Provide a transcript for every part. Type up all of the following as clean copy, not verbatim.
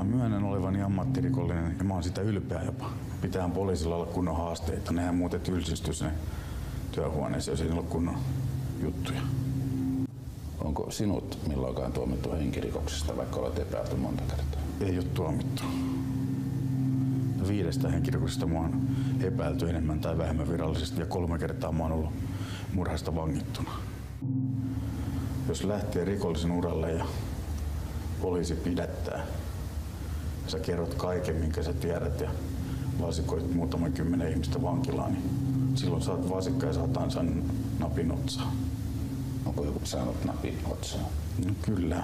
myönnän olevani ammattirikollinen ja mä oon sitä ylpeä jopa. Pitää poliisilla olla kunnon haasteita. Nehän muuten tylsisty sinne työhuoneeseen, jos ei ole kunnon juttuja. Onko sinut milloinkaan tuomittu henkirikoksesta, vaikka olet epäilty monta kertaa? Ei ole tuomittu. 5 henkirikoksesta mua on epäilty enemmän tai vähemmän virallisesti ja 3 kertaa mä oon ollut murhasta vangittuna. Jos lähtee rikollisen uralle ja poliisi pidättää ja sä kerrot kaiken, minkä sä tiedät ja vasikoit muutaman 10 ihmistä vankilaan, niin silloin saat vasikka ja saat ansainnut napin otsaan. Onko joku saanut napin otsaan? No kyllä.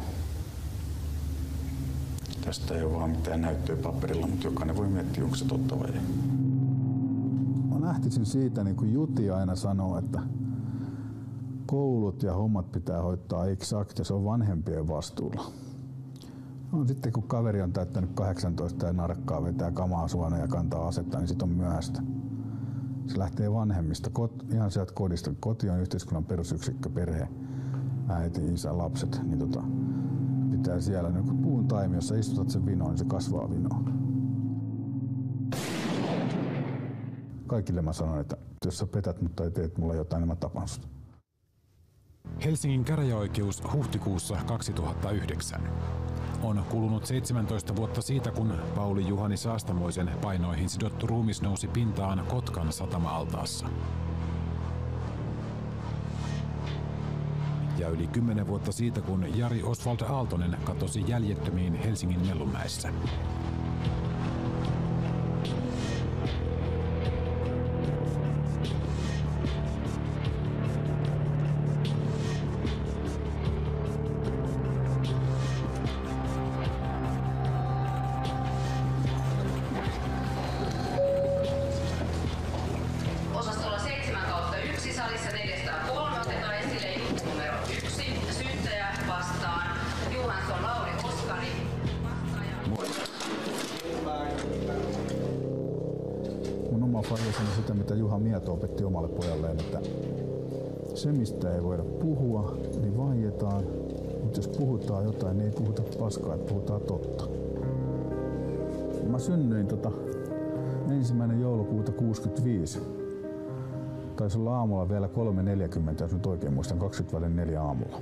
Tästä ei ole vaan mitään näyttöä paperilla, mutta jokainen voi miettiä, onko se totta vai ei. Mä lähtisin siitä, niin kuin Juti aina sanoo, että koulut ja hommat pitää hoitaa eksakt ja se on vanhempien vastuulla. No, sitten kun kaveri on täyttänyt 18 ja narkkaa, vetää kamaa suona ja kantaa asetta, niin sit on myöhäistä. Se lähtee vanhemmista, ihan sieltä kodista. Koti on yhteiskunnan perusyksikkö, perhe, äiti, isä, lapset. Niin pitää siellä, niin kun puun taimi, jos sä istutat sen vinoon, niin se kasvaa vinoon. Kaikille mä sanon, että jos sä petät mut tai teet mulle jotain, niin mä tapan sut. Helsingin käräjäoikeus huhtikuussa 2009. On kulunut 17 vuotta siitä, kun Pauli Juhani Saastamoisen painoihin sidottu ruumis nousi pintaan Kotkan satama-altaassa. Ja yli 10 vuotta siitä, kun Jari Oswald Aaltonen katosi jäljettömiin Helsingin Mellunmäessä. Sitä, mitä Juha Mieto opetti omalle pojalleen, että se, mistä ei voida puhua, niin vaietaan, mutta jos puhutaan jotain, niin ei puhuta paskaa, että puhutaan totta. Mä synnyin 1. joulukuuta 1965. Taisi olla aamulla vielä 3.40, jos nyt oikein muistan, 20:4 aamulla.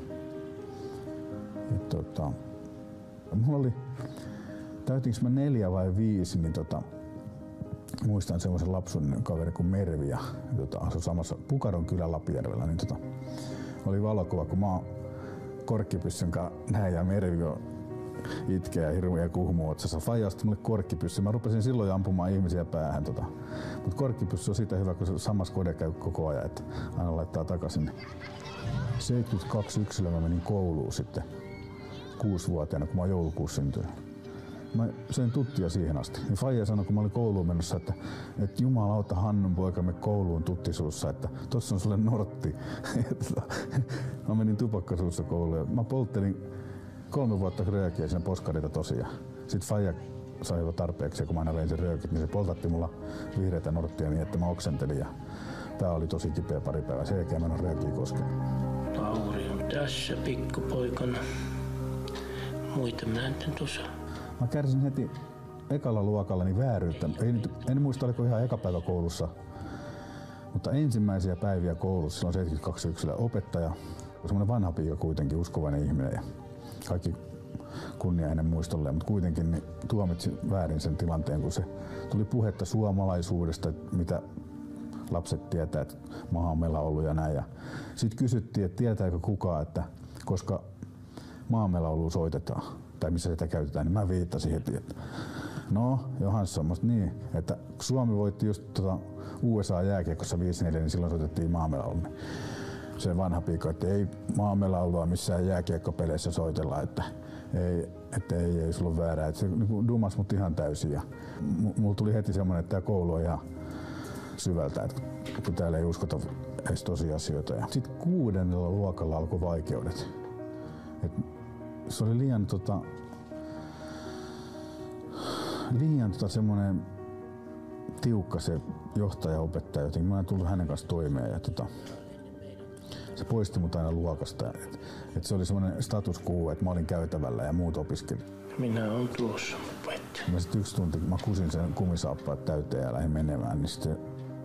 Mulla oli, täytinkö mä 4 vai 5, niin muistan semmoisen lapsuuden kaveri kuin Mervi ja asui samassa Pukaron kylän Lapijärvellä, niin oli valokuva, kun mä oon korkkipyssyn kanssa näin ja Mervi on itkeä ja hirveä kuhmu otsassa. Faija osti mulle korkkipyssy. Mä rupesin silloin ampumaan ihmisiä päähän. Mutta korkkipyssy on siitä hyvä, kun se samassa kode käy koko ajan, että aina laittaa takaisin. 72 yksilöä mä menin kouluun sitten 6-vuotiaana, kun mä oon joulukuussa syntynyt. Mä söin tuttia siihen asti. Ja faija sanoi, kun mä olin kouluun menossa, että jumalauta Hannun poika, me kouluun tuttisuussa, että tossa on sulle nortti. Mä menin tupakkasuussa kouluun ja mä polttelin 3 vuotta röökiä siinä poskareita tosiaan. Sitten faija sai jo tarpeeksi, kun mä aina vein sen röökit, niin se poltatti mulla vihreitä norttia niin, että mä oksentelin ja pää oli tosi kipeä pari päivää. Sen jälkeen mä en ole röökiä koskenut. Lauri on tässä pikkupoikana. Muita mä en tuossa. Mä kärsin heti ekalla luokalla niin vääryyttä. En muista, oliko ihan eka päivä koulussa, mutta ensimmäisiä päiviä koulussa, silloin 72 yksilöä, opettaja, semmoinen vanha piika kuitenkin, uskovainen ihminen ja kaikki kunnia hänen muistolleen, mutta kuitenkin niin tuomitsi väärin sen tilanteen, kun se tuli puhetta suomalaisuudesta, että mitä lapset tietää, että maa on meillä ollut ja näin. Sitten kysyttiin, että tietääkö kukaan, että koska maanmelaulua soitetaan tai missä sitä käytetään, niin mä viittasin heti, että no Johansson, musta niin, että Suomi voitti just USA-jääkiekossa 5-4, niin silloin soitettiin maanmelaulua. Se vanha piikko, että ei maanmelaulua missään jääkiekkopeleissä soitella, että ei sulla ole väärää. Että se niin dumas mut ihan täysin ja mulla tuli heti semmoinen, että tää koulu on ihan syvältä, että kun täällä ei uskota edes tosiasioita. Sitten 6. luokalla alkoi vaikeudet. Se oli liian semmoinen tiukka se johtaja-opettaja, jotenkin mä en tullut hänen kanssa toimeen ja se poisti mut aina luokasta. Et se oli semmoinen status quo, että mä olin käytävällä ja muut opiskelijat. Minä olen tuossa. Mä sitten 1 tunti, kun mä kusin sen kumisaappaat täyteen ja lähdin menemään, niin sitten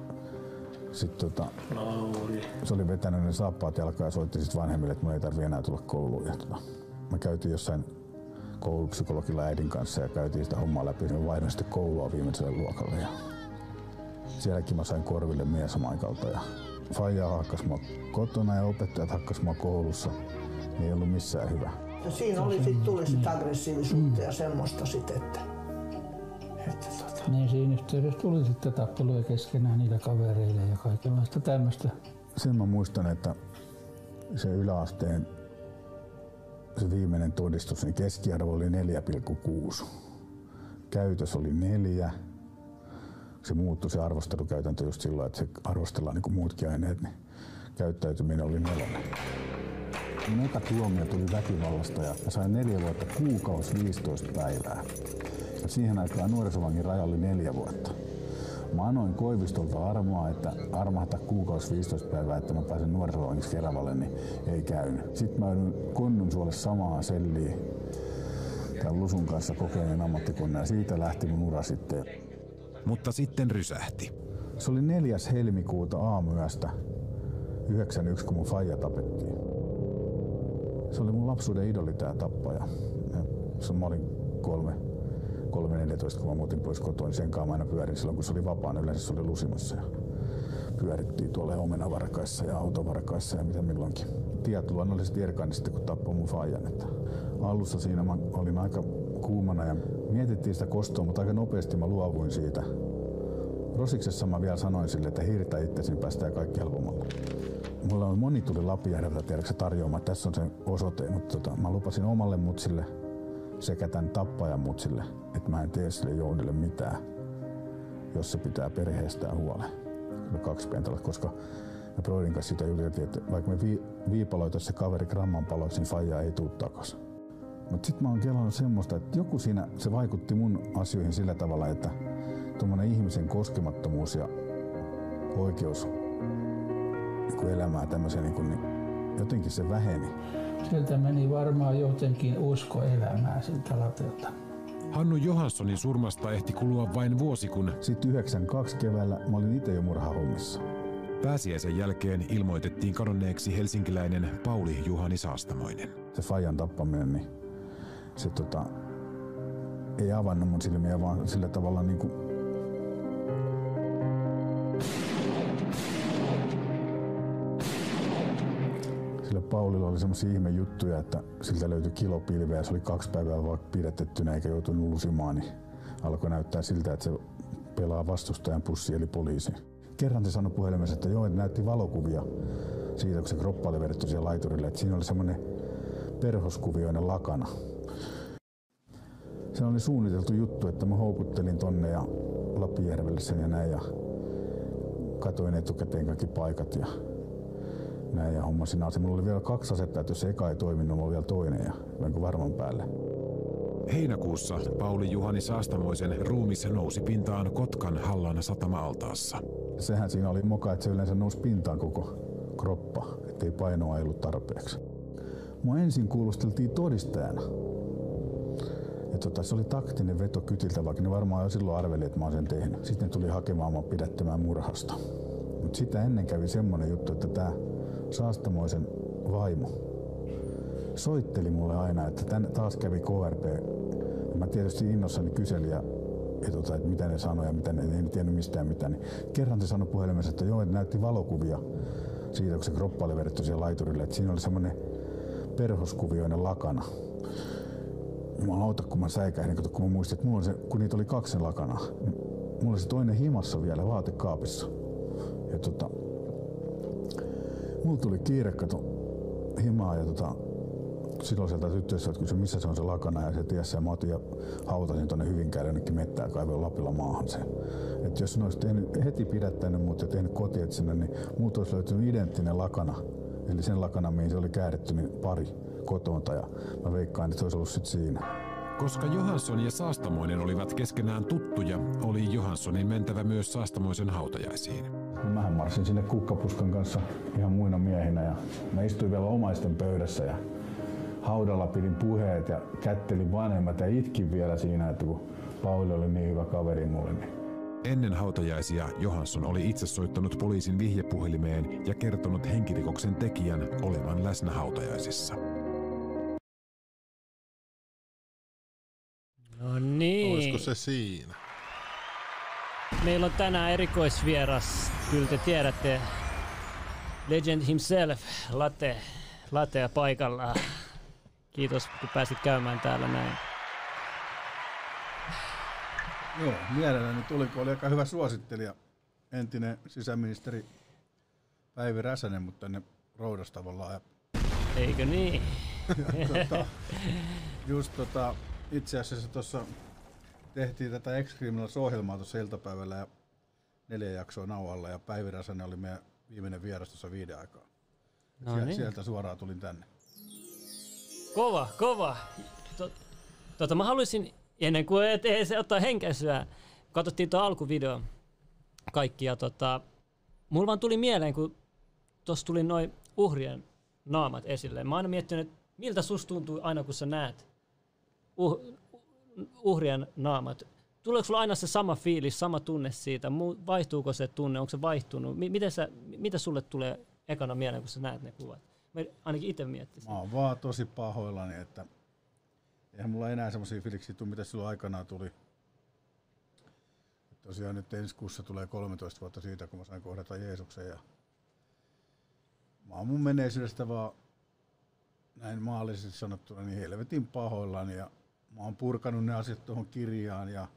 Lauri. se oli vetänyt ne saappaat jalkaan ja soitti sitten vanhemmille, että mun ei tarvitse enää tulla kouluun. Ja mä käytiin jossain koulupsykologilla äidin kanssa ja käytiin sitä hommaa läpi, niin mä vaihdoin sitten koulua viimeiselle luokalle. Ja sielläkin mä sain korville miesmaikalta ja faija hakkas mua kotona ja opettajat hakkas mua koulussa. Niin ei ollut missään hyvä. Ja siinä tuli sitä aggressiivisuutta ja semmoista sitten, että Niin siinä yhteydessä tuli sitten tappeluja keskenään niillä kavereille ja kaikenlaista tämmöistä. Sen mä muistan, että se yläasteen se viimeinen todistus, niin keskiarvo oli 4,6. Käytös oli 4. Se muuttui se arvostelukäytäntö just silloin, että se arvostellaan niin kuin muutkin aineet, niin käyttäytyminen oli 4. Mun eka tuomio tuli väkivallasta ja mä sain 4 vuotta kuukausi 15 päivää. Ja siihen aikaan nuorisovangin raja oli 4 vuotta. Mä anoin Koivistolta armoa, että armahta kuukausi 15 päivää, että mä pääsen nuorisovangiksi Keravalle, niin ei käynyt. Sitten mä joudun Konnunsuolle samaan selliin tämän Lusun kanssa kokeneen ammattikunnan ja siitä lähti mun ura sitten. Mutta sitten rysähti. Se oli 4. helmikuuta aamuyöstä 91, kun mun faija tapettiin. Se oli mun lapsuuden idoli tää tappaja. Mä olin 3-14, kun mä muutin pois kotoa, niin sen kanssa mä aina pyörin silloin, kun se oli vapaana. Yleensä se oli lusimassa ja pyörittiin tuolla omenavarkaissa ja autovarkaissa ja mitä milloinkin. Tiet luonnollisesti erkaani sitten, kun tappoi mun faijan. Alussa siinä mä olin aika kuumana ja mietittiin sitä kostoa, mutta aika nopeasti mä luovuin siitä. Rosiksessa mä vielä sanoin sille, että hirtä itsesi, niin päästään kaikki helpommalla. Mulla on moni tuli Lapinjärveltä tiedätkö tarjoamaan, että tässä on se osoite, mutta mä lupasin omalle mutsille sekä tämän tappajan mutsille, että mä en tee sille Jounille mitään, jos se pitää perheestään huolen. 2 pientä, koska me Broidin kanssa sitä juteltiin, että vaikka me viipaloitaisiin se kaveri gramman paloiksi, niin faija ei tuu takas. Mutta sit mä oon kelannut semmoista, että joku siinä, se vaikutti mun asioihin sillä tavalla, että tuommoinen ihmisen koskemattomuus ja oikeus elämää tämmöisen, niin jotenkin se väheni. Sieltä meni varmaan jotenkin usko elämää siltä lapelta. Hannu Johanssonin surmasta ehti kulua vain vuosi, kun sitten 92 keväällä mä olin itse jo murhahommissa. Pääsiäisen jälkeen ilmoitettiin kadonneeksi helsinkiläinen Pauli Juhani Saastamoinen. Se faijan tappaminen, niin se ei avannut mun silmiä, vaan sillä tavalla niin kuin sillä Paulilla oli semmosia ihme juttuja, että siltä löytyi kilopilveä ja se oli 2 päivää vaikka pidätettynä eikä joutunut lusimaan, niin alkoi näyttää siltä, että se pelaa vastustajan pussi eli poliisi. Kerran se sanoi puhelimessa, että joo, että näytti valokuvia siitä, kun se kroppa oli vedetty siellä laiturille, että siinä oli semmoinen perhoskuvioinen lakana. Se oli suunniteltu juttu, että mä houkuttelin tonne ja Lapinjärvelle sen ja näin ja katoin etukäteen kaikki paikat ja näin ja hommasin ase. Mulla oli vielä 2 asetta, että jos eka ei toiminut, mulla oli vielä toinen ja vähän varman päälle. Heinäkuussa Pauli Juhani Saastamoisen ruumis nousi pintaan Kotkan Hallan satama-altaassa. Sehän siinä oli moka, että se yleensä nousi pintaan koko kroppa, ettei painoa ei ollut tarpeeksi. Mua ensin kuulusteltiin todistajana. Ja se oli taktinen veto kytiltä, vaikka ne varmaan jo silloin arveli, että mä oon sen tehnyt. Sitten ne tuli hakemaan mua pidättämään murhasta. Mutta sitä ennen kävi semmonen juttu, että tää Saastamoisen vaimo soitteli mulle aina, että taas kävi KRP. Ja mä tietysti innossani kyselin että mitä ne sanoi ja mitä ne ei tiennyt mistään mitään. Niin kerran se sanoi puhelimessa, että joo, että näytti valokuvia siitä, kun se kroppa oli vedetty siellä laiturille. Että siinä oli semmoinen perhoskuvioinen lakana. Jumalauta, kun mä säikähdin, kun mä muistin, että mulla oli se, kun niitä oli 2 lakanaa, niin mulla oli se toinen himassa vielä vaatekaapissa. Ja mulla tuli kiire himaa ja silloin sieltä tyttöystävät kysyi, missä se on se lakana ja se tiesi ja mä otin ja hautasin tonne Hyvinkäälle jonnekin mettään kaivoin Lapilla maahan sen. Et jos ne olisi heti pidättänyt mut ja tehnyt kotietsinnän, niin muut olisi löytynyt identtinen lakana. Eli sen lakana, mihin se oli kääritty, niin pari kotonta ja mä veikkaan, että se olisi ollut sit siinä. Koska Johansson ja Saastamoinen olivat keskenään tuttuja, oli Johanssonin mentävä myös Saastamoisen hautajaisiin. Mähän marssin sinne kukkapuskan kanssa ihan muina miehinä ja mä istuin vielä omaisten pöydässä ja haudalla pidin puheet ja kättelin vanhemmat ja itkin vielä siinä, että kun Pauli oli niin hyvä kaveri mulle. Niin. Ennen hautajaisia Johansson oli itse soittanut poliisin vihjepuhelimeen ja kertonut henkirikoksen tekijän olevan läsnä hautajaisissa. No niin. Olisiko se siinä? Meillä on tänään erikoisvieras, kyllä te tiedätte, legend himself, Latea paikallaan. Kiitos kun pääsit käymään täällä näin. Joo, mielelläni tuli, kun oli aika hyvä suosittelija, entinen sisäministeri Päivi Räsänen, mutta tänne roudasi tavallaan. Eikö niin? Itse asiassa tuossa tehtiin tätä Ex-Criminals-ohjelmaa tuossa iltapäivällä ja 4 jaksoa nauhalla ja Päivi Räsänen oli meidän viimeinen vieras tuossa 5 aikaa. No niin. Sieltä suoraan tulin tänne. Kova. Mä haluaisin, ennen kuin se ottaa henkäisyä, katsottiin tuo alkuvideo kaikki ja mulla vaan tuli mieleen, kun tuossa tuli noin uhrien naamat esille. Mä oon aina miettinyt, että miltä susta tuntuu aina kun sä näet uhrien naamat. Tuleeko sulla aina se sama fiilis, sama tunne siitä? Vaihtuuko se tunne? Onko se vaihtunut? Mitä sulle tulee ekana mieleen, kun sä näet ne kuvat? Mä ainakin itse miettisin. Mä oon vaan tosi pahoillani, että eihän mulla enää semmosia fiiliksiä tule, mitä silloin aikanaan tuli. Tosiaan nyt ensi kuussa tulee 13 vuotta siitä, kun mä sain kohdata Jeesuksen. Ja mä oon mun menneisyydestä vaan näin maallisesti sanottuna niin helvetin pahoillani. Ja mä oon purkanut ne asiat tuohon kirjaan ja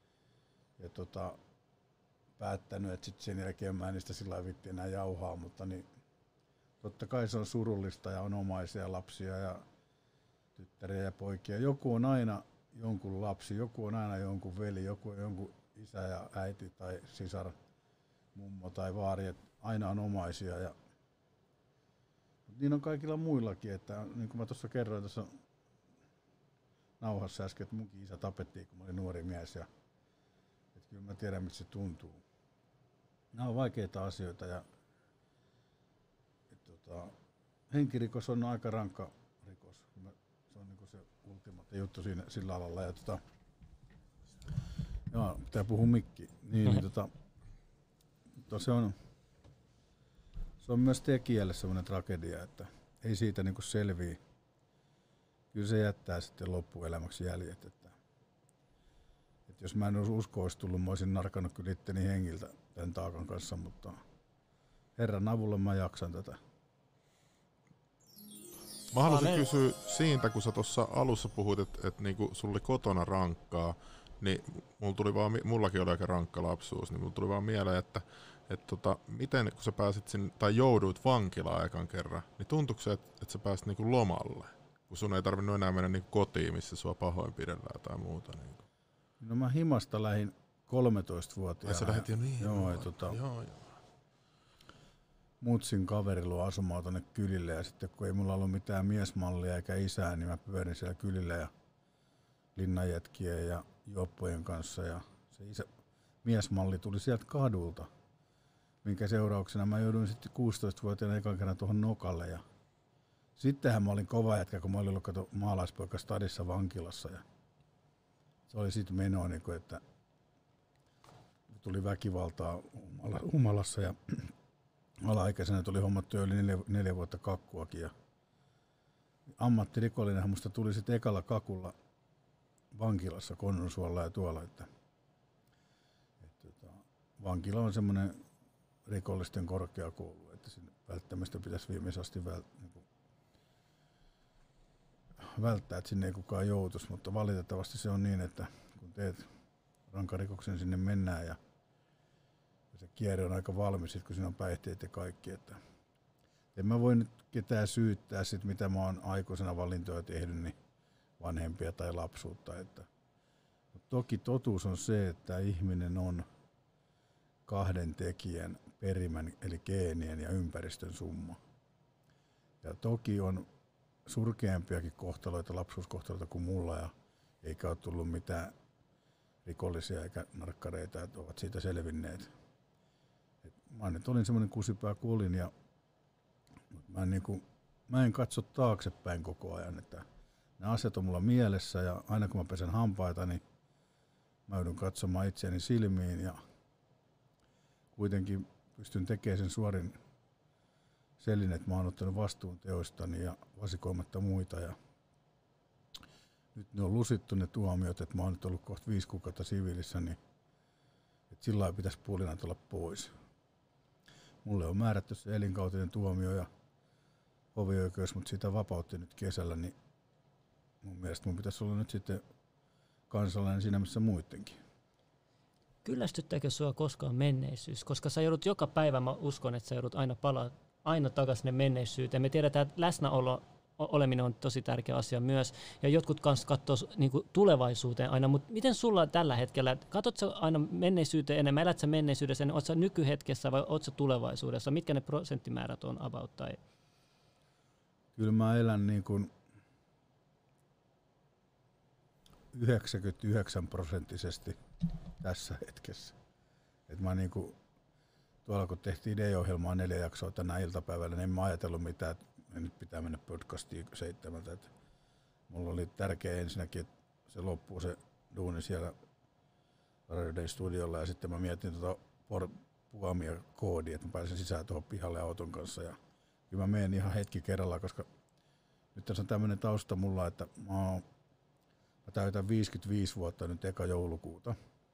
päättänyt, että sit sen jälkeen mä en niistä sillä vitti enää jauhaa, mutta niin, totta kai se on surullista ja on omaisia ja lapsia ja tyttäriä ja poikia. Joku on aina jonkun lapsi, joku on aina jonkun veli, joku on jonkun isä ja äiti tai sisar, mummo tai vaari, että aina on omaisia. Ja niin on kaikilla muillakin, että niin kuin mä tuossa kerroin tuossa nauhassa äsken, että munkin isä tapettiin, kun mä olin nuori mies. Ja, että kyllä mä tiedän, mitä se tuntuu. Nämä on vaikeita asioita ja henkirikos on aika rankka rikos. Se on niin se ultimaattinen juttu siinä, sillä alalla. Ja joo, pitää puhua mikki. Se on myös tekijälle semmoinen tragedia, että ei siitä niinku selviä. Kyllä se jättää sitten loppuelämäksi jäljet. Että jos mä en usko, olisi tullut, mä olisin narkannut kyllä itteni hengiltä tämän taakan kanssa, mutta Herran avulla mä jaksan tätä. Mä haluaisin kysyä siitä, kun sä tuossa alussa puhuit, että niinku sulla oli kotona rankkaa, niin mullakin oli aika rankka lapsuus, niin mulla tuli vaan mieleen, että miten kun sä pääsit sinne, tai jouduit vankilaan ekan kerran, niin tuntuuko se, että sä pääsit niinku lomalle? Kun sun ei tarvinnut enää mennä niinku kotiin, missä sua pahoinpidellään tai muuta. Niinku. No mä himasta lähdin 13-vuotiaana. Sä lähdit jo niin? Joo. Mutsin kaveri luo asumaan tonne kylille ja sitten kun ei mulla ollut mitään miesmallia eikä isää, niin mä pyörin siellä kylillä ja linnanjätkien ja juoppojen kanssa ja se miesmalli tuli sieltä kadulta, minkä seurauksena mä jouduin sitten 16-vuotiaana ekan kerran tuohon nokalle ja sittenhän mä olin kova jätkä, kun mä olin ollut maalaispoika stadissa vankilassa ja se oli sitten menoa, niin kuin, että tuli väkivaltaa humalassa ja alaikäisenä tuli hommattu yli 4 vuotta kakkuakin ja ammattirikollinen musta tuli sitten ekalla kakulla vankilassa Konnunsuolla ja tuolla, että vankila on semmoinen rikollisten korkeakoulu, että sinne välttämättä pitäisi viimeisen asti välttää, että sinne ei kukaan joutuisi, mutta valitettavasti se on niin, että kun teet rankarikoksen, sinne mennään ja se kierre on aika valmis, kun siinä on päihteet ja kaikki. Että en mä voi nyt ketään syyttää sit, mitä mä oon aikuisena valintoja tehnyt, niin vanhempia tai lapsuutta. Että. Toki totuus on se, että ihminen on 2 tekijän perimän, eli geenien ja ympäristön summa. Ja toki on surkeampiakin kohtaloita, lapsuuskohtaloita kuin mulla, ja eikä ole tullut mitään rikollisia eikä narkkareita, että ovat siitä selvinneet. Mä nyt olin semmoinen kusipää kuin olin, ja mä mä en katso taaksepäin koko ajan, että ne asiat on mulla mielessä ja aina kun mä pesen hampaita, niin mä joudun katsomaan itseäni silmiin ja kuitenkin pystyn tekemään sen suorin selin, että mä oon ottanut vastuun teoistani ja vasikoimatta muita. Ja nyt ne on lusittu ne tuomiot, että mä oon nyt ollut kohta 5 kuukautta siviilissä, niin että sillä lailla pitäisi puolinaan tulla pois. Mulle on määrätty se elinkautinen tuomio ja hovioikeus, mutta sitä vapautti nyt kesällä, niin mun mielestä mun pitäisi olla nyt sitten kansalainen siinä missä muidenkin. Kyllästyttääkö sua koskaan menneisyys? Koska sä joudut joka päivä, mä uskon, että sä joudut aina takaisin sinne menneisyyteen. Me tiedetään, että oleminen on tosi tärkeä asia myös, ja jotkut kanssa katsoo niinku tulevaisuuteen aina, mutta miten sulla tällä hetkellä, katsot sä aina menneisyyteen enemmän, elät sä menneisyydessä, niin oot sä nykyhetkessä vai oot sä tulevaisuudessa? Mitkä ne prosenttimäärät on about? Tai? Kyllä mä elän niin kuin 99% tässä hetkessä. Et mä niin kuin, tuolla kun tehtiin D-ohjelmaa 4 jaksoa tänä iltapäivällä, niin en mä ajatellut mitään, että nyt pitää mennä podcastiin 7. Mulla oli tärkeä ensinnäkin, että se loppuu se duuni siellä Radio Day studiolla ja sitten mä mietin puamia koodia, että mä pääsen sisään tuohon pihalle auton kanssa ja kyllä mä menen ihan hetki kerrallaan, koska nyt tässä on tämmöinen tausta mulla, että mä täytän 55 vuotta nyt eka joulukuuta.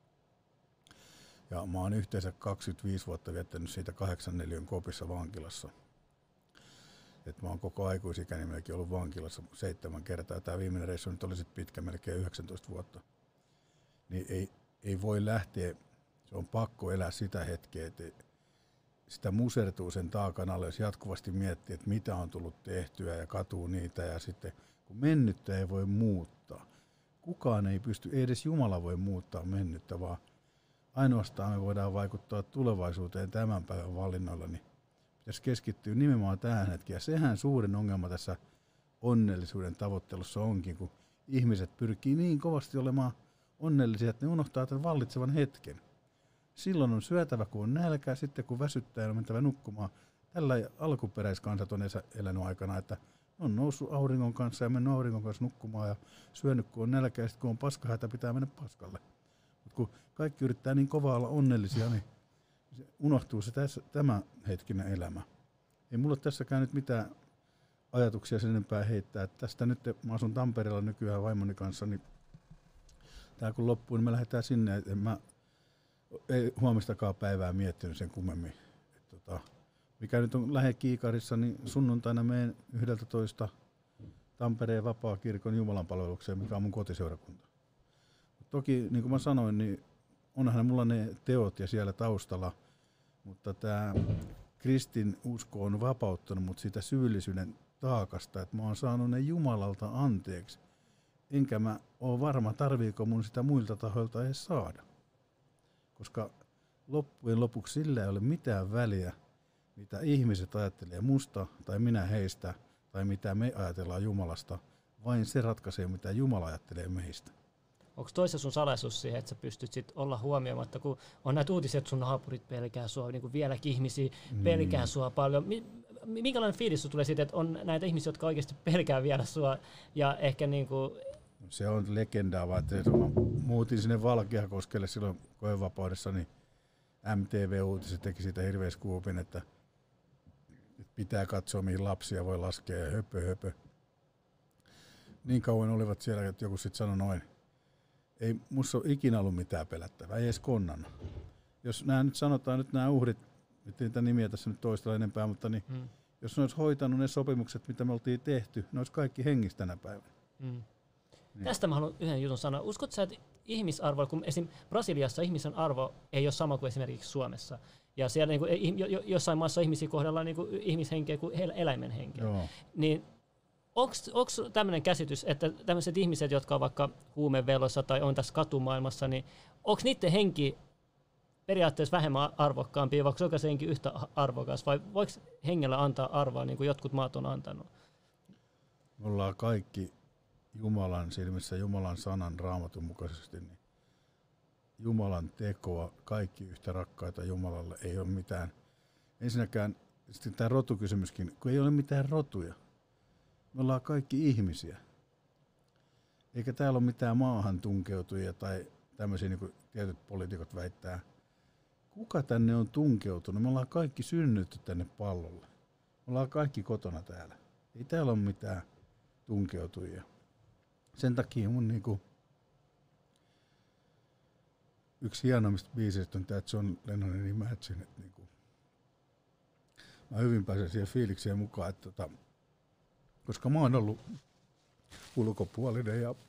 Ja mä oon yhteensä 25 vuotta viettänyt siitä 84 kopissa vankilassa. Et mä oon koko aikuisikäni melkein ollut vankilassa 7 kertaa. Tää viimeinen reissu nyt oli sit pitkä, melkein 19 vuotta. Niin ei voi lähteä, se on pakko elää sitä hetkeä, että sitä musertuu sen taakan alle, jos jatkuvasti miettii, että mitä on tullut tehtyä ja katuu niitä. Ja sitten kun mennyttä ei voi muuttaa. Kukaan ei pysty, ei edes Jumala voi muuttaa mennyttä, vaan ainoastaan me voidaan vaikuttaa tulevaisuuteen tämän päivän valinnoilla, niin pitäisi keskittyä nimenomaan tähän hetkeen. Ja sehän suurin ongelma tässä onnellisuuden tavoittelussa onkin, kun ihmiset pyrkii niin kovasti olemaan onnellisia, että ne unohtaa tämän vallitsevan hetken. Silloin on syötävä, kun on nälkä, sitten kun väsyttää, on mentävä nukkumaan. Tällä alkuperäiskansat on elänyt aikana, että on noussut auringon kanssa ja mennyt auringon kanssa nukkumaan ja syönyt, kun on nälkä, ja sitten kun on paskahätä, pitää mennä paskalle. Mutta kun kaikki yrittää niin kovaa olla onnellisia, niin unohtuu se tämä hetkinen elämä. Ei mulla tässäkään nyt mitään ajatuksia sen enempää heittää. Että tästä nyt, mä asun Tampereella nykyään vaimoni kanssa, niin tää kun loppuu, niin me lähdetään sinne. Ei huomistakaan päivää miettinyt sen kummemmin. Mikä nyt on lähikiikarissa, niin sunnuntaina menen 11 Tampereen Vapaakirkon Jumalanpalvelukseen, mikä on mun kotiseurakunta. Toki, niin kuin mä sanoin, niin onhan mulla ne teot ja siellä taustalla, mutta tämä kristin usko on vapauttanut mut siitä syyllisyyden taakasta, että mä oon saanut ne Jumalalta anteeksi. Enkä mä oo varma, tarviiko mun sitä muilta tahoilta edes saada. Koska loppujen lopuksi sillä ei ole mitään väliä, mitä ihmiset ajattelee musta tai minä heistä tai mitä me ajatellaan Jumalasta, vain se ratkaisee, mitä Jumala ajattelee meistä. Onko toisa sun salaisuus siihen, että sä pystyt sit olla huomioimatta, kun on näitä uutisia, että sun naapurit pelkää sua, niin kuin vieläkin ihmisiä pelkää sua paljon. Minkälainen fiilis tulee siitä, että on näitä ihmisiä, jotka oikeasti pelkää vielä sua ja ehkä niin kuin... Se on legendaa, vaan että mä muutin sinne Valkeakoskelle silloin koevapaudessa, niin MTV-uutiset teki siitä hirveä skuupin, että pitää katsoa, mihin lapsia voi laskea ja höpö. Niin kauan olivat siellä, että joku sitten sanoi noin. Ei musta ole ikinä ollut mitään pelättävää, ei edes konnana. Jos nämä nyt sanotaan, nyt nämä uhrit, ettei niitä nimiä tässä nyt toistella enempää, mutta niin, jos ne olisi hoitanut ne sopimukset, mitä me oltiin tehty, ne olisi kaikki hengissä tänä päivänä. Niin. Tästä mä haluan yhden jutun sanoa. Uskotko sä, että ihmisarvo, kun esim. Brasiliassa ihmisen arvo ei ole sama kuin esimerkiksi Suomessa. Ja siellä niin kuin, jossain maassa ihmisiä kohdellaan niin kuin ihmishenkeä kuin eläimen henkeä. Niin onko tämmöinen käsitys, että tämmöiset ihmiset, jotka on vaikka huumevelossa tai on tässä katumaailmassa, niin onko niiden henki periaatteessa vähemmän arvokkaampi, vai onko jokaisen henki yhtä arvokas, vai voiko hengellä antaa arvoa niin kuin jotkut maat on antanut? Me ollaan kaikki Jumalan silmissä, Jumalan sanan Raamatun mukaisesti, niin Jumalan tekoa, kaikki yhtä rakkaita Jumalalle, ei ole mitään. Ensinnäkään sitten tämä rotukysymyskin, kun ei ole mitään rotuja. Me ollaan kaikki ihmisiä. Eikä täällä ole mitään maahan tunkeutujia tai tämmöisiä, niin kuin tietyt poliitikot väittää. Kuka tänne on tunkeutunut? Me ollaan kaikki synnytty tänne pallolle. Me ollaan kaikki kotona täällä. Ei täällä ole mitään tunkeutujia. Sen takia mun niinku yksi hienoimmista biiseistä on tää John Lennonin Imagine. Niinku, mä hyvin pääsen siihen fiilikseen mukaan, että koska mä oon ollut ulkopuolinen ja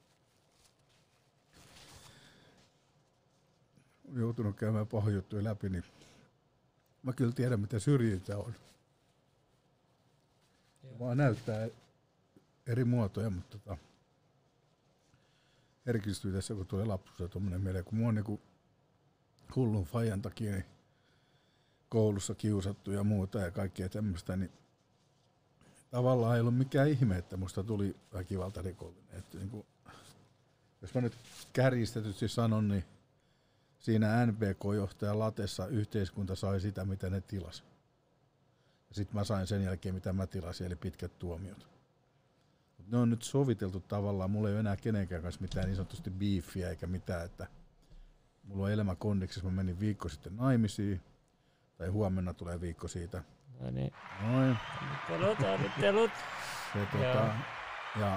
joutunut käymään pahoja juttuja läpi, niin mä kyllä tiedän, mitä syrjintä on. Vaan näyttää eri muotoja, mutta herkistyy tässä, kun tulee lapsuus ja tommonen mieleen. Kun mä oon niinku hullun fajan takia niin koulussa kiusattu ja muuta ja kaikkea tämmöistä, niin tavallaan ei ollut mikään ihme, että musta tuli väkivaltarikollinen. Että niinku, jos mä nyt kärjistetysti sanon, niin siinä NPK-johtajan latessa yhteiskunta sai sitä, mitä ne tilasi. Ja sit mä sain sen jälkeen, mitä mä tilasin, eli pitkät tuomiot. Mut ne on nyt soviteltu tavallaan, mulla ei ole enää kenenkään kanssa mitään niin sanotusti beefiä eikä mitään, että mulla on elämä kondiksessa, mä menin viikko sitten naimisiin, tai huomenna tulee viikko siitä. No niin. Noin. Onnittelut. Ja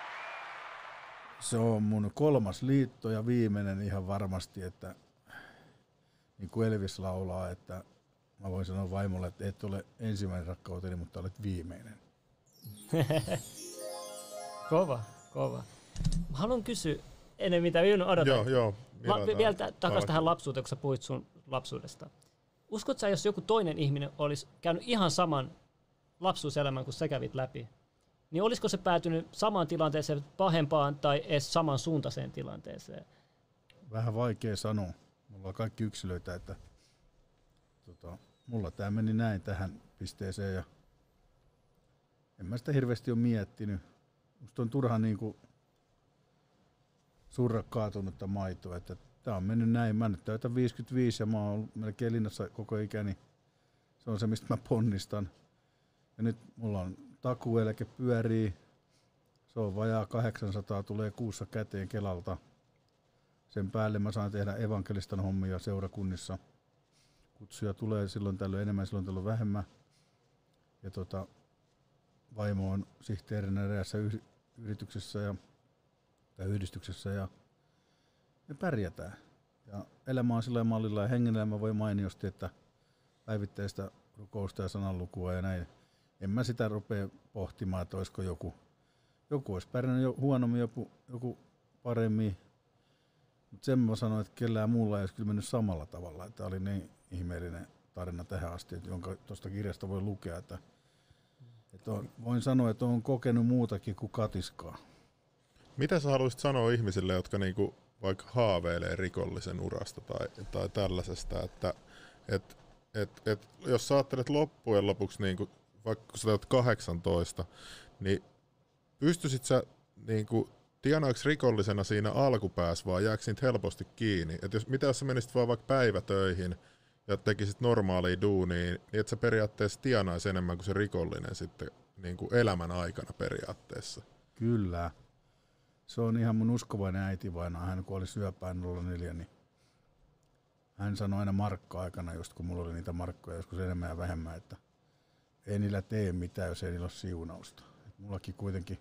se on mun 3. liitto ja viimeinen ihan varmasti, että niin kuin Elvis laulaa, että mä voin sanoa vaimolle, että et ole ensimmäinen rakkauteni, mutta olet viimeinen. Kova. Mä haluan kysyä, ennen mitä minun odotan. Joo. Vielä takaisin tähän lapsuuteen, kun sä puhuit sun lapsuudesta. Uskotko sä, jos joku toinen ihminen olisi käynyt ihan saman lapsuuselämän kuin sä kävit läpi, niin olisiko se päätynyt samaan tilanteeseen, pahempaan tai edes samansuuntaiseen tilanteeseen? Vähän vaikea sanoa. Mulla on kaikki yksilöitä, että mulla tää meni näin tähän pisteeseen ja en mä sitä hirveästi ole miettinyt. Musta on turha niinku surra kaatunutta maitoa, että tää on mennyt näin. Mä nyt täytän 55 ja mä oon ollut melkein linnassa koko ikäni. Se on se, mistä mä ponnistan. Ja nyt mulla on takuueläke pyörii. Se on vajaa 800, tulee kuussa käteen Kelalta. Sen päälle mä saan tehdä evankelistan hommia seurakunnissa. Kutsuja tulee silloin tällöin enemmän, silloin tällöin vähemmän. Ja vaimo on sihteerinä eräässä yrityksessä tai yhdistyksessä ja me pärjätään. Ja elämä on sillä mallilla ja hengen elämä voi mainiosti, että päivittäistä rukousta ja sananlukua ja näin. En mä sitä rupea pohtimaan, että olisiko joku olisi pärjännyt huonommin, joku paremmin. Mutta sen mä sanoin, että kellään muulla ei olisi kyllä mennyt samalla tavalla. Että oli niin ihmeellinen tarina tähän asti, jonka tuosta kirjasta voi lukea. Että voin sanoa, että olen kokenut muutakin kuin katiskaa. Mitä sä haluaisit sanoa ihmisille, jotka niinku vaikka haaveilee rikollisen urasta tai tällaisesta, että jos sä ajattelet loppujen lopuksi, niinku, vaikka kun sä olet 18, niin pystyisit sä niinku tienaiksi rikollisena siinä alkupäässä vai jääkö siitä helposti kiinni? Et mitä jos sä menisit vaan vaikka päivätöihin ja tekisit normaalia duunia, niin et sä periaatteessa tienaisi enemmän kuin se rikollinen sitten niin kuin elämän aikana periaatteessa? Kyllä. Se on ihan mun uskovainen äitivainaa. Hän kuoli syöpään 04, niin hän sanoi aina markka-aikana, just kun mulla oli niitä markkoja joskus enemmän ja vähemmän, että ei niillä tee mitään, jos ei niillä ole siunausta. Et mullakin kuitenkin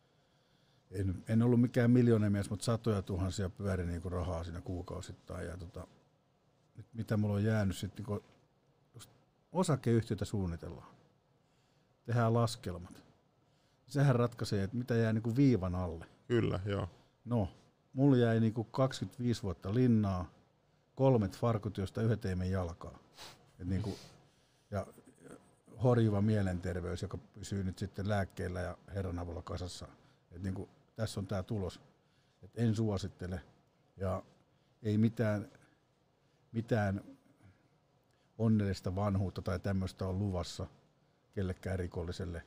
en ollut mikään miljoonamies, mutta satoja tuhansia pyöri niinku rahaa siinä kuukausittain. Ja nyt mitä mulla on jäänyt sitten, kun osakeyhtiötä suunnitellaan, tehdään laskelmat. Sehän ratkaisee, että mitä jää niinku viivan alle. Kyllä, joo. No, mulla jäi niinku 25 vuotta linnaa, 3 farkut, josta yhdet ei mene jalkaa. Ja horjuva mielenterveys, joka pysyy nyt sitten lääkkeillä ja Herran avulla kasassa. Tässä on tää tulos. En suosittele ja ei mitään onnellista vanhuutta tai tämmöistä on luvassa kellekään rikolliselle.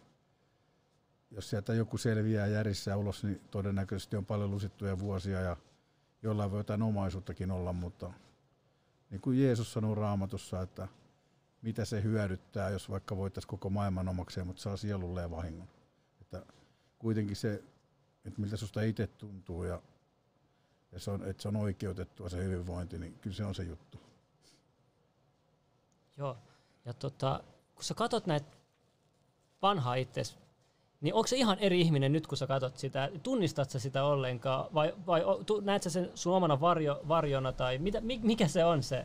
Jos sieltä joku selviää järjissään ulos, niin todennäköisesti on paljon lusittuja vuosia ja jollain voi jotain omaisuuttakin olla, mutta niin kuin Jeesus sanoo Raamatussa, että mitä se hyödyttää, jos vaikka voitaisiin koko maailman omakseen, mutta saa sielulleen vahingon. että kuitenkin se, että miltä susta itse tuntuu ja se on, että se on oikeutettua se hyvinvointi, niin kyllä se on se juttu. Joo, ja kun sä katot näitä vanhaa itsesi, niin onko se ihan eri ihminen nyt, kun sä katot sitä? Tunnistat sä sitä ollenkaan? Vai näet sä sen sun omana varjona? Tai mikä se on se?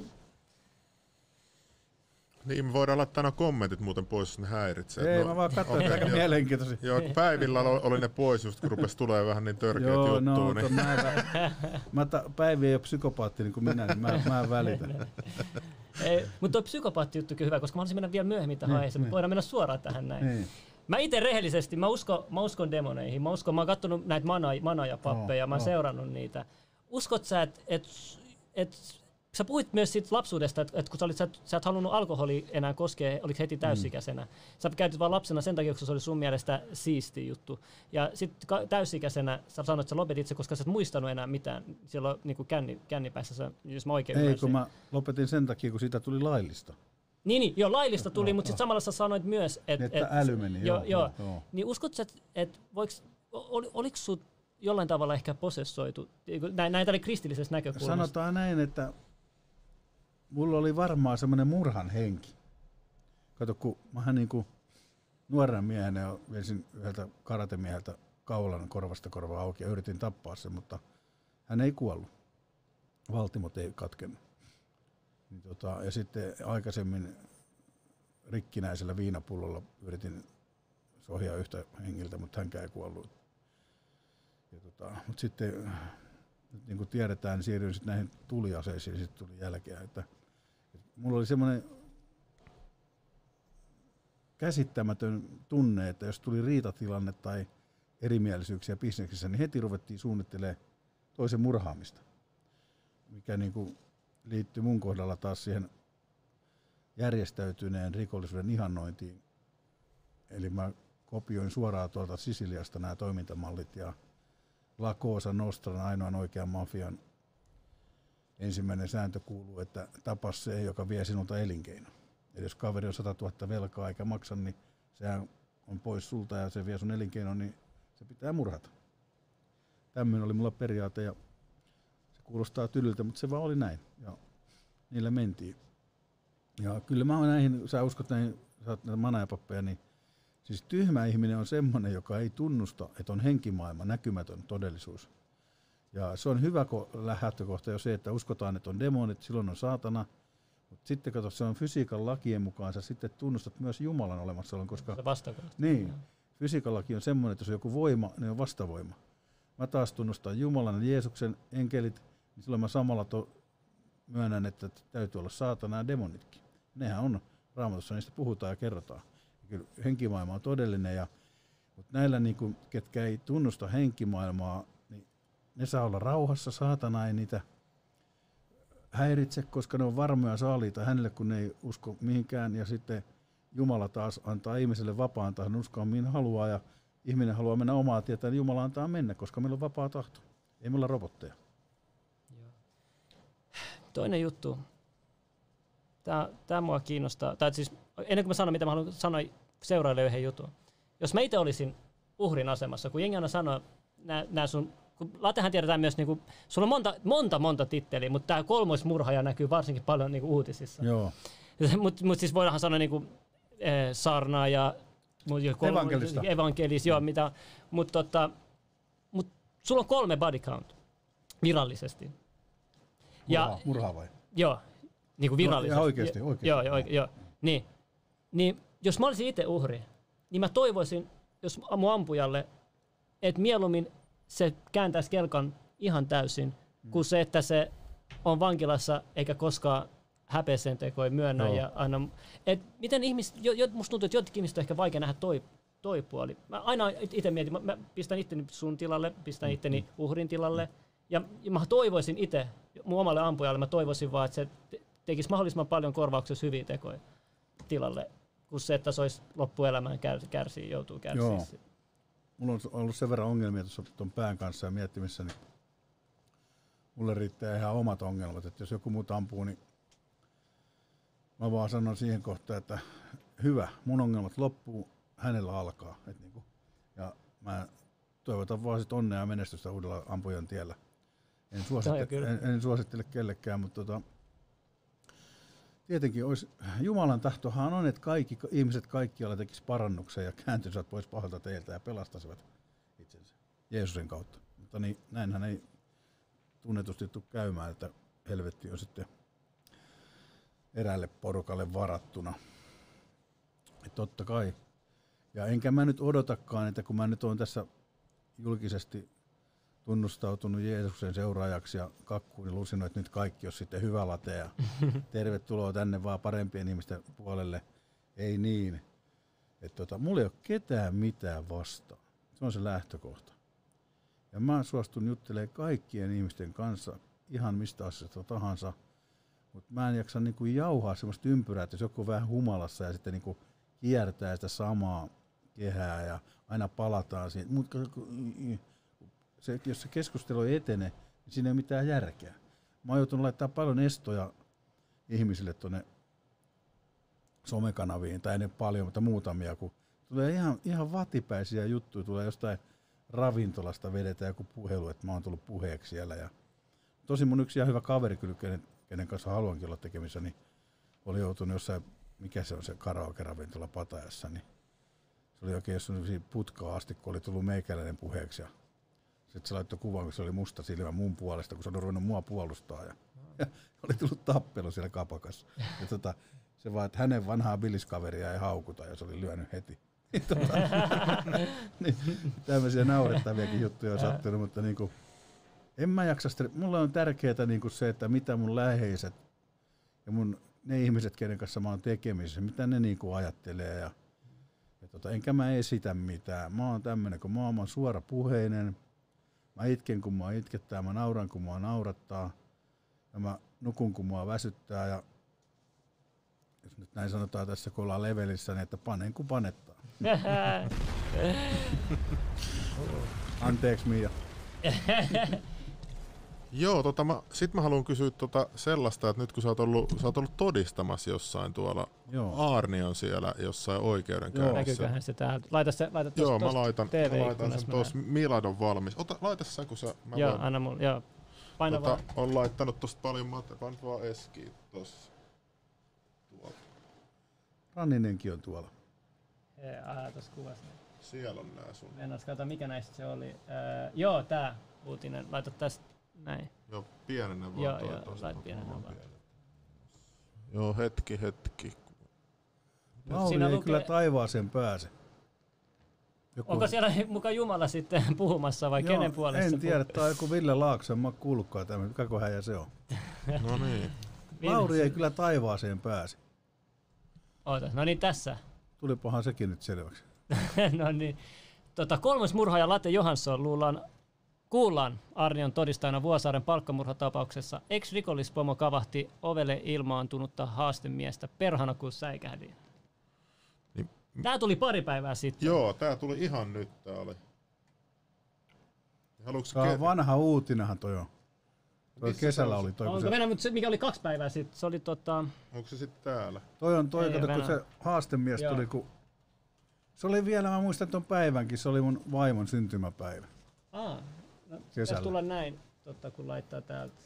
Niin, me voidaan laittaa nämä kommentit muuten pois, jos ne häiritsee. Ei, mä vaan katsoin, että aika mielenkiintoisia. Joo, päivillä oli ne pois, just kun rupesi tulee vähän niin törkeät juttuja. No, niin. Päivi ei ole psykopaatti niin kuin minä, niin mä en välitä. Mutta tuo psykopaatti-juttu on hyvä, koska mä haluaisin mennä vielä myöhemmin tähän aiheeseen, mutta voidaan mennä suoraan tähän näin. Niin. Mä itse rehellisesti, mä uskon demoneihin. Mä oon kattonut näitä manajapappeja, mä oon seurannut niitä. Uskot sä, että sä puhuit myös siitä lapsuudesta, että kun sä et halunnut alkoholia enää koskea, oliko heti täysikäisenä. Sä käytit vaan lapsena sen takia, koska se oli sun mielestä siisti juttu. Ja sitten täysikäisenä sä sanoit, että sä lopetit se, koska sä et muistanut enää mitään. Siellä on niin kännipäissä, jos mä oikein ymmärsin. Ei, kun mä lopetin sen takia, kun siitä tuli laillista. Niin, laillista tuli, mutta sitten samalla sä sanoit myös, että äly meni. Joo. Niin uskotko, että oliko sut jollain tavalla ehkä posessoitu, näin tälle kristillisestä näkökulmasta? Sanotaan näin, että mulla oli varmaan semmoinen murhan henki. Kato, kun mähän niinku nuorena miehenä viesin yhdeltä karatemieheltä kaulan korvasta korvaa auki ja yritin tappaa sen, mutta hän ei kuollut. Valtimot ei katkennut. Ja sitten aikaisemmin rikkinäisellä viinapullolla yritin sohia yhtä hengiltä, mutta hänkään ei kuollut. Mutta sitten, niin kuin tiedetään, niin siirryin sitten näihin tuliaseisiin, sitten tuli jälkeä. Että mulla oli semmoinen käsittämätön tunne, että jos tuli riitatilanne tai erimielisyyksiä bisneksessä, niin heti ruvettiin suunnittelemaan toisen murhaamista, mikä niin kuin liittyy mun kohdalla taas siihen järjestäytyneen rikollisuuden ihannointiin. Eli mä kopioin suoraan tuolta Sisiliasta nämä toimintamallit ja La Cosa Nostran, ainoan oikean mafian ensimmäinen sääntö kuuluu, että tapa se, joka vie sinulta elinkeino. Eli jos kaveri on 100 000 velkaa eikä maksa, niin sehän on pois sulta ja se vie sun elinkeino, niin se pitää murhata. Tämmöinen oli mulla periaate ja se kuulostaa tylyltä, mutta se vaan oli näin. Ja niillä mentiin. Ja kyllä mä oon näihin, sä uskot näihin, sä oot näitä manajapappeja, niin siis tyhmä ihminen on semmoinen, joka ei tunnusta, että on henkimaailma, näkymätön todellisuus. Ja se on hyvä lähtökohta jo se, että uskotaan, että on demonit, silloin on saatana. Mutta sitten kato, se on fysiikan lakien mukaan, sä sitten tunnustat myös Jumalan olemassaolon, koska niin, fysiikan laki on semmoinen, että jos on joku voima, niin on vastavoima. Mä taas tunnustan Jumalan ja Jeesuksen enkelit, niin silloin mä samalla myönnän, että täytyy olla saatana ja demonitkin. Nehän on Raamatussa, niistä puhutaan ja kerrotaan. Ja kyllä henkimaailma on todellinen, mutta näillä, niin kuin, ketkä ei tunnusta henkimaailmaa, niin ne saa olla rauhassa, saatana ei niitä häiritse, koska ne on varmoja saaliita hänelle, kun ne ei usko mihinkään. Ja sitten Jumala taas antaa ihmiselle vapaan tahdon uskoa mihin haluaa, ja ihminen haluaa mennä omaa tietään, niin Jumala antaa mennä, koska meillä on vapaa tahto. Ei meillä ole robotteja. Toinen juttu. Tämä mua kiinnostaa. Tai siis, ennen kuin mä sanon, mitä mä haluan sanoa seuraajille yhden jutun. Jos mä itse olisin uhrin asemassa, kun jengi aina sanoo, nää sun, kun latehan tiedetään myös, niinku, sulla on monta titteliä, mutta tämä kolmoismurhaaja näkyy varsinkin paljon niinku uutisissa. Joo. Mutta siis voidaan sanoa niinku, saarnaaja, evankelista, joo, mitä. Mutta sulla on 3 body count virallisesti. Murhaa vai? Joo, niin kuin virallisesti. Ja oikeasti. Joo. Niin, jos mä olisin itse uhri, niin mä toivoisin, jos mun ampujalle, että mieluummin se kääntäisi kelkan ihan täysin, kuin se, että se on vankilassa eikä koskaan häpeeseen tekoja myönnä. Ja aina, miten musta tuntuu, että jotkin ihmiset on ehkä vaikea nähdä toi puoli. Mä aina itse mietin, mä pistän itteni sun tilalle, pistän itteni uhrin tilalle. Ja mä toivoisin itse, mun omalle ampujalle, mä toivoisin vaan, että se tekisi mahdollisimman paljon korvauksessa hyviä tekoja tilalle, kuin se, että se olisi loppuelämään joutuu kärsiä. Mulla on ollut sen verran ongelmia tuon pään kanssa ja miettimissäni. Mulle riittää ihan omat ongelmat, että jos joku muut ampuu, niin mä vaan sanon siihen kohtaan, että hyvä, mun ongelmat loppuu, hänellä alkaa. Et niinku, Ja mä toivotan vaan sit onnea ja menestystä uudella ampujan tiellä. En suosittele kellekään, mutta tietenkin Jumalan tahtohan on, että kaikki ihmiset kaikkialla tekis parannuksen ja kääntyisivät pois pahalta teiltä ja pelastaisivat itsensä Jeesuksen kautta. Mutta niin, näinhän ei tunnetusti tule käymään, että helvetti on sitten eräälle porukalle varattuna. Et totta kai. Ja enkä mä nyt odotakaan, että kun mä nyt oon tässä julkisesti tunnustautunut Jeesuksen seuraajaksi ja kakkuun ja lusinut, että nyt kaikki on sitten hyvä late ja tervetuloa tänne vaan parempien ihmisten puolelle. Ei niin. Että mulla ei ole ketään mitään vastaan. Se on se lähtökohta. Ja mä suostun juttelemaan kaikkien ihmisten kanssa ihan mistä asiasta tahansa. Mutta mä en jaksa niinku jauhaa semmoista ympyrää, että jos joku on vähän humalassa ja sitten niinku kiertää sitä samaa kehää ja aina palataan siihen. Mutta jos se keskustelu ei etene, niin siinä ei ole mitään järkeä. Mä oon joutunut laittaa paljon estoja ihmisille tuonne somekanaviin, tai ei paljon, mutta muutamia, kun tulee ihan vatipäisiä juttuja, tulee jostain ravintolasta vedetään joku puhelu, että mä oon tullut puheeksi siellä. Ja tosi mun yksi ihan hyvä kaveri kyllä, kenen kanssa haluankin olla tekemissä, niin oli joutunut jossain, mikä se on se karaoke-ravintola Patajassa, niin se oli oikein jossain putkaa asti, kun oli tullut meikäläinen puheeksi. Ja sitten se laittoi kuvan, kun se oli musta silmä mun puolesta, kun se oli ruvennut mua puolustaa. Ja oli tullut tappelu siellä kapakassa. Ja se vaan, että hänen vanhaa billiskaveria ei haukuta, ja se oli lyönyt heti. Niin, tämmöisiä naurettaviakin juttuja on sattunut, mutta niinku, en mä jaksa mulla on tärkeää niinku se, että mitä mun läheiset ja ne ihmiset, kenen kanssa mä oon tekemisissä, mitä ne niinku ajattelee. Ja enkä mä esitä mitään. Mä oon tämmönen, kun mä oon suorapuheinen. Mä itken, kun mua itkettää, mä nauran, kun mua naurattaa. Ja mä nukun, kun mua väsyttää. Ja jos nyt näin sanotaan tässä, kun ollaan levelissä, niin että panen, kun panettaa. Anteeksi, Mia. Joo, sit mä haluan kysyä sellaista, että nyt kun sä oot ollut todistamassa jossain tuolla, Aarni on siellä jossain oikeudenkäynnissä. Näkyyköhän se täältä? Laita joo, mä laitan sen tuossa. Milad on valmis. Laita sä, kun sä... Joo, anna mulle, joo. Paina vaan. On laittanut tosta paljon painat vaan eskiin tossa. Tuolta. Ranninenkin on tuolla. Tuossa kuvassa. Siellä on nää sun. Mennään katsotaan, mikä näistä se oli. Joo, tää uutinen. Laita tästä näin. Joo, pienennä vaan. Joo, lait pienennä vaan. Joo, hetki. Lauri ei kyllä taivaaseen pääse. Onko siellä mukaan Jumala sitten puhumassa vai kenen puolesta? En tiedä, tämä on joku Ville Laakson, mä kuullutkaan tämmöinen, mikä häijä se on. No niin. Lauri ei kyllä taivaaseen pääse. Oota, no niin tässä. Tulipahan sekin nyt selväksi. No niin. Kolmas murhaaja Latte Johansson kuullaan Arnion todistajana Vuosaaren palkkamurhatapauksessa. Ex-rikollispomo kavahti ovelle ilmaantunutta haastemiestä perhana kuin säikähdin. Niin, tää tuli pari päivää sitten. Joo, tää tuli ihan nyt. Tää oli. Tää on vanha uutinenhan toi on. Toi kesällä oli toi. Onko mennä, mutta mikä oli 2 päivää sitten? Se oli Onko se sitten täällä? Toi on toi, kun se haastemies tuli, kun se oli vielä, mä muistan ton päivänkin, se oli mun vaimon syntymäpäivä. No, pitäisi tulla näin, kun laittaa täältä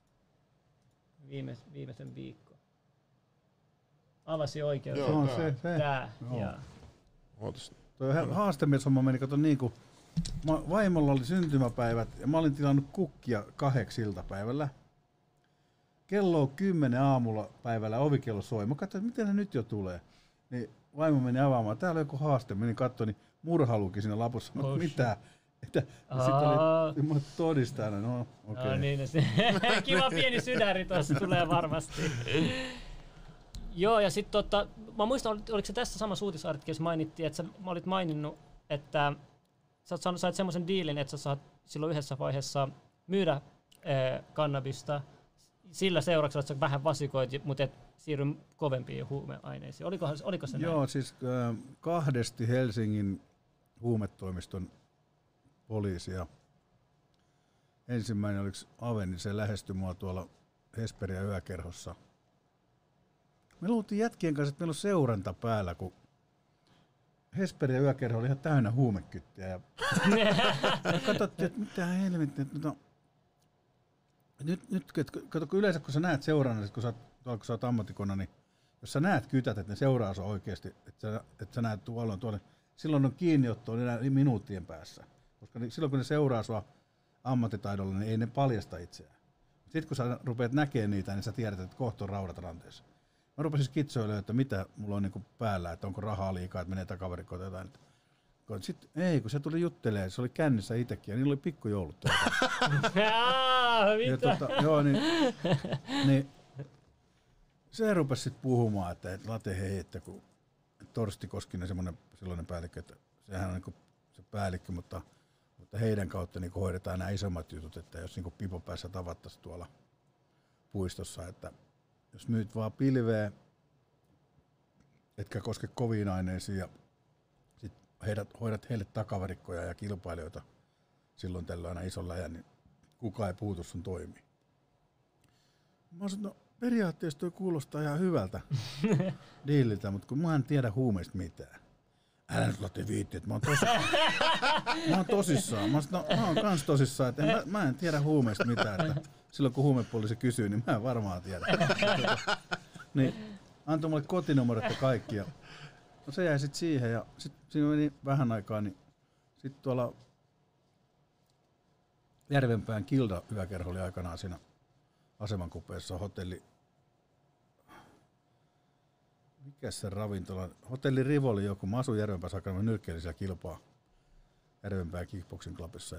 viimeisen viikko. Avasi oikeus. Joo, se. Tää. Toi haastemies-homma meni, kato niin kuin vaimolla oli syntymäpäivät ja mä olin tilannut kukkia 8 iltapäivällä. Kello on 10 aamulla päivällä, ovikello soi. Mä katsoin, että miten ne nyt jo tulee. Niin vaimo meni avaamaan. Täällä on joku haaste. Menin katsoin, niin murha luki siinä lapussa. Mitä? Sitten oli todistajana. No, okei. No niin, kiva pieni sydäri tuossa tulee varmasti. Joo, ja sitten mä muistan, oliko se tässä samassa uutisartikkelissa mainittiin, että sä olit maininnut, että sä sait semmoisen diilin, että sä saat silloin yhdessä vaiheessa myydä kannabista sillä seurauksella, että sä vähän vasikoit, mutta et siirry kovempiin huumeaineisiin. Oliko se näin? Joo, siis 2 Helsingin huumetoimiston poliisia. Ensimmäinen oliko Aveni, se lähestyi mua tuolla Hesperia yökerhossa. Me luultiin jätkien kanssa, että meillä on seuranta päällä, kun Hesperin yökerho oli ihan täynnä huumekyttiä. Ja katsottiin, että mitä helvettiä. Nyt kato, kun yleensä kun sä näet seurana, kun sä oot ammattikona, niin jos sä näet kytät, että ne seuraa sua oikeasti, että sä näet tuolla, silloin on kiinniotto enää minuuttien päässä. Koska silloin kun ne seuraa sua ammattitaidolla, niin ei ne paljasta itseään. Sitten kun sä rupeat näkemään niitä, niin sä tiedät, että kohta on raudat ranteessa. Mä rupesin skitsoilemaan, että mitä mulla on niinku päällä, että onko rahaa liikaa, että menee takavarikkoon tai jotain. Sitten kun se tuli juttelemaan, se oli kännissä itsekin ja niillä oli pikkujoulut. niin se rupesi sitten puhumaan, että Late hei, että kun Torsti Koskinen, semmoinen silloinen päällikkö, että sehän on niinku se päällikkö, mutta heidän kautta niinku hoidetaan nämä isommat jutut, että jos niinku pipo päässä tavattaisiin tuolla puistossa, että jos myyt vaan pilveä, etkä koske koviin aineisiin ja sit hoidat heille takavarikkoja ja kilpailijoita silloin tällöin aina ison läjän, niin kukaan ei puutu sun toimii. Mä sanoin, no periaatteessa toi kuulostaa ihan hyvältä diililtä, mutta kun mä en tiedä huumeista mitään. Älä nyt Late viitti, että mä oon tosissaan. Mä oon kans tosissaan, että mä en tiedä huumeista mitään. Että silloin kun huumepoliisi kysyy, niin mä en varmaan tiedä. Niin antoi mulle kotinumerot ja kaikki. Ja no se jäi sit siihen ja sit siinä meni vähän aikaa, niin sit tuolla Järvenpään Kilda yökerho oli aikanaan siinä asemankupeessa hotelli. Mikä se ravintola? Hotelli Rivoli joku. Mä asuin Järvenpäässä aikana, mä nyrkkeilin siellä kilpaa Järvenpään Kickboxing Clubissa.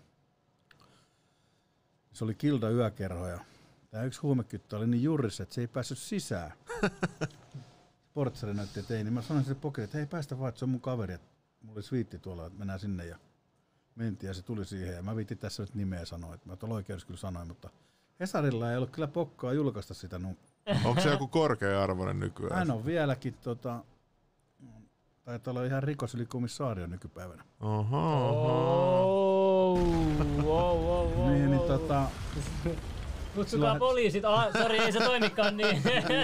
Se oli Kilda yökerho ja tää yksi huumekyttä oli niin jurissa, että se ei päässyt sisään. Portsari näytti, että ei, niin mä sanoin sille pokille, että hei päästä vaan, että se on mun kaveri, että mulla oli sviitti tuolla, että mennään sinne ja mentiin ja se tuli siihen ja mä viitin tässä nyt nimeä sanoa, että mä tuolla oikeudessa kyllä sanoin, mutta Hesarilla ei ollut kyllä pokkaa julkaista sitä. Onko se joku korkea-arvoinen nykyään? Hän on vieläkin, taitaa olla ihan rikosylikomissaario nykypäivänä. Niin, kutsukaa poliisit, sori ei se toimikaan niin.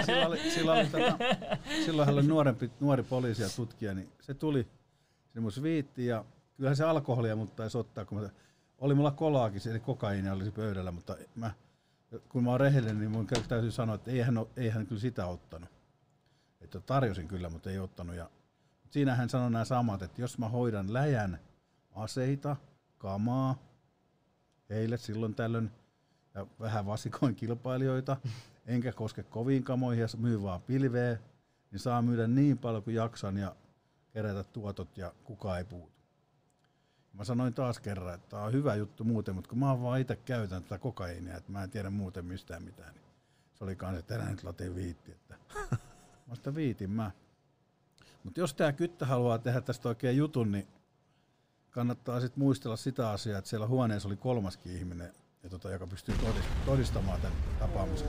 Silloin hän oli nuori poliisi ja tutkija, niin se tuli sinne mun sviittiin ja kyllähän se alkoholia mutta taisi ottaa, kun oli mulla kolaakin, eli kokaiinia olisi pöydällä, mutta kun mä oon rehellinen, niin mun täytyy sanoa, että ei hän kyllä sitä ottanut. Että tarjosin kyllä, mutta ei ottanut. Siinä hän sanoi nämä samat, että jos mä hoidan läjän aseita, kamaa, heille silloin tällöin, ja vähän vasikoin kilpailijoita, enkä koske koviin kamoihin ja myy vaan pilveä, niin saa myydä niin paljon kuin jaksan ja kerätä tuotot ja kukaan ei puutu. Mä sanoin taas kerran, että tää on hyvä juttu muuten, mutta kun mä vaan itse käytän tätä kokaiinia, että mä en tiedä muuten mistään mitään, niin se oli kans, että älä nyt Late viitti. Että mä sitä viitin mä. Mutta jos tää kyttä haluaa tehdä tästä oikein jutun, niin kannattaa sit muistella sitä asiaa, että siellä huoneessa oli kolmaskin ihminen, joka pystyy todistamaan tämän tapaamisen.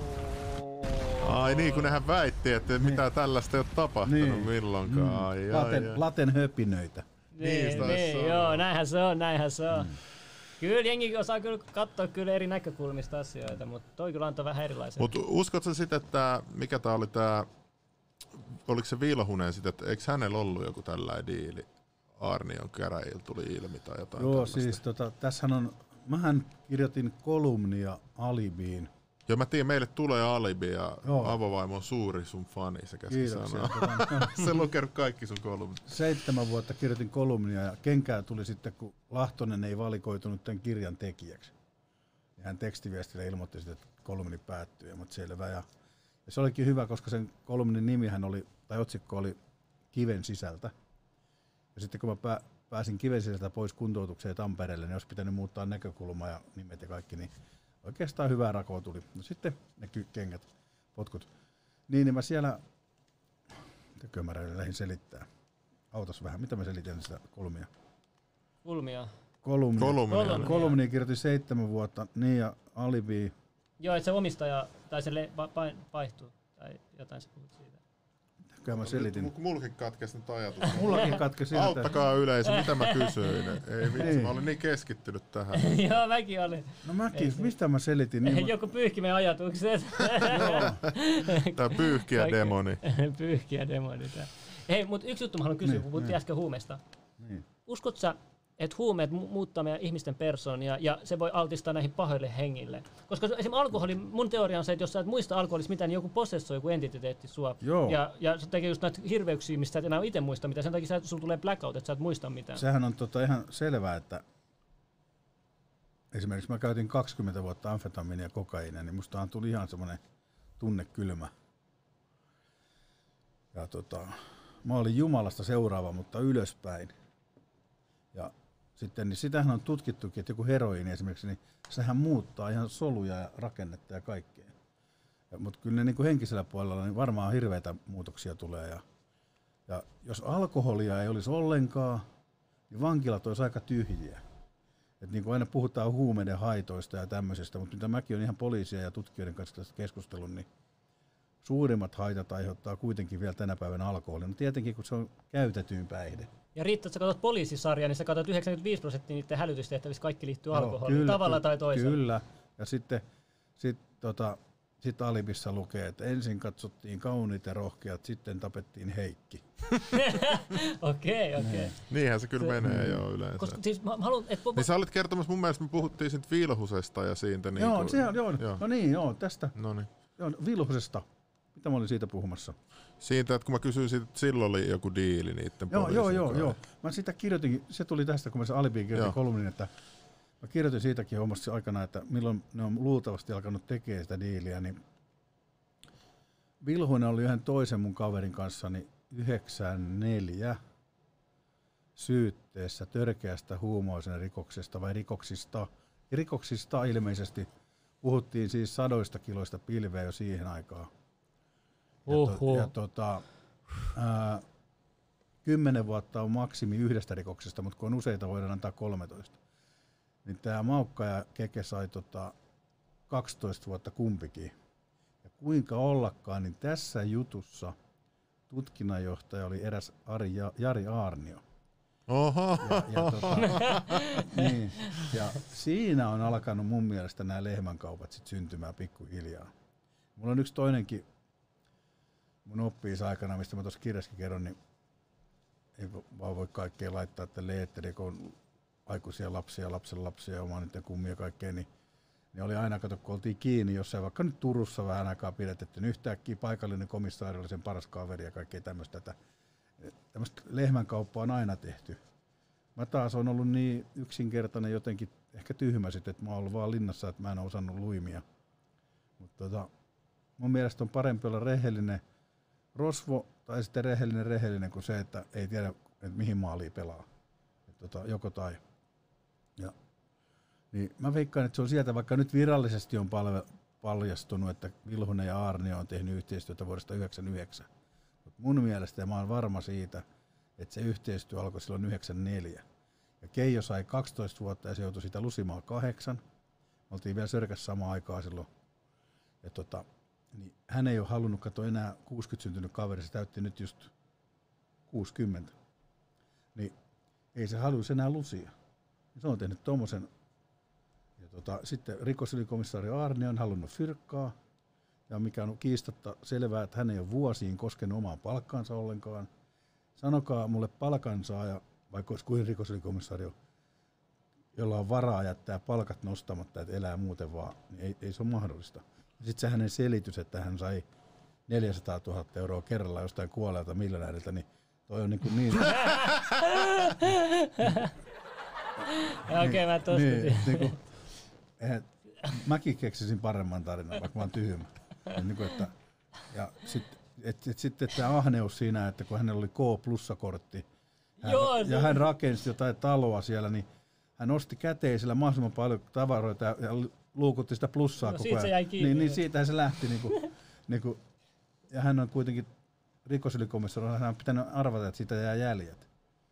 Ai niin, kun nehän väitti, että niin. Mitään tällaista ei ole tapahtunut milloinkaan. Laten höpinöitä. Niin, joo, näinhän se on. Kyllä jengi osaa kyllä katsoa kyllä eri näkökulmista asioita, mutta toi kyllä antoi vähän erilaisia. Mutta uskotko sitten, että mikä tää oli tää, oliko se Vilhunen sitten, että eikö hänellä ollut joku tällainen diili Arnion käräjillä tuli ilmi tai jotain tällaista? Siis tässähän on, mähän kirjoitin kolumnia Alibiin. Joo, mä tiedän, meille tulee Alibi ja avovaimo on suuri sun fani, se käski sanoa. Se on lukenut kaikki sun kolumnit. 7 vuotta kirjoitin kolumnia ja kenkää tuli sitten, kun Lahtonen ei valikoitunut tämän kirjan tekijäksi. Ja hän tekstiviestillä ilmoitti sitten, että kolumni päättyy, mutta selvä. Ja se olikin hyvä, koska sen kolumnin nimihän oli, tai otsikko oli Kiven sisältä. Ja sitten kun mä pääsin Kiven sisältä pois kuntoutukseen Tampereelle, niin olisi pitänyt muuttaa näkökulmaa ja nimet ja kaikki, niin oikeastaan hyvää rakoa tuli. No sitten ne kengät, potkut. Niin mä siellä, mitäkö mä lähdin selittää. Autos vähän, mitä mä selitin sitä kolumnia? Kolumnia kirjoitin 7 vuotta, niin ja Alibi. Joo, että se omistaja, tai se vaihtuu, tai jotain sä puhut siitä. Mitäkö mä selitin? Mullakin katkesi nyt ajatus. Mullakin katkesi. Auttakaa yleisö, mitä mä kysyin? Ei vitsi, niin. Mä olin niin keskittynyt tähän. Joo, mäkin olin. No mistä mä selitin? Niin joku pyyhkimien ajatukset. Tää pyyhkiä demoni. Pyyhkiä demoni tää. Hei, mutta yksi juttu mä haluan kysyä, kun puhuttiin äsken huumeista. Niin. Uskot sä, että huumeet muuttaa meidän ihmisten persoonia ja se voi altistaa näihin pahoille hengille? Koska esimerkiksi alkoholi, mun teoria on se, että jos sä et muista alkoholista mitään, niin joku possessoi joku entiteetti sua. Joo. Ja se tekee just näitä hirveyksiä, mistä sä et enää itse muista mitään. Sen takia sulla tulee blackout, että sä et muista mitään. Sehän on ihan selvää, että esimerkiksi mä käytin 20 vuotta amfetamiinia ja kokaiinia, niin mustahan tuli ihan semmoinen tunnekylmä. Ja mä olin Jumalasta seuraava, mutta ylöspäin. Ja sitten niin sitähän on tutkittukin, että joku heroiini esimerkiksi, niin sehän muuttaa ihan soluja ja rakennetta ja kaikkea. Mutta kyllä ne niin kuin henkisellä puolella niin varmaan hirveitä muutoksia tulee. Ja jos alkoholia ei olisi ollenkaan, niin vankilat olisi aika tyhjiä. Et niin kuin aina puhutaan huumeiden haitoista ja tämmöisestä, mutta mitä mäkin olen ihan poliisia ja tutkijoiden kanssa tästä keskustellut, niin suurimmat haitat aiheuttaa kuitenkin vielä tänä päivänä alkoholin. No tietenkin, kun se on käytetyin päihde. Ja riittää, että sä katsot poliisisarjaa, niin sä katsot 95% niiden hälytystehtävissä kaikki liittyy alkoholiin, tavalla tai toisella. Kyllä, ja sitten Alibissa lukee, että ensin katsottiin kauniit ja rohkeat, sitten tapettiin Heikki. Okei. Niinhän se kyllä menee jo yleensä. Koska, siis mä haluan, niin sä olit kertomassa, mun mielestä me puhuttiin siitä Vilhusesta ja siitä. Joo, no niin, tästä. Noniin. Joo, Vilhusesta. Mitä mä olin siitä puhumassa? Siitä, että kun mä kysyin siitä, että silloin oli joku diili niiden Joo. Mä sitä kirjoitinkin, se tuli tästä, kun mä se Alibiin kirjoitin kolumnin, että mä kirjoitin siitäkin hommasta aikana, että milloin ne on luultavasti alkanut tekemään sitä diiliä, niin Vilhuinen oli yhden toisen mun kaverin kanssa niin 94 syytteessä törkeästä huumausainerikoksesta rikoksesta vai rikoksista. Ja rikoksista ilmeisesti puhuttiin siis 100 kiloista pilveä jo siihen aikaan. 10 vuotta on maksimi yhdestä rikoksesta, mutta kun on useita, voidaan antaa 13. Niin tämä Maukka ja Keke sai 12 vuotta kumpikin. Ja kuinka ollakaan, niin tässä jutussa tutkinnanjohtaja oli eräs Jari Aarnio. Oho. Ja siinä on alkanut mun mielestä nämä lehmänkaupat sit syntymään pikkuhiljaa. Mulla on yksi toinenkin mun oppi-aikana, mistä mä tuossa kirjassakin kerron, niin ei vaan voi kaikkea laittaa tälle eetteriin, kun on aikuisia lapsia, lapsenlapsia ja omaa niiden kummia ja kaikkea, niin oli aina, kun oltiin kiinni jossain, vaikka nyt Turussa vähän aikaa pidetty, niin yhtäkkiä paikallinen komissaari oli sen paras kaveri ja kaikkea tämmöistä. Tämmöistä lehmänkauppaa on aina tehty. Mä taas on ollut niin yksinkertainen jotenkin, ehkä tyhmä sitten, että mä oon ollut vaan linnassa, että mä en ole osannut luimia. Mutta mun mielestä on parempi olla rehellinen rosvo tai sitten rehellinen kuin se, että ei tiedä, että mihin maaliin pelaa. Joko tai. Ja, niin mä veikkaan, että se on sieltä, vaikka nyt virallisesti on paljastunut, että Vilhunen ja Aarnio on tehnyt yhteistyötä vuodesta 1999. Mutta mun mielestä, ja mä oon varma siitä, että se yhteistyö alkoi silloin 1994. Ja Keijo sai 12 vuotta ja se joutui siitä lusimaan 8. Me oltiin vielä Sörkässä samaan aikaan silloin. Ja niin hän ei ole halunnut katsoa enää 60 syntynyt kaveri, se täytti nyt just 60. Niin ei se haluaisi enää lusia. Se on tehnyt tommosen. Ja sitten rikosylikomissaario Aarnio on halunnut fyrkkaa. Ja mikä on kiistatta selvää, että hän ei ole vuosiin koskenut omaan palkkaansa ollenkaan. Sanokaa mulle palkansaaja, vaikka olisi kuin rikosylikomissaario, jolla on varaa jättää palkat nostamatta, että elää muuten vaan, niin ei se ole mahdollista. Sitten se hänen selitys, että hän sai 400 000 euroa kerralla jostain kuolleelta miljonääriltä, niin toi on niin... Okei, mä tosta mäkin keksisin paremman tarinan, vaikka mä oon tyhmä. Ja sitten tämä ahneus siinä, että kun hänellä oli K+-kortti ja hän rakensi jotain taloa siellä, niin hän osti käteisellä mahdollisimman paljon tavaroita ja luukutti sitä plussaa koko ajan. Se jäi kiinni. Niin siitähän se lähti. Ja hän on kuitenkin rikosylikomissaario, hän on pitänyt arvata, että siitä jää jäljet.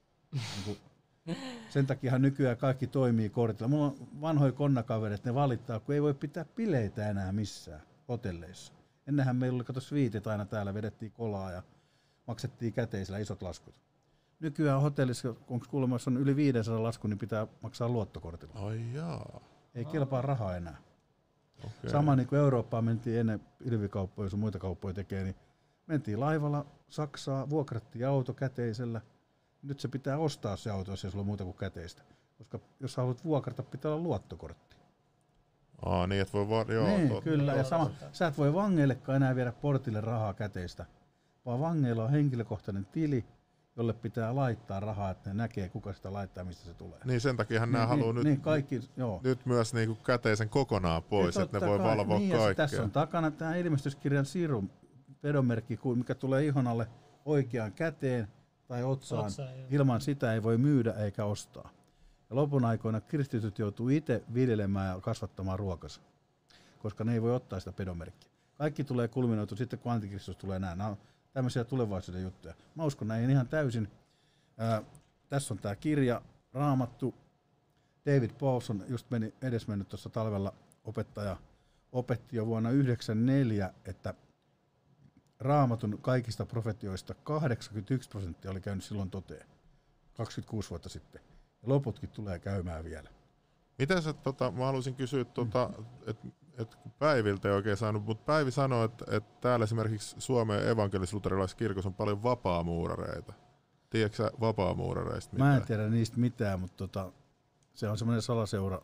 Sen takia nykyään kaikki toimii kortilla. Mulla on vanhoja konnakavereita, ne valittaa, kun ei voi pitää bileitä enää missään hotelleissa. Ennenhän meillä oli, kato, sviitit aina täällä, vedettiin kolaa ja maksettiin käteisellä isot laskut. Nykyään hotellissa, kun kuulemma on yli 500 lasku, niin pitää maksaa luottokortilla. Ai jaa. Ei kelpaa rahaa enää. Okay. Sama niin kuin Eurooppaan mentiin ennen ilvikauppoja, jos muita kauppoja tekee, niin mentiin laivalla Saksaa, vuokrattiin auto käteisellä. Nyt se pitää ostaa se auto, jos ei sulla ole muuta kuin käteistä. Koska jos haluat vuokrata, pitää olla luottokortti. Niin, että voi joo. Niin, kyllä. Ja sama, sä et voi vangeillekaan enää viedä portille rahaa käteistä, vaan vangeilla on henkilökohtainen tili, jolle pitää laittaa rahaa, että ne näkee, kuka sitä laittaa, mistä se tulee. Niin sen takiahan nämä haluaa nyt myös niinku käteisen kokonaan pois, että ne voi valvoa kaikkea. Tässä on takana tämä ilmestyskirjan sirun vedomerkki, mikä tulee ihon alle oikeaan käteen tai otsaan. Ilman sitä ei voi myydä eikä ostaa. Ja lopun aikoina kristityt joutuu itse viljelemään ja kasvattamaan ruokansa, koska ne ei voi ottaa sitä pedomerkkiä. Kaikki tulee kulminoitu sitten, kun antikristus tulee näin. Nämä on tämmöisiä tulevaisuuden juttuja. Mä uskon näin ihan täysin. Tässä on tämä kirja, Raamattu. David Paulson just edesmennyt tuossa talvella opettaja opetti jo vuonna 1994, että Raamatun kaikista profetioista 81% oli käynyt silloin toteen, 26 vuotta sitten. Ja loputkin tulee käymään vielä. Miten sä, mä haluaisin kysyä, että kun Päiviltä ei oikein saanut, mutta Päivi sanoi, että täällä esimerkiksi Suomen evankelis-luterilaisessa kirkossa on paljon vapaamuurareita. Tiedätkö sä vapaamuurareista mitään? Mä en tiedä niistä mitään, mutta se on semmoinen salaseura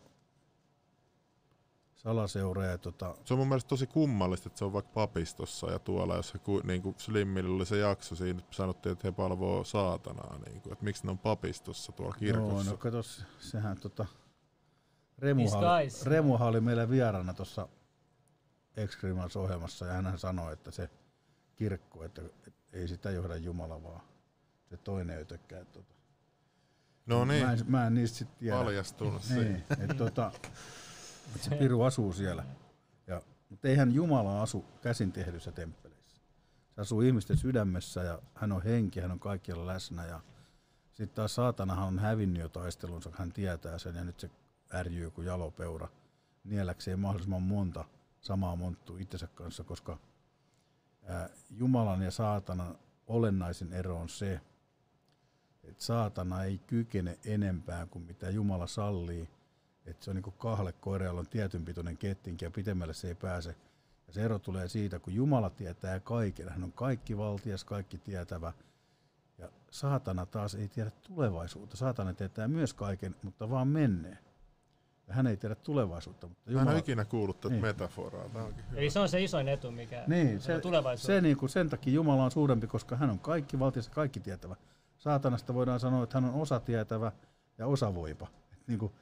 ja Se on mun mielestä tosi kummallista, että se on vaikka papistossa ja tuolla, jos niin Slimmillä oli se jakso siinä, sanottiin, että he palvoo saatanaa, niin kuin, että miksi ne on papistossa tuolla kirkossa. Joo, no katos, sehän Remuhan oli meillä vieraana tuossa Excrimans-ohjelmassa ja hän sanoi, että se kirkko, että ei sitä johda Jumala, vaan se toinen ötökkää. No niin, mä en niistä sit tiedä. Paljastunut niin, että se piru asuu siellä. Mutta eihän Jumala asu käsin tehdyissä temppeleissä. Se asuu ihmisten sydämessä ja hän on henki, hän on kaikkialla läsnä. Ja sitten taas saatanahan on hävinnyt jo taistelunsa, hän tietää sen ja nyt se ärjyy kuin jalopeura. Nieläkseen mahdollisimman monta samaa monttua itsensä kanssa, koska Jumalan ja saatanan olennaisin ero on se, että saatana ei kykene enempää kuin mitä Jumala sallii. Että se on niin kuin kahle jolla on tietyn pituinen kettinki ja pitemmälle se ei pääse. Ja se ero tulee siitä, kun Jumala tietää kaiken. Hän on kaikki valtias, kaikki tietävä. Ja saatana taas ei tiedä tulevaisuutta. Saatana tietää myös kaiken, mutta vaan menneen. Ja hän ei tiedä tulevaisuutta. Mutta Jumala... Mä en ole ikinä kuullut tätä metaforaa. Eli se on se isoin etu, mikä se tulevaisuus. Se niin kuin sen takia Jumala on suurempi, koska hän on kaikki valtias ja kaikki tietävä. Saatanasta voidaan sanoa, että hän on osatietävä ja osavoipa. Niin kuin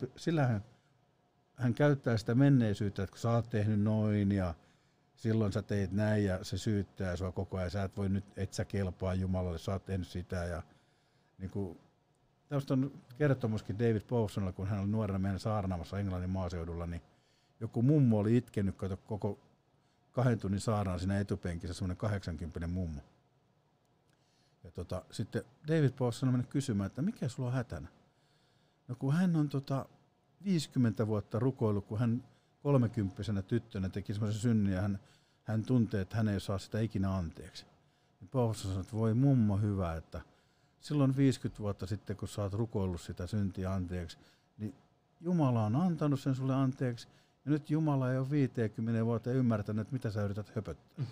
hän käyttää sitä menneisyyttä, että kun sä oot tehnyt noin ja silloin sä teit näin ja se syyttää sua koko ajan. Sä et voi nyt, et sä kelpaa Jumalalle, sä oot tehnyt sitä. Ja, niin kuin, tästä on kertomuskin David Powsonilla, kun hän oli nuorena meidän saarnaamassa Englannin maaseudulla, niin joku mummo oli itkenyt koko 2 tunnin saarnaan siinä etupenkissä, semmoinen 80 mummo. Ja sitten David Powson on mennyt kysymään, että mikä sulla on hätänä? No kun hän on 50 vuotta rukoillut, kun hän 30-vuotiaana tyttönä teki semmoisen synnin ja hän tuntee, että hän ei saa sitä ikinä anteeksi. Niin Powson sanoi, että voi mummo hyvä, että silloin 50 vuotta sitten, kun sä oot rukoillut sitä syntiä anteeksi, niin Jumala on antanut sen sulle anteeksi. Ja nyt Jumala ei ole 50 vuotta ymmärtänyt, että mitä sä yrität höpöttää.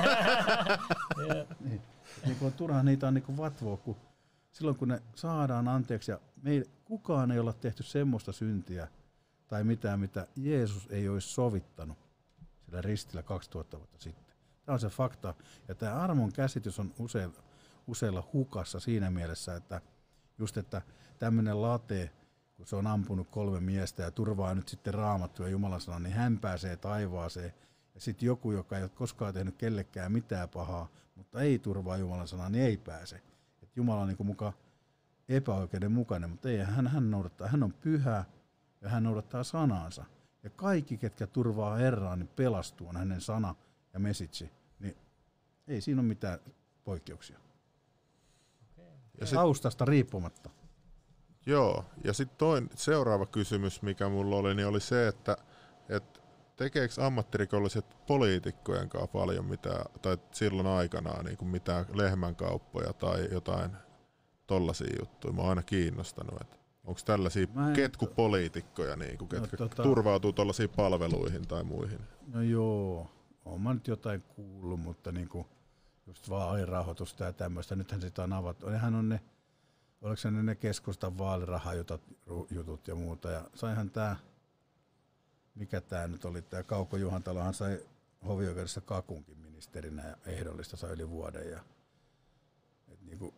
Niin on turha niitä on niin vatvoa, kun silloin kun ne saadaan anteeksi ja kukaan ei olla tehty semmoista syntiä tai mitään, mitä Jeesus ei olisi sovittanut sillä ristillä 2000 vuotta sitten. Tämä on se fakta. Ja tämä armon käsitys on useilla hukassa siinä mielessä, että just että tämmöinen late, kun se on ampunut 3 miestä ja turvaa nyt sitten Raamattua ja Jumalan sanaa, niin hän pääsee taivaaseen. Ja sitten joku, joka ei ole koskaan tehnyt kellekään mitään pahaa, mutta ei turvaa Jumalan sanaa, niin ei pääse. Et Jumala on niin mukaan epäoikeudenmukainen, mutta ei, hän noudattaa, hän on pyhä ja hän noudattaa sanaansa. Ja kaikki, ketkä turvaa Herraa, niin pelastuu on hänen sana ja message. Niin ei siinä ole mitään poikkeuksia. Ja taustasta riippumatta. Joo, ja sitten seuraava kysymys, mikä mulla oli, niin oli se, että tekeekö ammattirikolliset poliitikkojen kanssa paljon mitään, tai silloin aikanaan niin kuin mitään lehmänkauppoja tai jotain tollaisia juttuja? Mä oon aina kiinnostanut, että onko tällaisia ketkupoliitikkoja, niin kuin, ketkä turvautuu tollaisiin palveluihin tai muihin? No joo, oon mä nyt jotain kuullut, mutta niin kuin, just vaalirahoitusta ja tämmöistä. Nythän sitä on avattu. Nehän on oliko se ne keskustan vaalirahajutut ja muuta. Ja saihan tää, mikä tää nyt oli, tää Kauko Juhantalohan sai hovioikeudessa kakunkin ministerinä ja ehdollista sai yli vuoden. Ja, niinku,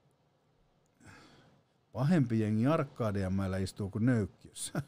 pahempi jengi Arkadianmäellä istuu kuin Nöykkiössä.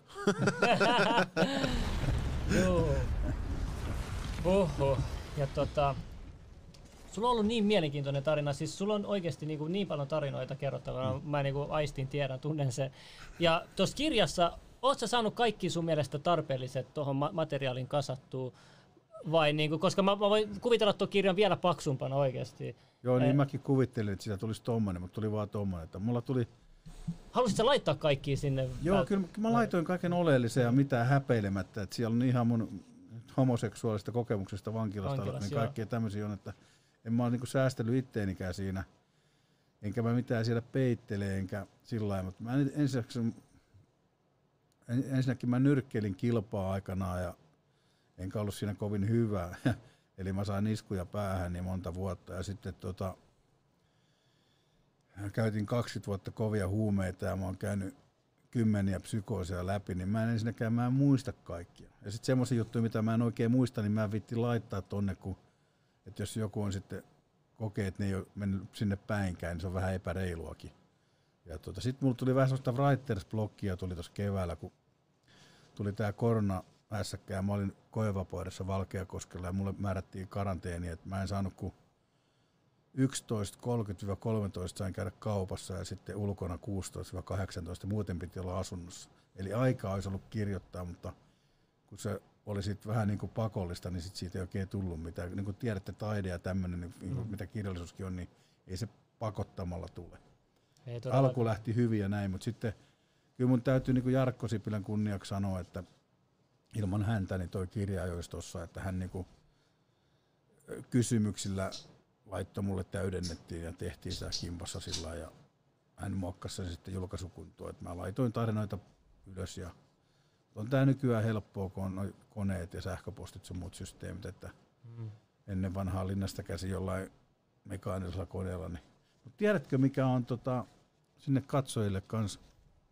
Joo. Oho. Ja sulla on ollut niin mielenkiintoinen tarina, siis sulla on oikeasti niin paljon tarinoita kerrottavana, mä aistin, tiedän, tunnen sen. Ja tuossa kirjassa, oot sä saanut kaikki sun mielestä tarpeelliset tuohon materiaalin kasattua, vai koska mä voin kuvitella tuon kirjan vielä paksumpana oikeasti. Joo, niin mäkin kuvittelin, että siitä tulisi tommonen, mutta tuli vaan tommonen. Että mulla tuli... Haluaisit sä laittaa kaikki sinne? Joo, kyllä mä laitoin kaiken oleellisen ja mitään häpeilemättä, että siellä on ihan mun homoseksuaalista kokemuksesta vankilasta niin kaikkea tämmöisiä on, että en mä ole säästellyt itteenikään siinä, enkä mä mitään siellä peittele, enkä sillä lailla, mutta mä ensinnäkin mä nyrkkeilin kilpaa aikanaan ja enkä ollut siinä kovin hyvä, eli mä sain iskuja päähän niin monta vuotta ja sitten käytin 20 vuotta kovia huumeita ja mä oon käynyt kymmeniä psykoosia läpi, niin mä en muista kaikkia. Ja sitten semmoisia juttuja, mitä mä en oikein muista, niin mä en viitti laittaa tonne, että jos joku on sitten kokee, että ne ei ole mennyt sinne päinkään, niin se on vähän epäreiluakin. Ja sitten mulla tuli vähän sellaista writers-blokkia tuli tuossa keväällä, kun tuli tää korona-hässäkkä ja mä olin koevapaudessa Valkeakoskella ja mulle määrättiin karanteeni, että mä en saanut kuin 11.30-13 sain käydä kaupassa ja sitten ulkona 16-18, muuten piti olla asunnossa. Eli aikaa olisi ollut kirjoittaa, mutta kun se oli sit vähän niin kuin pakollista, niin sit siitä ei oikein tullut mitään. Niin kuin tiedätte, taide ja tämmöinen, niin mitä kirjallisuuskin on, niin ei se pakottamalla tule. Alku lähti hyvin ja näin, mutta sitten kyllä mun täytyy niin kuin Jarkko Sipilän kunniaksi sanoa, että ilman häntä niin toi kirja ei olisi tossa, että hän niin kuin kysymyksillä laittoi mulle täydennettiin ja tehtiin sitä kimpassa sillä ja hän muokkasi sen sitten julkaisukuntoon, että mä laitoin tarinoita ylös ja on tää nykyään helppoa, kun on noi koneet ja sähköpostit sun muut systeemit, että ennen vanhaa linnasta käsi jollain mekaanisella koneella. Niin. Mut tiedätkö mikä on sinne katsojille kans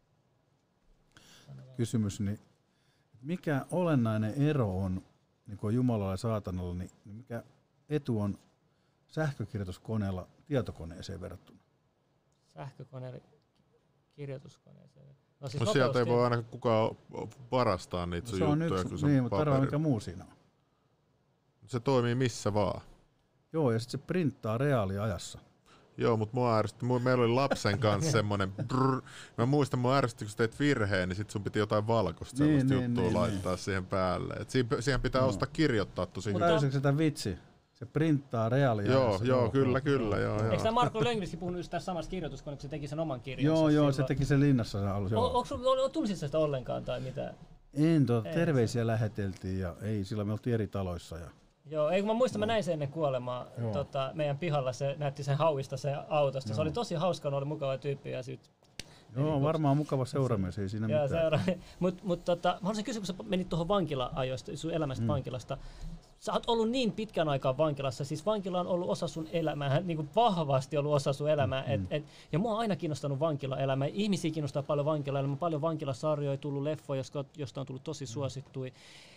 kysymys, niin mikä olennainen ero on niin kuin Jumalalla ja saatanalla, niin mikä etu on sähkökirjoituskoneella tietokoneeseen verrattuna? Sähkökoneella kirjoituskoneeseen. No siis sieltä ei voi aina kukaan varastaa niitä sun juttuja. Yksi, niin, mutta arvaa mikä muu siinä on. Se toimii missä vaan. Joo, ja sitten se printtaa reaaliajassa. Joo, mutta mua ärsytti. Meillä oli lapsen kanssa semmonen brrr. Mä muistan, mua ärsytti, kun sä teit virheen, niin sit sun piti jotain valkoista sellaista juttua laittaa siihen päälle. Et siihen pitää ostaa kirjoittaa tosi hyvin. Mutta sitä vitsi? Se printtaa reaaliajassa. Joo, kyllä. Joo. Eikö tämä Marko Lönnqvistkin puhunut just tässä samassa kirjoituskoneessa, kun se teki sen oman kirjansa? Joo, se teki sen linnassa sen alussa. Tunsit sitä ollenkaan tai mitä? En, terveisiä läheteltiin ja ei, sillä me oltiin eri taloissa. Ja... Joo, ei kun mä muistan, mä näin sen ennen kuolemaa meidän pihalla, se näytti sen hauista se autosta. Joo. Se oli tosi hauska, oli mukava tyyppi ja joo, varmaan mukava seuramies, ei siinä mitään. Mutta mä haluaisin kysyä, kun sä menit tuohon vankila-ajoista, sun elämästä vankilasta. Sä oot ollut niin pitkän aikaa vankilassa, siis vankila on ollut osa sun elämää, niin kuin vahvasti ollut osa sun elämää. Ja mua on aina kiinnostanut vankilaelämä. Ihmisiä kiinnostaa paljon vankilaelämä, paljon vankilasarjoja, tullut leffoja, josta on tullut tosi suosittuja.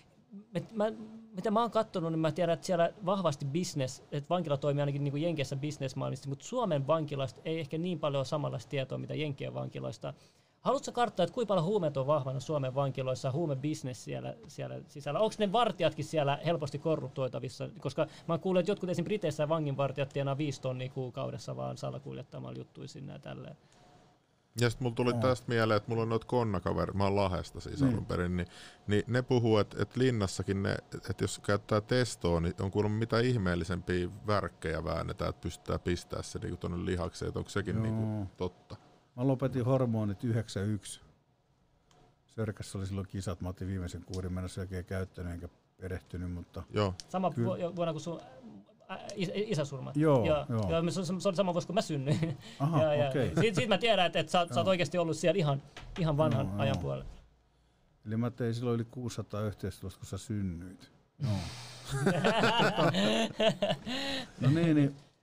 Mitä mä oon katsonut, niin mä tiedän, että siellä vahvasti business, että vankila toimii ainakin niin kuin Jenkeissä businessmaailmassa, mutta Suomen vankilaista ei ehkä niin paljon ole samanlaista tietoa, mitä Jenkien vankiloista. Haluatko karttaa, että kuinka paljon huumeet on vahvana Suomen vankiloissa, huumebisnes siellä sisällä? Onko ne vartijatkin siellä helposti korruptoitavissa? Koska mä oon kuullut, että jotkut esim. Briteissä vanginvartijat tienaa 5 tonnia kuukaudessa vaan salakuljettamalla juttuja sinne ja tälleen. Ja sitten mulla tuli tästä mieleen, että mulla on noita konnakavereita, mä oon Lahdesta siis alun perin, niin ne puhuu, että linnassakin että jos käyttää testoa, niin on kuulemma mitä ihmeellisempiä värkkejä väännetään, että pystytään pistämään se niin tuonne lihakseen, että onko sekin niin totta? Mä lopetin hormonit 91. Sörkässä oli silloin kisat, mä otin viimeisen kuurin mennessä jälkeen käyttänyt enkä perehtynyt, mutta... Joo. Sama vuonna kuin sun isä surma. Joo. Se oli sama vuosi, kun mä synnyin. Aha, okei. Siitä mä tiedän, että sä oot oikeasti ollut siellä ihan vanhan ajan puolella. Eli mä tein silloin yli 600 yhteistyöstä, kun sä synnyit. No niin,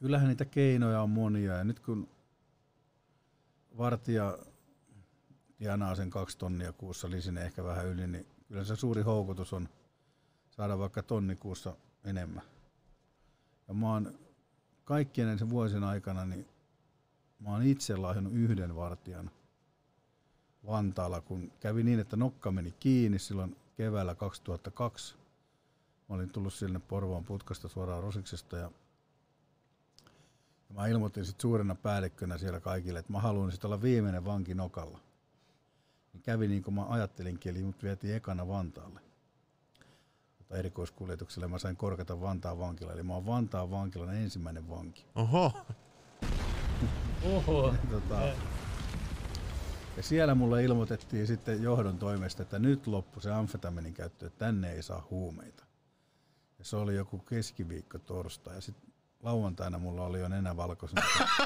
kyllähän niitä keinoja on monia ja nyt kun vartija tienaa sen 2 tonnia kuussa, Lisinen ehkä vähän yli, niin kyllä se suuri houkutus on saada vaikka tonni kuussa enemmän. Ja mä oon kaikkien sen vuosien aikana, niin mä oon itse lahjannut 1 vartijan Vantaalla, kun kävi niin, että nokka meni kiinni silloin keväällä 2002. Mä olin tullut sinne Porvoon putkasta suoraan Rosiksesta ja mä ilmoitin sit suurena päällikkönä siellä kaikille, että mä haluan sit olla viimeinen vanki nokalla. Niin kävi niin kuin mä ajattelinkin, eli mut vietiin ekana Vantaalle. Erikoiskuljetuksella mä sain korkata Vantaan vankila, eli mä oon Vantaan vankilan ensimmäinen vanki. Oho! Oho! Ja siellä mulle ilmoitettiin sitten johdon toimesta, että nyt loppu se amfetamiinin käyttö, että tänne ei saa huumeita. Ja se oli joku keskiviikko torstai ja sitten lauantaina mulla oli jo nenä valkoisena.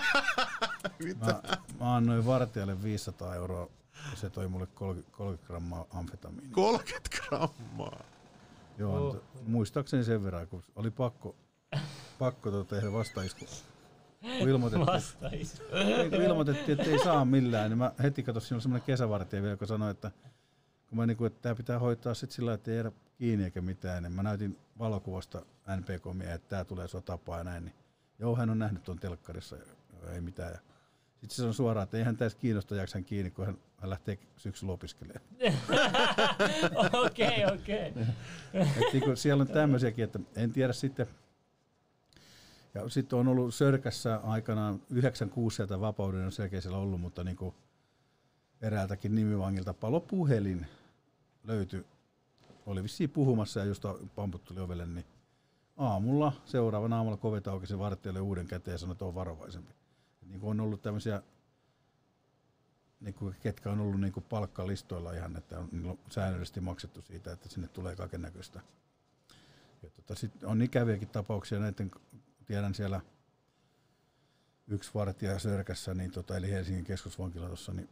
Mä annoin vartijalle 500 € ja se toi mulle 30 grammaa amfetamiinia. 30 grammaa? Joo, muistaakseni sen verran, kun oli pakko tehdä vastaisku. Kun ilmoitettiin, että ei saa millään, niin mä heti katsoin, siinä oli semmoinen kesävartija vielä, joka sanoi, että kun mä että tää pitää hoitaa sit sillä, että ei jäädä kiinni eikä mitään, niin mä näytin valokuvasta NPK-mieä, että tää tulee sua tapaa ja näin, niin joo, hän on nähnyt tuon telkkarissa, ei mitään. Ja sitten se on suoraan, että eihän tässä kiinnosta, jääkö hän kiinni, kun hän lähtee syksyllä opiskelemaan. Okei. Niin siellä on tämmöisiäkin, että en tiedä sitten. Ja sitten on ollut Sörkässä aikanaan 96 sieltä Vapauden on selkeä siellä ollut, mutta niin kuin eräältäkin nimivangilta palopuhelin löytyi. Oli vissiin puhumassa ja just pamput tuli ovelle, niin seuraavana aamulla kovet auki se vartijalle uuden käteen ja sanoi, että on varovaisempi. Niin kuin on ollut tämmöisiä, niin kuin, ketkä on ollut niin kuin palkkalistoilla ihan, että on säännöllisesti maksettu siitä, että sinne tulee kaiken näköistä. Sitten on ikäviäkin tapauksia näiden. Tiedän siellä yksi vartija Sörkässä, niin eli Helsingin keskusvankila tuossa, niin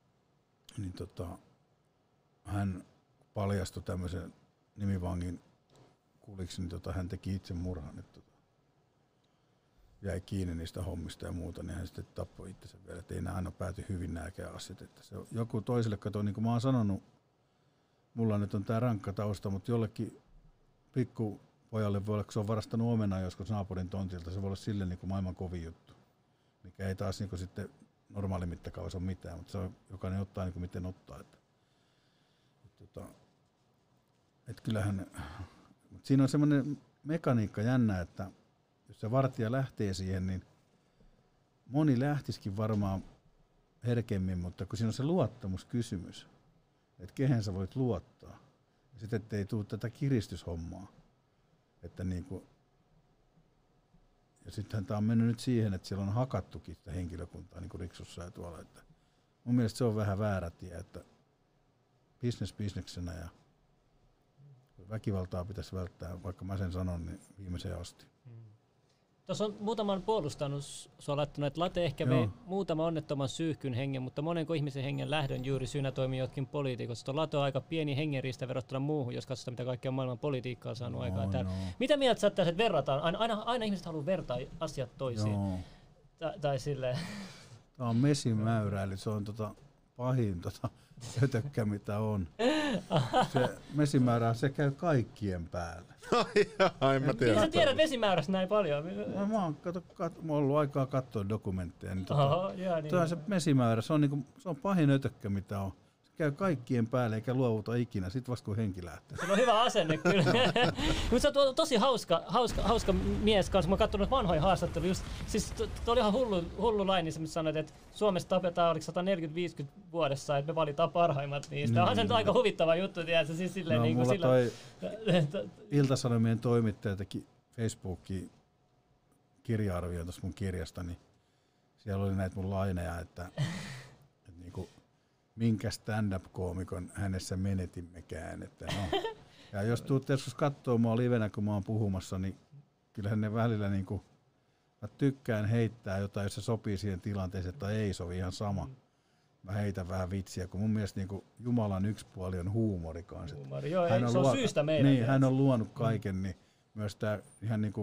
hän paljastui tämmöisen nimivangin kuliksi, niin hän teki itse murhan, että jäi kiinni niistä hommista ja muuta, niin hän sitten tappoi itsensä vielä, että ei nämä aina pääty hyvin nämäkään asiat. Että se joku toiselle katsoo, niin kuin mä oon sanonut, mulla nyt on tää rankka tausta, mutta jollekin pikkupojalle voi olla, kun se on varastanut omenaa joskus naapurin tontilta, se voi olla sille niin kuin maailman kovin juttu, mikä ei taas niin kuin sitten normaali mittakaavassa ole mitään, mutta se on, jokainen ottaa niin kuin miten ottaa. Että kyllähän, mutta siinä on semmoinen mekaniikka jännä, että jos se vartija lähtee siihen, niin moni lähtisikin varmaan herkemmin, mutta kun siinä on se luottamuskysymys, että kehen sä voit luottaa, ja sitten ettei tule tätä kiristyshommaa. Että niinku, ja sittenhän tämä on mennyt nyt siihen, että siellä on hakattukin sitä henkilökuntaa niin kuin Riksussa ja tuolla. Että mun mielestä se on vähän väärä tie, että bisneksenä ja väkivaltaa pitäisi välttää, vaikka mä sen sanon, niin viimeiseen asti. Tuossa on muutaman puolustanut sua laittanut, että late ehkä vei muutama onnettoman syyhkyn hengen, mutta monenko ihmisen hengen lähdön juuri syynä toimii jotkin poliitikot. Tuo late on aika pieni hengenriistä verrattuna muuhun, jos katsotaan mitä kaikkea maailman politiikkaa on saanut aikaan. Mitä mieltä sä oot tässä, että verrataan? Aina ihmiset haluaa vertaa asiat toisiin. Tai silleen. Tämä on mesimäyrä, eli se on pahin ötökkä mitä on. Se mesimäärä, se käy kaikkien päälle. En mä tiedä. Sä tiedät vesimäyrästä näin mä oon ollut aikaa katsoa dokumentteja. Niin niin. Se mesimäyrä, se on pahin ötökkä mitä on. Se käy kaikkien päälle eikä luovuta ikinä, sit vasta kun henki lähtee. Se on hyvä asenne kyllä. Mutta sä oot tosi hauska mies kanssa. Mä oon katsonut vanhoja haastatteluja. Siis oli ihan hullu laini, missä sanoit, että Suomessa tapetaan oliko 140-50 vuodessa, että me valitaan parhaimmat niistä. Onhan se nyt aika huvittava juttu, tiedätkö? Siis silleen, niin mulla toi Ilta-Sanomien toimittaja teki Facebookiin kirja-arvioon tuossa mun kirjasta, niin siellä oli näitä mun laineja, että niinku, minkä stand-up-koomikon hänessä menetimmekään. Että ja jos tuutte joskus katsoo mua livenä, kun mä oon puhumassa, niin kyllähän ne välillä niinku, mä tykkään heittää jotain, jos se sopii siihen tilanteeseen, tai ei sovi ihan sama. Mä heitän vähän vitsiä, kun mun mielestä niinku Jumalan yksi puoli on huumori kanssa. Huumori, joo, se on syystä meidän. Niin, hän on luonut kaiken, niin myös tää ihan niinku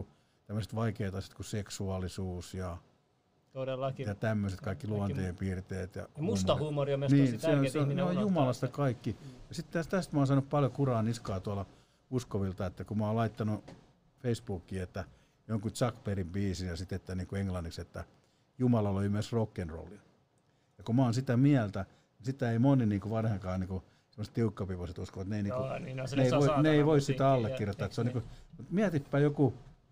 tämmöiset vaikeat asiat kuin seksuaalisuus ja Todellakin. ja tämmöiset kaikki luonteenpiirteet. Ja musta huumori on myös niin, tosi tärkeä, että ihminen on Jumalasta kaikki. Ja sitten tästä mä oon saanut paljon kuraa niskaa tuolla uskovilta, että kun mä oon laittanut Facebookiin, että jonkun Chuck Berryn biisin ja sitten että niin kuin englanniksi, että Jumalalla oli myös rock'n'rollia. Ja kun mä oon sitä mieltä, niin sitä ei moni niin kuin vanhankaan niin kuin semmoiset tiukkapivoiset uskovat, että ne ei voi sitä allekirjoittaa. Se on niin kuin, mietipä joku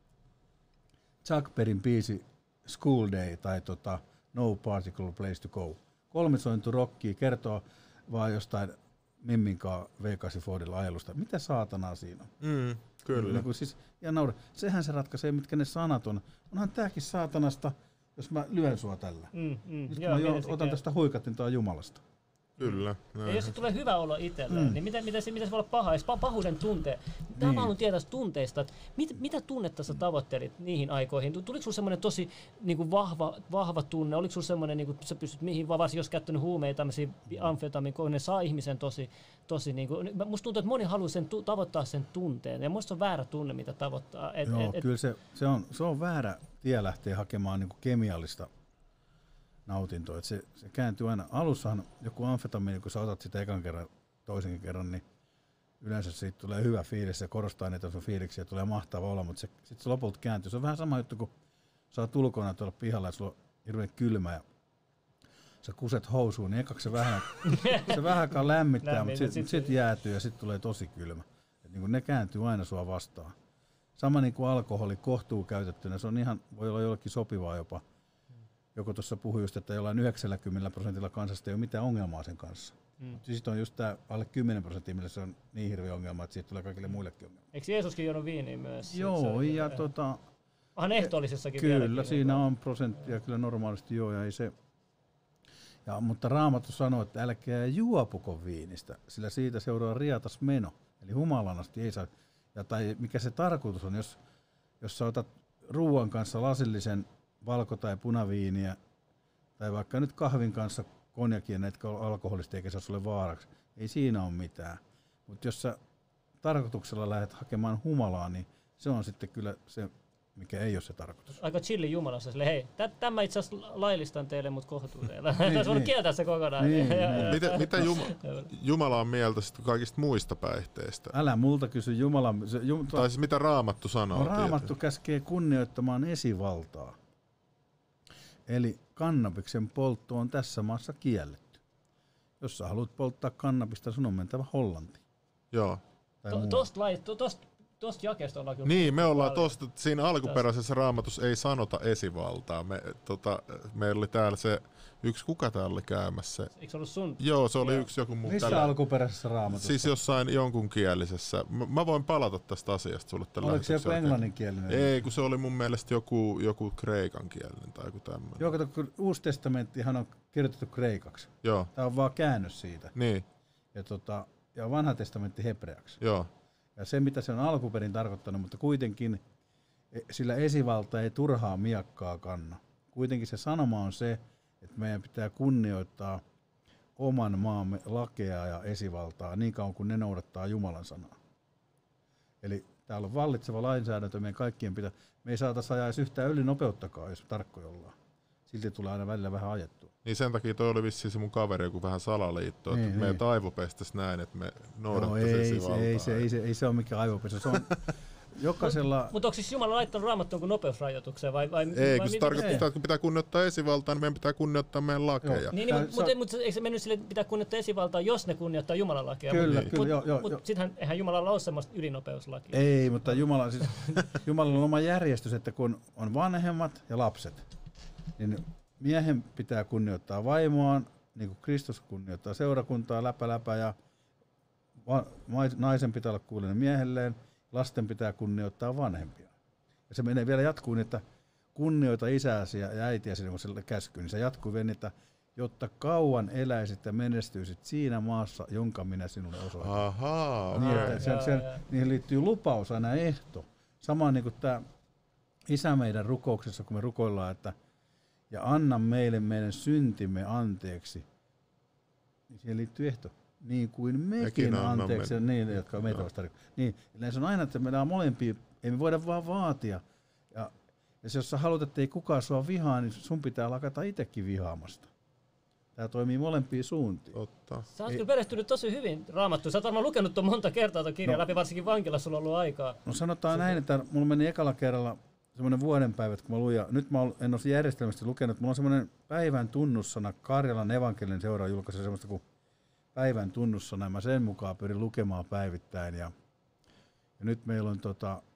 Chuck Berryn biisi School Day tai No Particular Place to Go. Kolmisointu rockia, kertoo vaan jostain Mimminkaan V8 Fordilla ajelusta. Mitä saatanaa siinä on? Kyllä. Niin siis, ja sehän se ratkaisee, mitkä ne sanat on. Onhan tääkin saatanasta, jos mä lyön sua tällä. Nyt joo, mä otan tästä huikatintoa Jumalasta. Kyllä. Ja jos se tulee hyvä olo itselleen, niin miten se voi olla paha? Jos pahuuden tunte. Tämä mä haluan tietää tunteista, että mitä tunnetta sä tavoittelit niihin aikoihin? Tuliko sulla semmoinen tosi niin kuin vahva tunne? Oliko sulla semmoinen, niin kuin sä pystyt mihin, varsin jos käyttänyt huumeita, tämmöisiä amfetamiin, kun ne saa ihmisen tosi niin kuin, musta tuntuu, että moni haluaa tavoittaa sen tunteen. Ja musta se on väärä tunne, mitä tavoittaa. Kyllä se on väärä tie lähteä hakemaan niin kuin kemiallista nautintoa. Se kääntyy aina. Alussahan joku amfetamiini, kun sä otat sitä ekan kerran, toisenkin kerran, niin yleensä siitä tulee hyvä fiilis, se korostaa niitä sun fiiliksiä ja tulee mahtava olla, mutta sitten se lopulta kääntyy. Se on vähän sama juttu, kun sä oot ulkona tuolla pihalla ja sulla on hirveän kylmä ja sä kuset housuun, niin ekaksi se vähän lämmittää, mutta sit jäätyy ja sitten tulee tosi kylmä. Et niin ne kääntyy aina sua vastaan. Sama niin kuin alkoholi kohtuu käytettynä, se on ihan, voi olla jollekin sopivaa jopa. Joku tuossa puhui just, että jollain 90% kansasta ei ole mitään ongelmaa sen kanssa. Sitten on just tämä alle 10%, millä se on niin hirveä ongelma, että siitä tulee kaikille muillekin ongelmia. Eikö Jeesuskin juonut viiniä myös? Joo, ja onhan ehtoollisessakin kyllä, siinä on prosenttia, kyllä normaalisti joo, ja ei se. Mutta Raamattu sanoo, että älkää juopuko viinistä, sillä siitä seuraa riatas meno. Eli humalanasti ei saa. Tai mikä se tarkoitus on, jos sä otat ruoan kanssa lasillisen valko- tai punaviiniä, tai vaikka nyt kahvin kanssa konjakia, etkä ole alkoholista eikä se sulle vaaraksi. Ei siinä ole mitään. Mutta jos sä tarkoituksella lähdet hakemaan humalaa, niin se on sitten kyllä se, mikä ei ole se tarkoitus. Aika chilli Jumalassa, sille hei, tämä itse asiassa laillistan teille, mutta kohtuudella. Taisi voinut kieltää se kokonaan. Mitä Jumala on mieltä kaikista muista päihteistä? Älä multa kysy Jumala. Tai siis mitä Raamattu sanoo? Raamattu käskee kunnioittamaan esivaltaa. Eli kannabiksen poltto on tässä maassa kielletty. Jos sä haluat polttaa kannabista, sun on mentävä Hollantiin. Joo. Tosta jakeesta ollaan kyllä. Niin, me ollaan siinä alkuperäisessä Raamatussa ei sanota esivaltaa. Meillä oli täällä se yksi, kuka täällä oli käymässä? Eikö se ollut sun? Joo, se oli yksi joku muu. Missä alkuperäisessä Raamatussa? Siis jossain jonkunkielisessä. Mä voin palata tästä asiasta sulle tällä. Oliko se joku englanninkielinen? Ei, kun se oli mun mielestä joku kreikankielinen tai joku tämmöinen. Joo, kato, kun Uusi testamenttihan on kirjoitettu kreikaksi. Joo. Tää on vaan käännös siitä. Niin. Ja vanha testamentti hebreaksi. Joo. Ja se, mitä se on alkuperin tarkoittanut, mutta kuitenkin sillä esivalta ei turhaa miakkaa kanna. Kuitenkin se sanoma on se, että meidän pitää kunnioittaa oman maamme lakeja ja esivaltaa niin kauan kuin ne noudattaa Jumalan sanaa. Eli täällä on vallitseva lainsäädäntö, meidän kaikkien pitää, me ei saataisi ajaa edes yhtään ylinopeuttakaan, jos tarkkoja ollaan. Silti tulee aina välillä vähän ajettua. Niin sen takia toi oli vissiin se mun kaveri joku vähän salaliitto, että meitä aivopestäisi näin, että me noudattaisiin esivaltaa. Ei se ole mikään aivopestä, se on jokaisella. Mutta onko siis Jumala laittanut Raamattuun kuin nopeusrajoitukseen vai ei, kun se tarkoittaa, että kun pitää kunnioittaa esivaltaa, niin meidän pitää kunnioittaa meidän lakeja. Mutta eikö se mennyt sille, että pitää kunnioittaa esivaltaa, jos ne kunnioittaa Jumalan lakeja? Kyllä, mutta sittenhän eihän Jumalalla ole semmoista ylinopeuslakia. Ei, mutta Jumalalla on oma järjestys, että kun on vanhemmat ja lapset, niin miehen pitää kunnioittaa vaimoaan, niin kuin Kristus kunnioittaa seurakuntaa, läpä ja naisen pitää olla kuullinen miehelleen, lasten pitää kunnioittaa vanhempia. Ja se menee vielä jatkuun, että kunnioita isääsi ja äitiäsi, niin kuin se käsky, niin se jatkuu vielä, että jotta kauan eläisit ja menestyisit siinä maassa, jonka minä sinulle osoitan. Ahaa, niihin liittyy lupaus, aina ehto. Sama niin kuin tämä Isä meidän rukouksessa, kun me rukoillaan, että ja anna meille meidän syntimme anteeksi, niin siihen liittyy ehto. Niin kuin mekin anteeksi niin, jotka meitä vastaan. Niin, se on aina, että meillä on molempia, ei me voida vaan vaatia. Ja Ja jos sä haluat, ettei kukaan sua vihaa, niin sun pitää lakata itsekin vihaamasta. Tää toimii molempiin suuntiin. Totta. Sä oot kyllä perehtynyt tosi hyvin Raamattuun. Sä oot varmaan lukenut ton monta kertaa ton kirjan läpi, varsinkin vankilassa sulla on ollut aikaa. No sanotaan näin, että mulla meni ekalla kerralla semmoinen vuodenpäivät, kun mä luin, ja nyt mä en ole järjestelmästi lukenut, mulla on semmoinen päivän tunnussana, Karjalan evankelinen seura julkaisi semmoista kuin päivän tunnussana, ja mä sen mukaan pyrin lukemaan päivittäin, ja nyt meillä on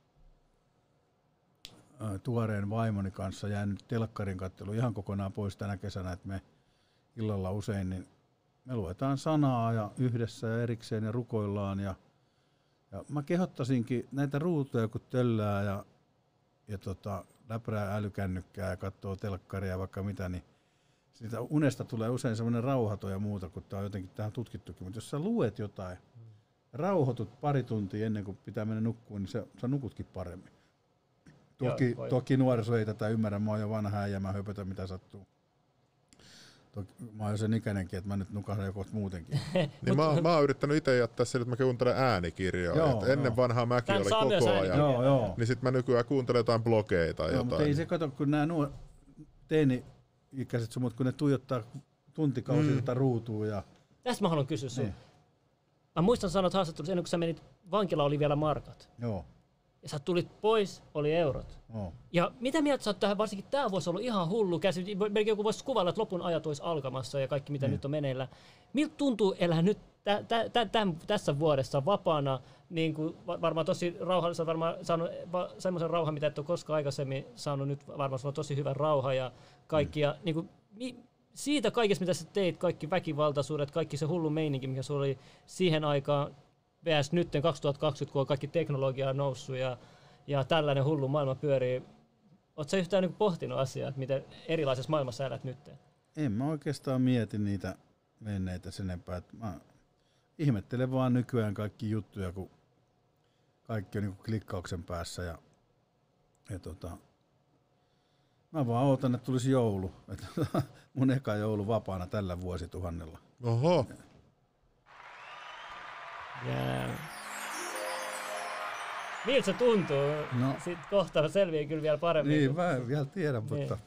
tuoreen vaimoni kanssa jäänyt telkkarin kattelu ihan kokonaan pois tänä kesänä, että me illalla usein niin me luetaan sanaa ja yhdessä ja erikseen ja rukoillaan, ja mä kehottaisinkin näitä ruutuja, kun töllää ja läprää älykännykkää ja katsoo telkkaria ja vaikka mitä, niin siitä unesta tulee usein semmoinen rauhaton ja muuta, kun tää on jotenkin tähän tutkittukin. Mutta jos sä luet jotain, rauhoitut pari tuntia ennen kuin pitää mennä nukkuun, niin sä nukutkin paremmin. Toki nuoriso ei tätä ymmärrä, mä oon jo vanha ja mä höpötän mitä sattuu. Mä oon jo sen ikäinenkin, että mä nyt nukahdan jo kohta muutenkin. Niin mä oon yrittänyt itse jättää sen, että mä kuuntelen äänikirjoja. Ennen vanhaa mäkin oli koko ajan. Niin sit mä nykyään kuuntelen jotain blogeja tai jotain. Mutta ei se kato, kun nää teini-ikäiset sumut, kun ne tuijottaa tuntikausia ruutua. Ja tästä mä haluan kysyä sun. Mä muistan sanoa haastattelussa, ennen kuin sä menit, vankila oli vielä markat. Joo. Ja sä tulit pois, oli eurot. Ja mitä mieltä sä oot tähän, varsinkin tää vuosi ollut ihan hullu käsi, melkein joku voisi kuvailla, että lopun ajat olisi alkamassa ja kaikki mitä nyt on meneillä. Miltä tuntuu elää nyt tässä vuodessa vapaana, niin kuin varmaan tosi rauhallista, varmaan saanut semmoisen rauhan, mitä et ole koskaan aikaisemmin saanut, nyt varmaan sulla on tosi hyvä rauha ja kaikki. Ja, niin kuin, siitä kaikesta, mitä sä teit, kaikki väkivaltaisuudet, kaikki se hullu meininki, mikä sulla oli siihen aikaan, VS nyt 2020, kun on kaikki teknologiaa noussut ja tällainen hullu maailma pyörii. Oletko sä yhtään niin pohtinut asiaa, että miten erilaisessa maailmassa elät nyt? En mä oikeastaan mieti niitä menneitä sen enempää. Mä ihmettelen vaan nykyään kaikki juttuja, kun kaikki on niin kuin klikkauksen päässä. Ja mä vaan ootan, että tulisi joulu. Mun eka joulu vapaana tällä vuosituhannella. Oho. Yeah. Miltä se tuntuu? No. Sitten kohta selviää kyllä vielä paremmin. Niin, mä en vielä tiedä, mutta niin.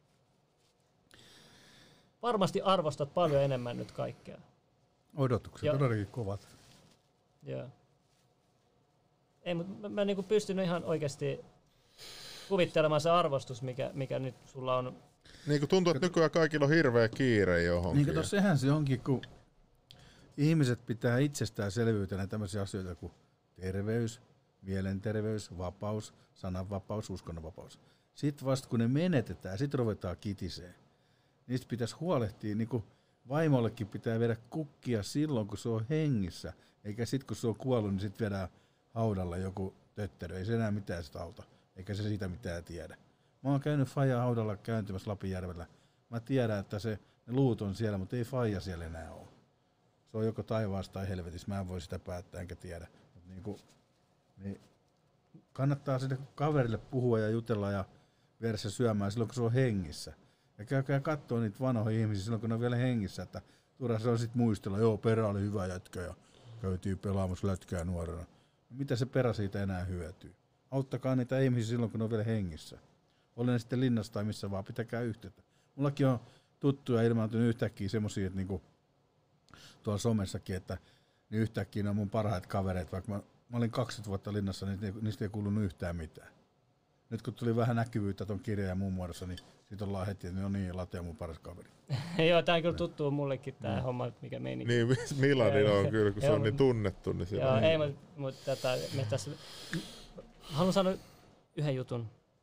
Varmasti arvostat paljon enemmän nyt kaikkea. Odotukset on todellakin kovat. Joo. Ei, mutta mä niinku pystynyt ihan oikeasti kuvittelemaan se arvostus, mikä nyt sulla on. Niin kuin tuntuu, että nykyään kaikilla on hirveä kiire johonkin. Niin sehän se onkin, kun ihmiset pitää itsestäänselvyytenä tämmöisiä asioita kuin terveys, mielenterveys, vapaus, sananvapaus, uskonnonvapaus. Sitten vasta kun ne menetetään, sitten ruvetaan kitiseen. Niistä pitäisi huolehtia, niin kuin vaimollekin pitää viedä kukkia silloin, kun se on hengissä. Eikä sitten kun se on kuollut, niin sitten viedään haudalle joku tötterö. Ei se enää mitään sitä auta, eikä se siitä mitään tiedä. Mä oon käynyt Fajan haudalla kääntymässä Lapinjärvellä. Mä tiedän, että ne luut on siellä, mutta ei Faija siellä enää ole. Se on joko taivaassa tai helvetissä, mä en voi sitä päättää enkä tiedä. Niin kannattaa sinne kaverille puhua ja jutella ja viedä se syömään silloin, kun se on hengissä. Ja käykää kattoo niitä vanhoja ihmisiä silloin, kun ne on vielä hengissä, että turha se on sit muistella, joo, Perä oli hyvä jätkä ja käytiin pelaamassa lätkää nuorena. Mitä se Perä siitä enää hyötyy? Auttakaa niitä ihmisiä silloin, kun ne on vielä hengissä. Olen ne sitten linnassa tai missä vaan, pitäkää yhteyttä. Mullakin on tuttuja ilmaantunut yhtäkkiä semmosia, että niinku tuolla somessakin, että niin yhtäkkiä ne on mun parhaat kavereet, vaikka mä olin 20 vuotta linnassa, niin niistä ei kuulunut yhtään mitään. Nyt kun tuli vähän näkyvyyttä ton kirjan ja muun muodossa, niin sit ollaan heti, että no niin, Late on mun paras kaveri. Joo, tää on kyllä tuttu mullekin tää homma, mikä meininki. Niin, Milanilla on kyllä, kun se on niin tunnettu. Niin joo, ei, mutta me tässä haluan sanoa yhden jutun.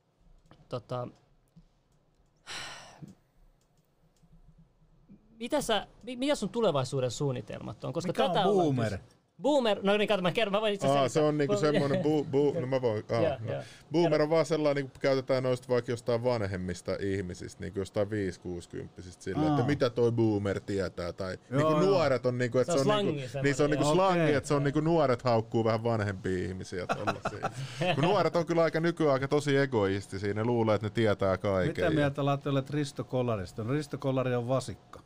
Mitä sun tulevaisuuden suunnitelmat on? Koska mikä on boomer? Boomer, no niin, mä voin itse asiassa se on niinku semmonen, no mä voin, boomer on vaan sellainen, niin käytetään noista vaikka jostain vanhemmista ihmisistä, niin jostain 5-60-sistä silleen, että mitä toi boomer tietää, tai niinku nuoret on niinku, että se on niinku slangi, että se on niinku nuoret haukkuu vähän vanhempia ihmisiä tollasia. Kun nuoret on kyllä aika nykyään tosi egoistisia, ne luulee, että ne tietää kaiken. Mitä mieltä olet Risto Kollarista? No, Risto Kollari on vasikka.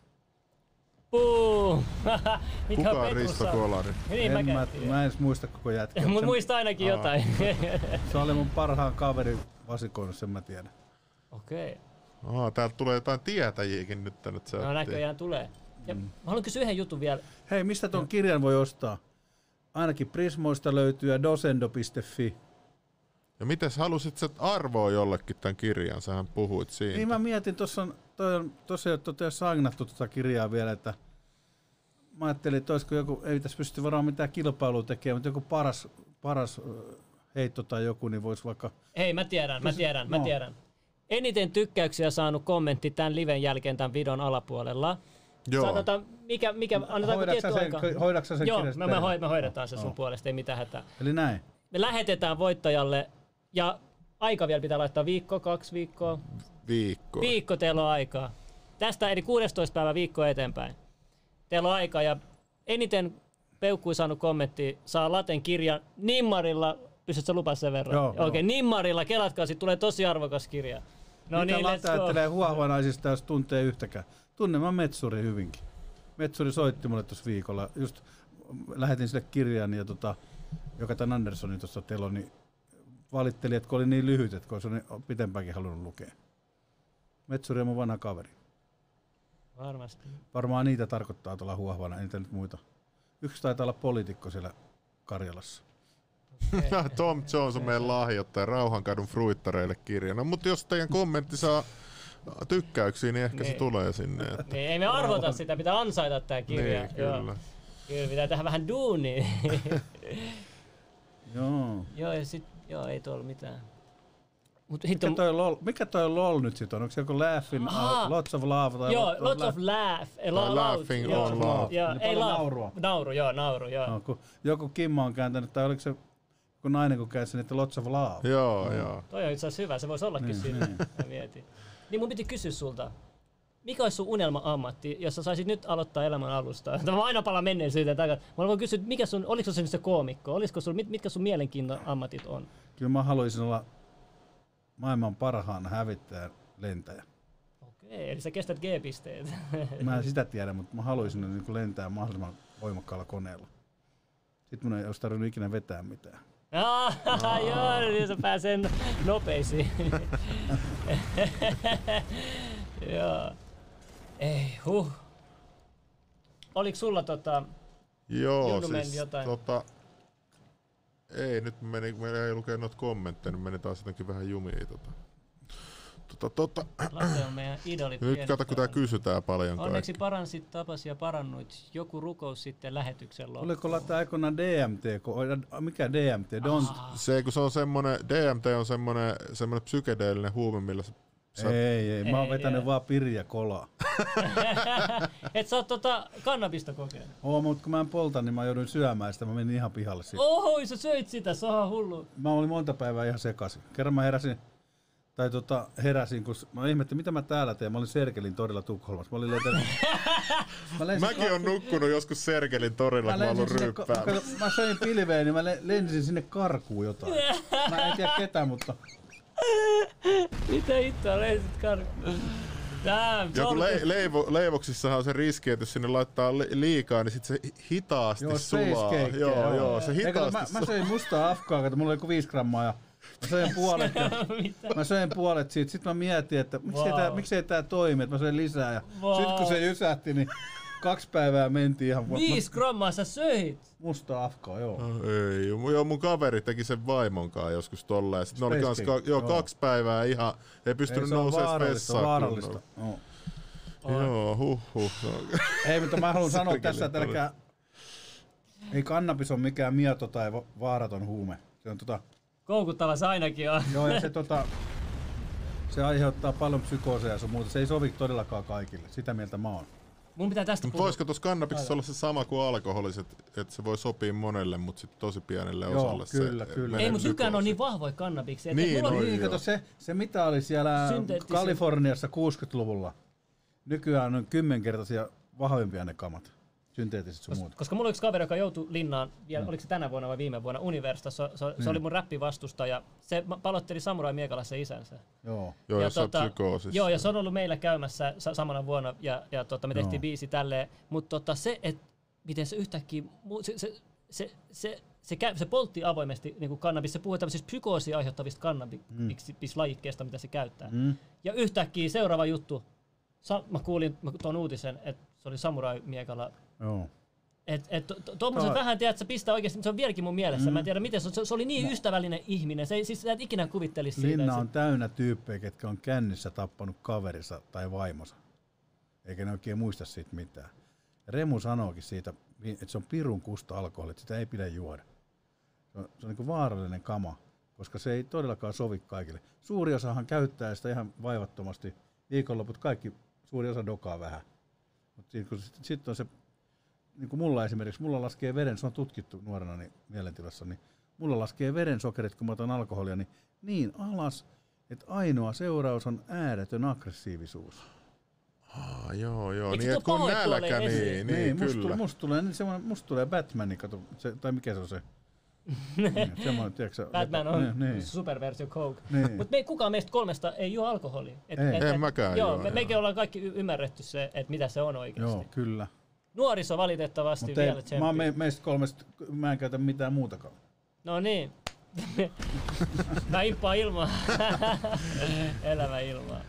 Kuka on Risto Kollari? Mä en muista koko jätkää. Mut muista ainakin jotain. Se oli mun parhaan kaverin vasikoinut, sen mä tiedän. Okei. Täältä tulee jotain tietäjiäkin nyt tänne chattiin. No näköjään tulee. Ja mä haluan kysyä yhden jutun vielä. Hei, mistä ton kirjan voi ostaa? Ainakin Prismoista löytyy ja dosendo.fi. Ja mites halusit sä arvoa jollekin tämän kirjan? Sähän puhuit siitä. Niin mä mietin, tuossa ei ole sagnattu tuota kirjaa vielä, että mä ajattelin, että olisiko joku, ei tässä pysty varmaan mitään kilpailua tekemään, mutta joku paras heitto tai joku, niin voisi vaikka... Hei, mä tiedän. Eniten tykkäyksiä saanut kommentti tämän liven jälkeen tämän videon alapuolella. Joo. Sanotaan, annetaanko tietty aika? Hoidatko sä sen Joo, kirjasta? me hoidetaan se sun puolesta, ei mitään hätää. Eli näin. Me lähetetään voittajalle, ja aika vielä pitää laittaa viikko, 2 viikkoa. Viikko teillä on aikaa. Tästä eli 16 päivä viikkoa eteenpäin. Teillä on aikaa, ja eniten peukkui saanut kommentti saa laten kirjan nimmarilla. Pystytkö lupaa sen verran? Joo. Okei, nimmarilla, kelatkaa, sit tulee tosi arvokas kirja. No mitä niin, Late ajattelee huohuanaisista, jos tuntee yhtäkään? Tunnen mä Metsuri hyvinkin. Metsuri soitti mulle tuossa viikolla. Just lähetin sille kirjan, ja joka tämän Anderssonin tuossa telo, niin valitteli, että kun oli niin lyhyt, että kun olisi pitempäänkin halunnut lukea. Metsuri on mun vanha kaveri. Varmasti. Varmaan niitä tarkoittaa tuolla huohuana, entä nyt muita. Yksi taitaa olla poliitikko siellä Karjalassa. Tom Jones on meidän lahjoittaja Rauhankadun fruittareille kirjana, mutta jos teidän kommentti saa tykkäyksiä, niin ehkä se tulee sinne. Että... Niin, ei me arvota sitä, pitää ansaita tää kirja. Niin, kyllä. Kyllä pitää tehdä vähän duunia. Joo. Joo, ei tuolla mitään. Mut mikä toi LOL nyt sit on? Onko se joku Laughin, Lots of Love? Tai joo, Lots of Laugh. Laughing on Love. Joo, ei naurua. Nauru, joo. No, kun joku Kimmo on kääntänyt, tai oliko se kun nainen kun käänsi sen, että Lots of Love? Joo. Toi on itse asiassa hyvä, se voisi ollakin siinä. Mä mietin. Niin mun piti kysyä sulta. Mikä olisi sun unelma-ammatti, jos sä saisit nyt aloittaa elämän alusta? Mä aina palaan menneisyyteen takaisin. Mä voin kysyä, oliko se koomikko? Mitkä sun mielenkiinnon ammatit on? Kyllä mä haluaisin olla maailman parhaan hävittäjän lentäjä. Okei, eli sä kestät G-pisteet. Mä en sitä tiedä, mutta mä haluaisin niin lentää mahdollisimman voimakkaalla koneella. Sitten mun ei olisi tarvinnut ikinä vetää mitään. Joo, niin sä pääsen nopeisiin. Joo. Ei, Oliko sulla Joo, siis jotain? Ei, nyt meillä ei lukea noita kommentteja, nyt meni taas jotenkin vähän jumiin. Lasse on meidän idolit. Nyt kato, kun tää kysytään paljon onneksi paransit tapasi ja parannuit. Joku rukous sitten lähetyksen loppuun. Oliko Latte aikoinaan DMT? Mikä DMT? Se, kun se on semmonen, DMT on semmonen psykedeellinen huume, millä Ei, mä oon vetänyt vaan pirja kolaa. Et sä oot kannabista kokeillut? Mutta kun mä en polta, niin mä jouduin syömään sitä, mä menin ihan pihalle siitä. Oho, sä söit sitä, se on hullu. Mä olin monta päivää ihan sekaisin. Kerran mä heräsin, kun mä ihmettelin, mitä mä täällä teen. Mä olin Serkelin torilla Tukholmassa. Mäkin on nukkunut joskus Serkelin torilla, kun mä ollut ryyppäällä. Mä söin pilveen, niin mä lensin sinne karkuun jotain. Mä en tiedä ketä, mutta... Mitä hittoa lensit karkuun? Joku leivoksissahan on se riski, että jos sinne laittaa liikaa, niin sit se hitaasti sulaa. Joo, se hitaasti mä söin mustaa afkaa, että mulla oli 5 grammaa ja mä söin puolet siitä. Sitten mä mietin, että miksei tää toimi, että mä söin lisää. Ja sit kun se jysähti, niin 2 päivää mentiin ihan... 5 grammaa sä söit? Mustaa afkaa, joo. Ei, mun kaveri teki sen vaimonkaan joskus tolleen. Sitten ne oli kans 2 päivää ihan, ei pystynyt nousemaan vessaan. Vaarallista. Joo, Ei, mutta mä haluan sanoa tässä, että ei kannabis ole mikään mieto tai vaaraton huume. Se on koukuttava se ainakin on. Joo, ja se aiheuttaa paljon psykooseja ja sun muuta. Se ei sovi todellakaan kaikille. Sitä mieltä mä oon. Mun pitää tästä puhua. Voisiko tuossa kannabiksessa olla se sama kuin alkoholiset, että se voi sopia monelle, mutta sitten tosi pienelle osalle kyllä. Ei, mutta nykään on niin vahvoja kannabiksia. Niin, kato se mitä oli siellä Kaliforniassa 60-luvulla. Nykyään on 10-kertaisia vahvempia ne kamat. Synteettiset sun muut. Koska mulla oli yksi kaveri, joka joutui linnaan, vielä, oliko se tänä vuonna vai viime vuonna, Universitassa. Se oli mun räppivastustaja. Se palotteli Samurai Miekalla se isänsä. Joo, ja se on psykoosissa. Joo, ja se on ollut meillä käymässä samana vuonna, ja me tehtiin biisi tälleen. Mutta se, että miten se yhtäkkiä, se poltti avoimesti niin kuin kannabis. Se puhui tämmöisistä psykoosia aiheuttavista kannabislajikkeista, mitä se käyttää. Ja yhtäkkiä seuraava juttu. Mä kuulin tuon uutisen, että se oli samurai-miekalla. Joo. Tuommoiset vähän, tiedät, se pistää oikeasti, se on vieläkin mun mielessä. Mä en tiedä miten, se oli niin ystävällinen ihminen. Siis sä et ikinä kuvittelisi siitä. Linna on täynnä tyyppejä, ketkä on kännissä tappanut kaverinsa tai vaimonsa. Eikä ne oikein muista siitä mitään. Remu sanookin siitä, että se on pirun kusta alkoholi, että sitä ei pidä juoda. Se on niin kuin vaarallinen kama, koska se ei todellakaan sovi kaikille. Suuri osahan käyttää sitä ihan vaivattomasti. Viikonloput kaikki, suuri osa dokaa vähän. Mutta sitten on se, niin kuin mulla esimerkiksi, mulla laskee veren, se on tutkittu nuorena niin mielentilassa, niin mulla laskee verensokerit, kun mä otan alkoholia, niin alas, että ainoa seuraus on ääretön aggressiivisuus. Joo. Niin, että kun nälkä, niin kyllä. Musta tulee Batman, kato, tai mikä se on se? Semmoinen, tiedätkö, Batman on superversio Coke. Mutta kukaan meistä kolmesta ei juo alkoholia. En mäkään juo. Mekin ollaan kaikki ymmärretty se, että mitä se on oikeasti. Joo, kyllä. Nuoriso valitettavasti vielä tsemppi. Meistä kolmesta mä en käytä mitään muutakaan. No niin. Mä imppaan ilmaa. Elämä ilmaa.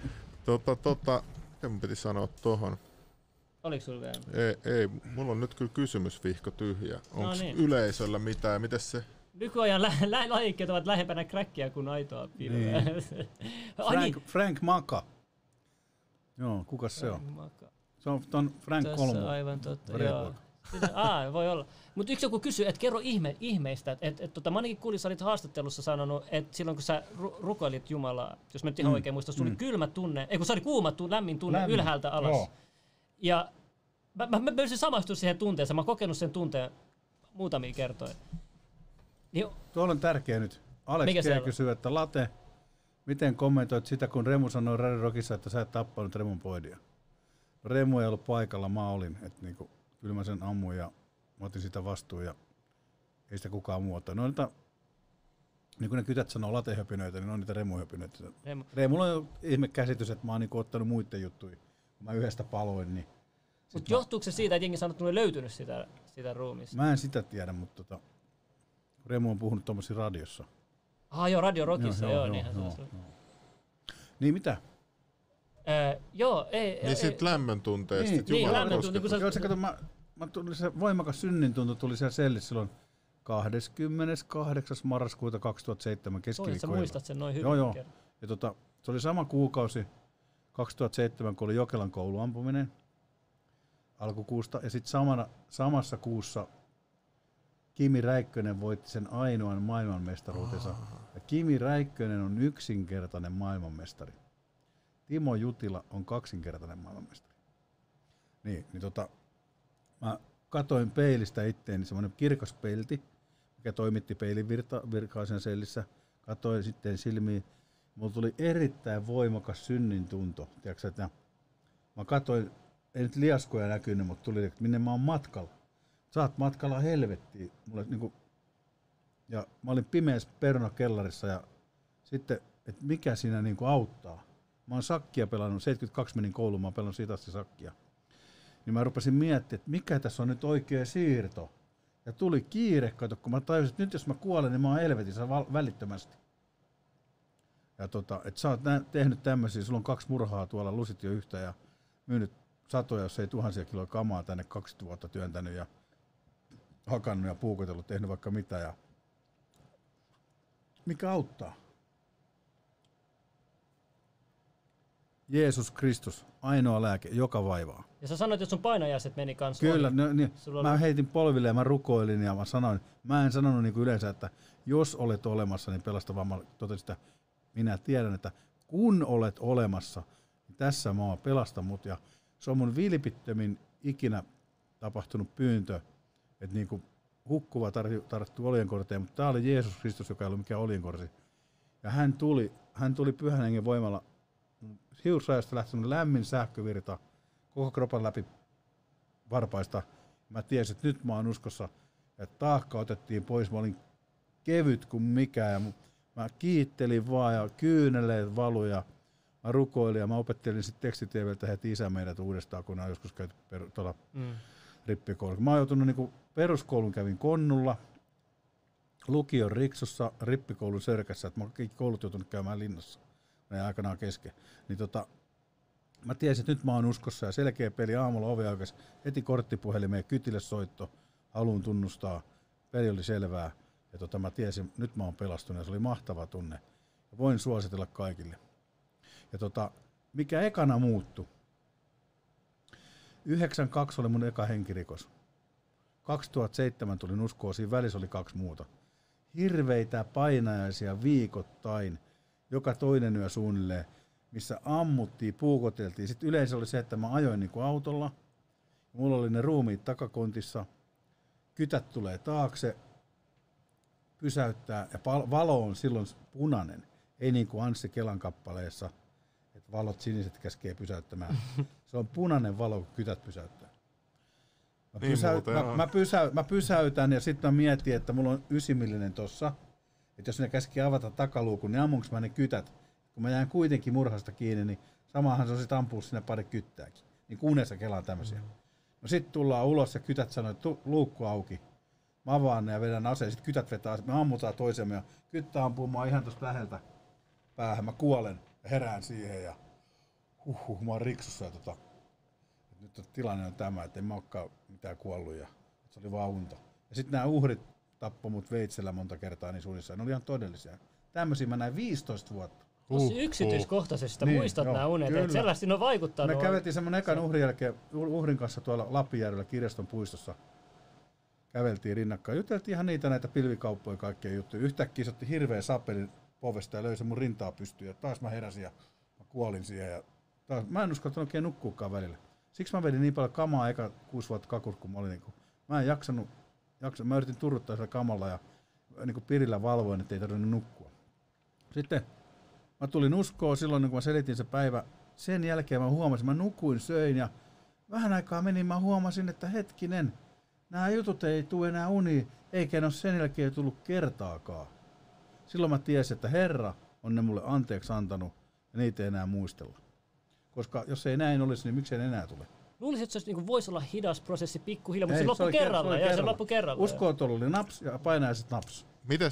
Mitä mun piti sanoa tohon? Oliko sulla vielä? Ei, mulla on nyt kyllä kysymysvihko tyhjä. Onko yleisöllä mitään? Mites se? Nykyajan lajikkeet ovat lähempänä crackia kuin aitoa pilveä. Niin. Frank Maka. Joo, kukas se on? Se on ton Frank Kolmo. Aivan totta, joo. Voi olla. Mutta yksi joku kysyy, että kerro ihmeistä. Mä ainakin kuulin, sä olit haastattelussa sanonut, että silloin kun sä rukoilit Jumalaa, jos mä nyt ihan oikein muistan, sulla oli kylmä tunne, kun se oli kuuma lämmin tunne ylhäältä alas. Joo. Ja mä pyysin samaistua siihen tunteeseen. Mä oon kokenut sen tunteen muutamia kertoja. Niin, tuolla on tärkeä nyt. Alex kysyy, että Late, miten kommentoit sitä, kun Remu sanoi Radio Rockissa, että sä et tappanut Remun poidia? Remu ei ollut paikalla, mä olin. Että niinku, kyllä mä sen ammuin ja mä otin sitä vastuun ja ei sitä kukaan muuta. No niitä, niin kuin ne kytät sanoo latehöpinöitä, niin ne on niitä Remu-höpinöitä. Remulla on ihme käsitys, että mä oon niinku ottanut muiden juttuja. Mä yhdestä paloin, niin... Mutta johtuuko se siitä, että jengi sanoo, että ei löytynyt sitä ruumista? Mä en sitä tiedä, mutta Remu on puhunut tommosia radiossa. Joo, Radio Rockissa, joo. Niin mitä? Niin sit lämmöntunteesta. Niin, lämmöntunteesta. Kato, mä tuli se voimakas synnintunto tuli siellä sellissä silloin 28. marraskuuta 2007 keskiviikkoilla. Sä muistat sen noin hyvin. Joo. Ja se oli sama kuukausi 2007, kun oli Jokelan kouluampuminen alkukuusta. Ja sitten samassa kuussa Kimi Räikkönen voitti sen ainoan maailmanmestaruutensa. Ja Kimi Räikkönen on yksinkertainen maailmanmestari. Timo Jutila on kaksinkertainen maailmanmestari. Mä katoin peilistä itteeni, semmoinen kirkas peilti, mikä toimitti peilin virkaisen sellissä. Katoin sitten silmiin. Mulla tuli erittäin voimakas synnintunto. Tiedätkö, että mä katoin, ei nyt liaskoja näkynyt, mutta tuli, että minne mä oon matkalla. Sä oot matkalla helvettiin. Ja mä olin pimeässä perunakellarissa ja sitten, että mikä siinä auttaa. Mä oon sakkia pelannut, 72 menin kouluun, mä oon pelannut siitä asti sakkia. Niin mä rupesin miettimään, että mikä tässä on nyt oikea siirto. Ja tuli kiire, kato, kun mä tajusin, että nyt jos mä kuolen, niin mä oon helvetissä välittömästi. Ja että sä oot tehnyt tämmöisiä, sulla on 2 murhaa tuolla, lusit jo yhtä ja myynyt satoja, jos ei tuhansia kiloa kamaa tänne 20 vuotta työntänyt ja hakannut ja puukotellut, tehnyt vaikka mitä. Ja mikä auttaa? Jeesus Kristus, ainoa lääke, joka vaivaa. Ja sä sanoit, että sun painajaiset meni kanssa. Kyllä, mä heitin polville ja mä rukoilin ja mä en sanonut niin kuin yleensä, että jos olet olemassa, niin pelasta vaan. Mä totesin, että minä tiedän, että kun olet olemassa, niin tässä mä oon, pelasta mut. Ja se on mun vilpittömin ikinä tapahtunut pyyntö, että niin kuin hukkuva tarttuu oljenkorteen, mutta tää oli Jeesus Kristus, joka ei ollut mikään oljenkorsi. Ja hän tuli Pyhän Hengen voimalla. Hiusrajasta lähti lämmin sähkövirta koko kropan läpi varpaista. Mä tiesin, että nyt mä oon uskossa. Ja taakka otettiin pois. Mä olin kevyt kuin mikään. Ja mä kiittelin vaan ja kyyneleet valu ja mä rukoilin ja mä opettelin sitten tekstitieveltä heti isä meidät uudestaan, kun on joskus käyty tuolla rippikoululla. Mä oon joutunut peruskoulun kävin Konnulla. lukion Riksussa, rippikoulun Sörkässä, että mä oon koulut joutunut käymään linnassa. Mä jäin aikanaan kesken. Niin mä tiesin, että nyt mä oon uskossa ja selkeä peli aamulla ovi aukesi, heti korttipuhelimeen, kytille soitto, haluun tunnustaa, peli oli selvää. Ja mä tiesin, että nyt mä oon pelastunut ja se oli mahtava tunne. Ja voin suositella kaikille. Ja mikä ekana muuttui? 92 oli mun eka henkirikos. 2007 tuli uskoa, siinä välissä oli 2 muuta. Hirveitä painajaisia viikoittain, joka toinen yö suunnilleen, missä ammuttiin, puukoteltiin. Sitten yleensä oli se, että mä ajoin niin kuin autolla. Mulla oli ne ruumiit takakontissa. Kytät tulee taakse, pysäyttää ja valo on silloin punainen. Ei niin kuin Anssi Kelan kappaleessa, että valot siniset käskee pysäyttämään. Se on punainen valo, kun kytät pysäyttää. Mä pysäytän ja sitten mä mietin, että mulla on 9mm tossa. Että jos ne käskee avata takaluukun, niin ammunko mä ne kytät? Kun mä jään kuitenkin murhasta kiinni, niin samahan se on sit ampua sinne pari kyttääkin. Niin kuin unessa Kelaan tämmösiä. No sit tullaan ulos ja kytät sanoo, että luukku auki. Mä avaan ne ja vedän aseen, sit kytät vetää, me ammutaan toisemme ja kyttä ampuu mua ihan tosta läheltä päähän. Mä kuolen ja herään siihen ja mä oon Riksussa ja nyt tilanne on tämä, että en mä olekaan mitään kuollut ja se oli vaan unta. Ja sit nämä uhrit tappoi mut veitsellä monta kertaa niin unissa. Ne oli ihan todellisia. Tämmöisiä mä näin 15 vuotta. Tosi yksityiskohtaisesti niin, muistat nämä unet, että selvästi ne on vaikuttanut. Me käveltiin semmonen ekan uhrin kanssa tuolla Lappijärvellä Kirjaston puistossa. Käveltiin rinnakkain, juteltiin ihan näitä pilvikauppoja ja kaikkia juttuja. Yhtäkkiä se otti hirveä sapelin povesta ja löi se mun rintaa pystyyn. Ja taas mä heräsin ja mä kuolin siihen. Ja taas, mä en uskaltanut oikein nukkuukaan välillä. Siksi mä vedin niin paljon kamaa eka 6 vuotta kakut, kun mä olin niinku, mä en jaksanut, mä yritin turruttaa sillä kamalla ja niinku pirillä valvoin, ettei tarvinnut nukkua. Sitten mä tulin uskoon silloin, kun mä selitin se päivä. Sen jälkeen mä huomasin, mä nukuin, söin ja vähän aikaa menin, mä huomasin, että hetkinen, nämä jutut ei tule enää uniin, eikä ne ole sen jälkeen tullut kertaakaan. Silloin mä tiesin, että Herra on ne mulle anteeksi antanut ja niitä ei enää muistella. Koska jos ei näin olisi, niin miksei ne enää tule? Luulisin, että se voisi olla hidas prosessi pikkuhiljaa, mutta se loppui kerralla. Se loppui kerralla. Uskoon oli naps ja painaiset naps.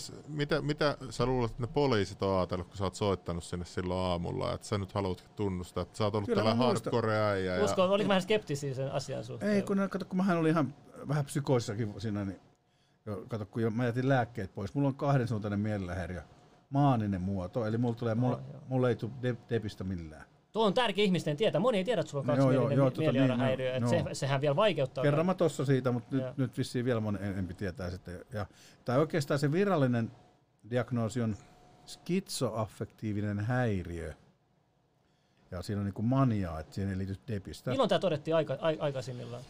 Mitä sä luulet, että ne poliisit on ajatellut, kun sä oot soittanut sinne silloin aamulla, että sä nyt haluat tunnustaa, että sä oot ollut tällä hardcore-äijä. Usko, oliko vähän skeptisiä sen asian suhteen? Ei, kun mähän olin ihan vähän psykoissakin siinä, niin kato, kun mä jätin lääkkeet pois. Mulla on 2-suuntainen mielenhäiriö, maaninen muoto, eli mulla ei tule depistä millään. Tuo on tärkeä ihmisten tietää. Moni ei tiedä, että sulla on 2 mielialahäiriöä. Sehän vielä vaikeuttaa. Kerran mä tossa siitä, mutta nyt vissiin vielä moni enempi tietää sitten. Tai oikeastaan se virallinen diagnoosi on skitsoaffektiivinen häiriö. Ja siinä on niinku maniaa, että siihen ei liity depistä. Milloin tämä todettiin aikaisimmillaan?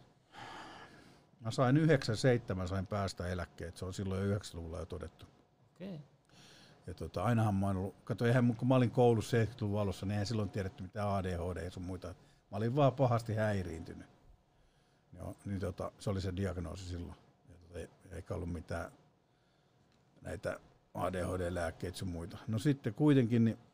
Mä sain 97 sain päästä eläkkeet. Se on silloin jo 90-luvulla jo todettu. Okei. Ja ainahan mä oon ollut, kun mä olin koulussa 70-luvun alussa, niin eihän silloin tiedetty mitään ADHD ja sun muita. Mä olin vaan pahasti häiriintynyt. Joo, niin se oli se diagnoosi silloin. Eikä ollut mitään näitä ADHD-lääkkeitä sun muita. No sitten kuitenkin, niin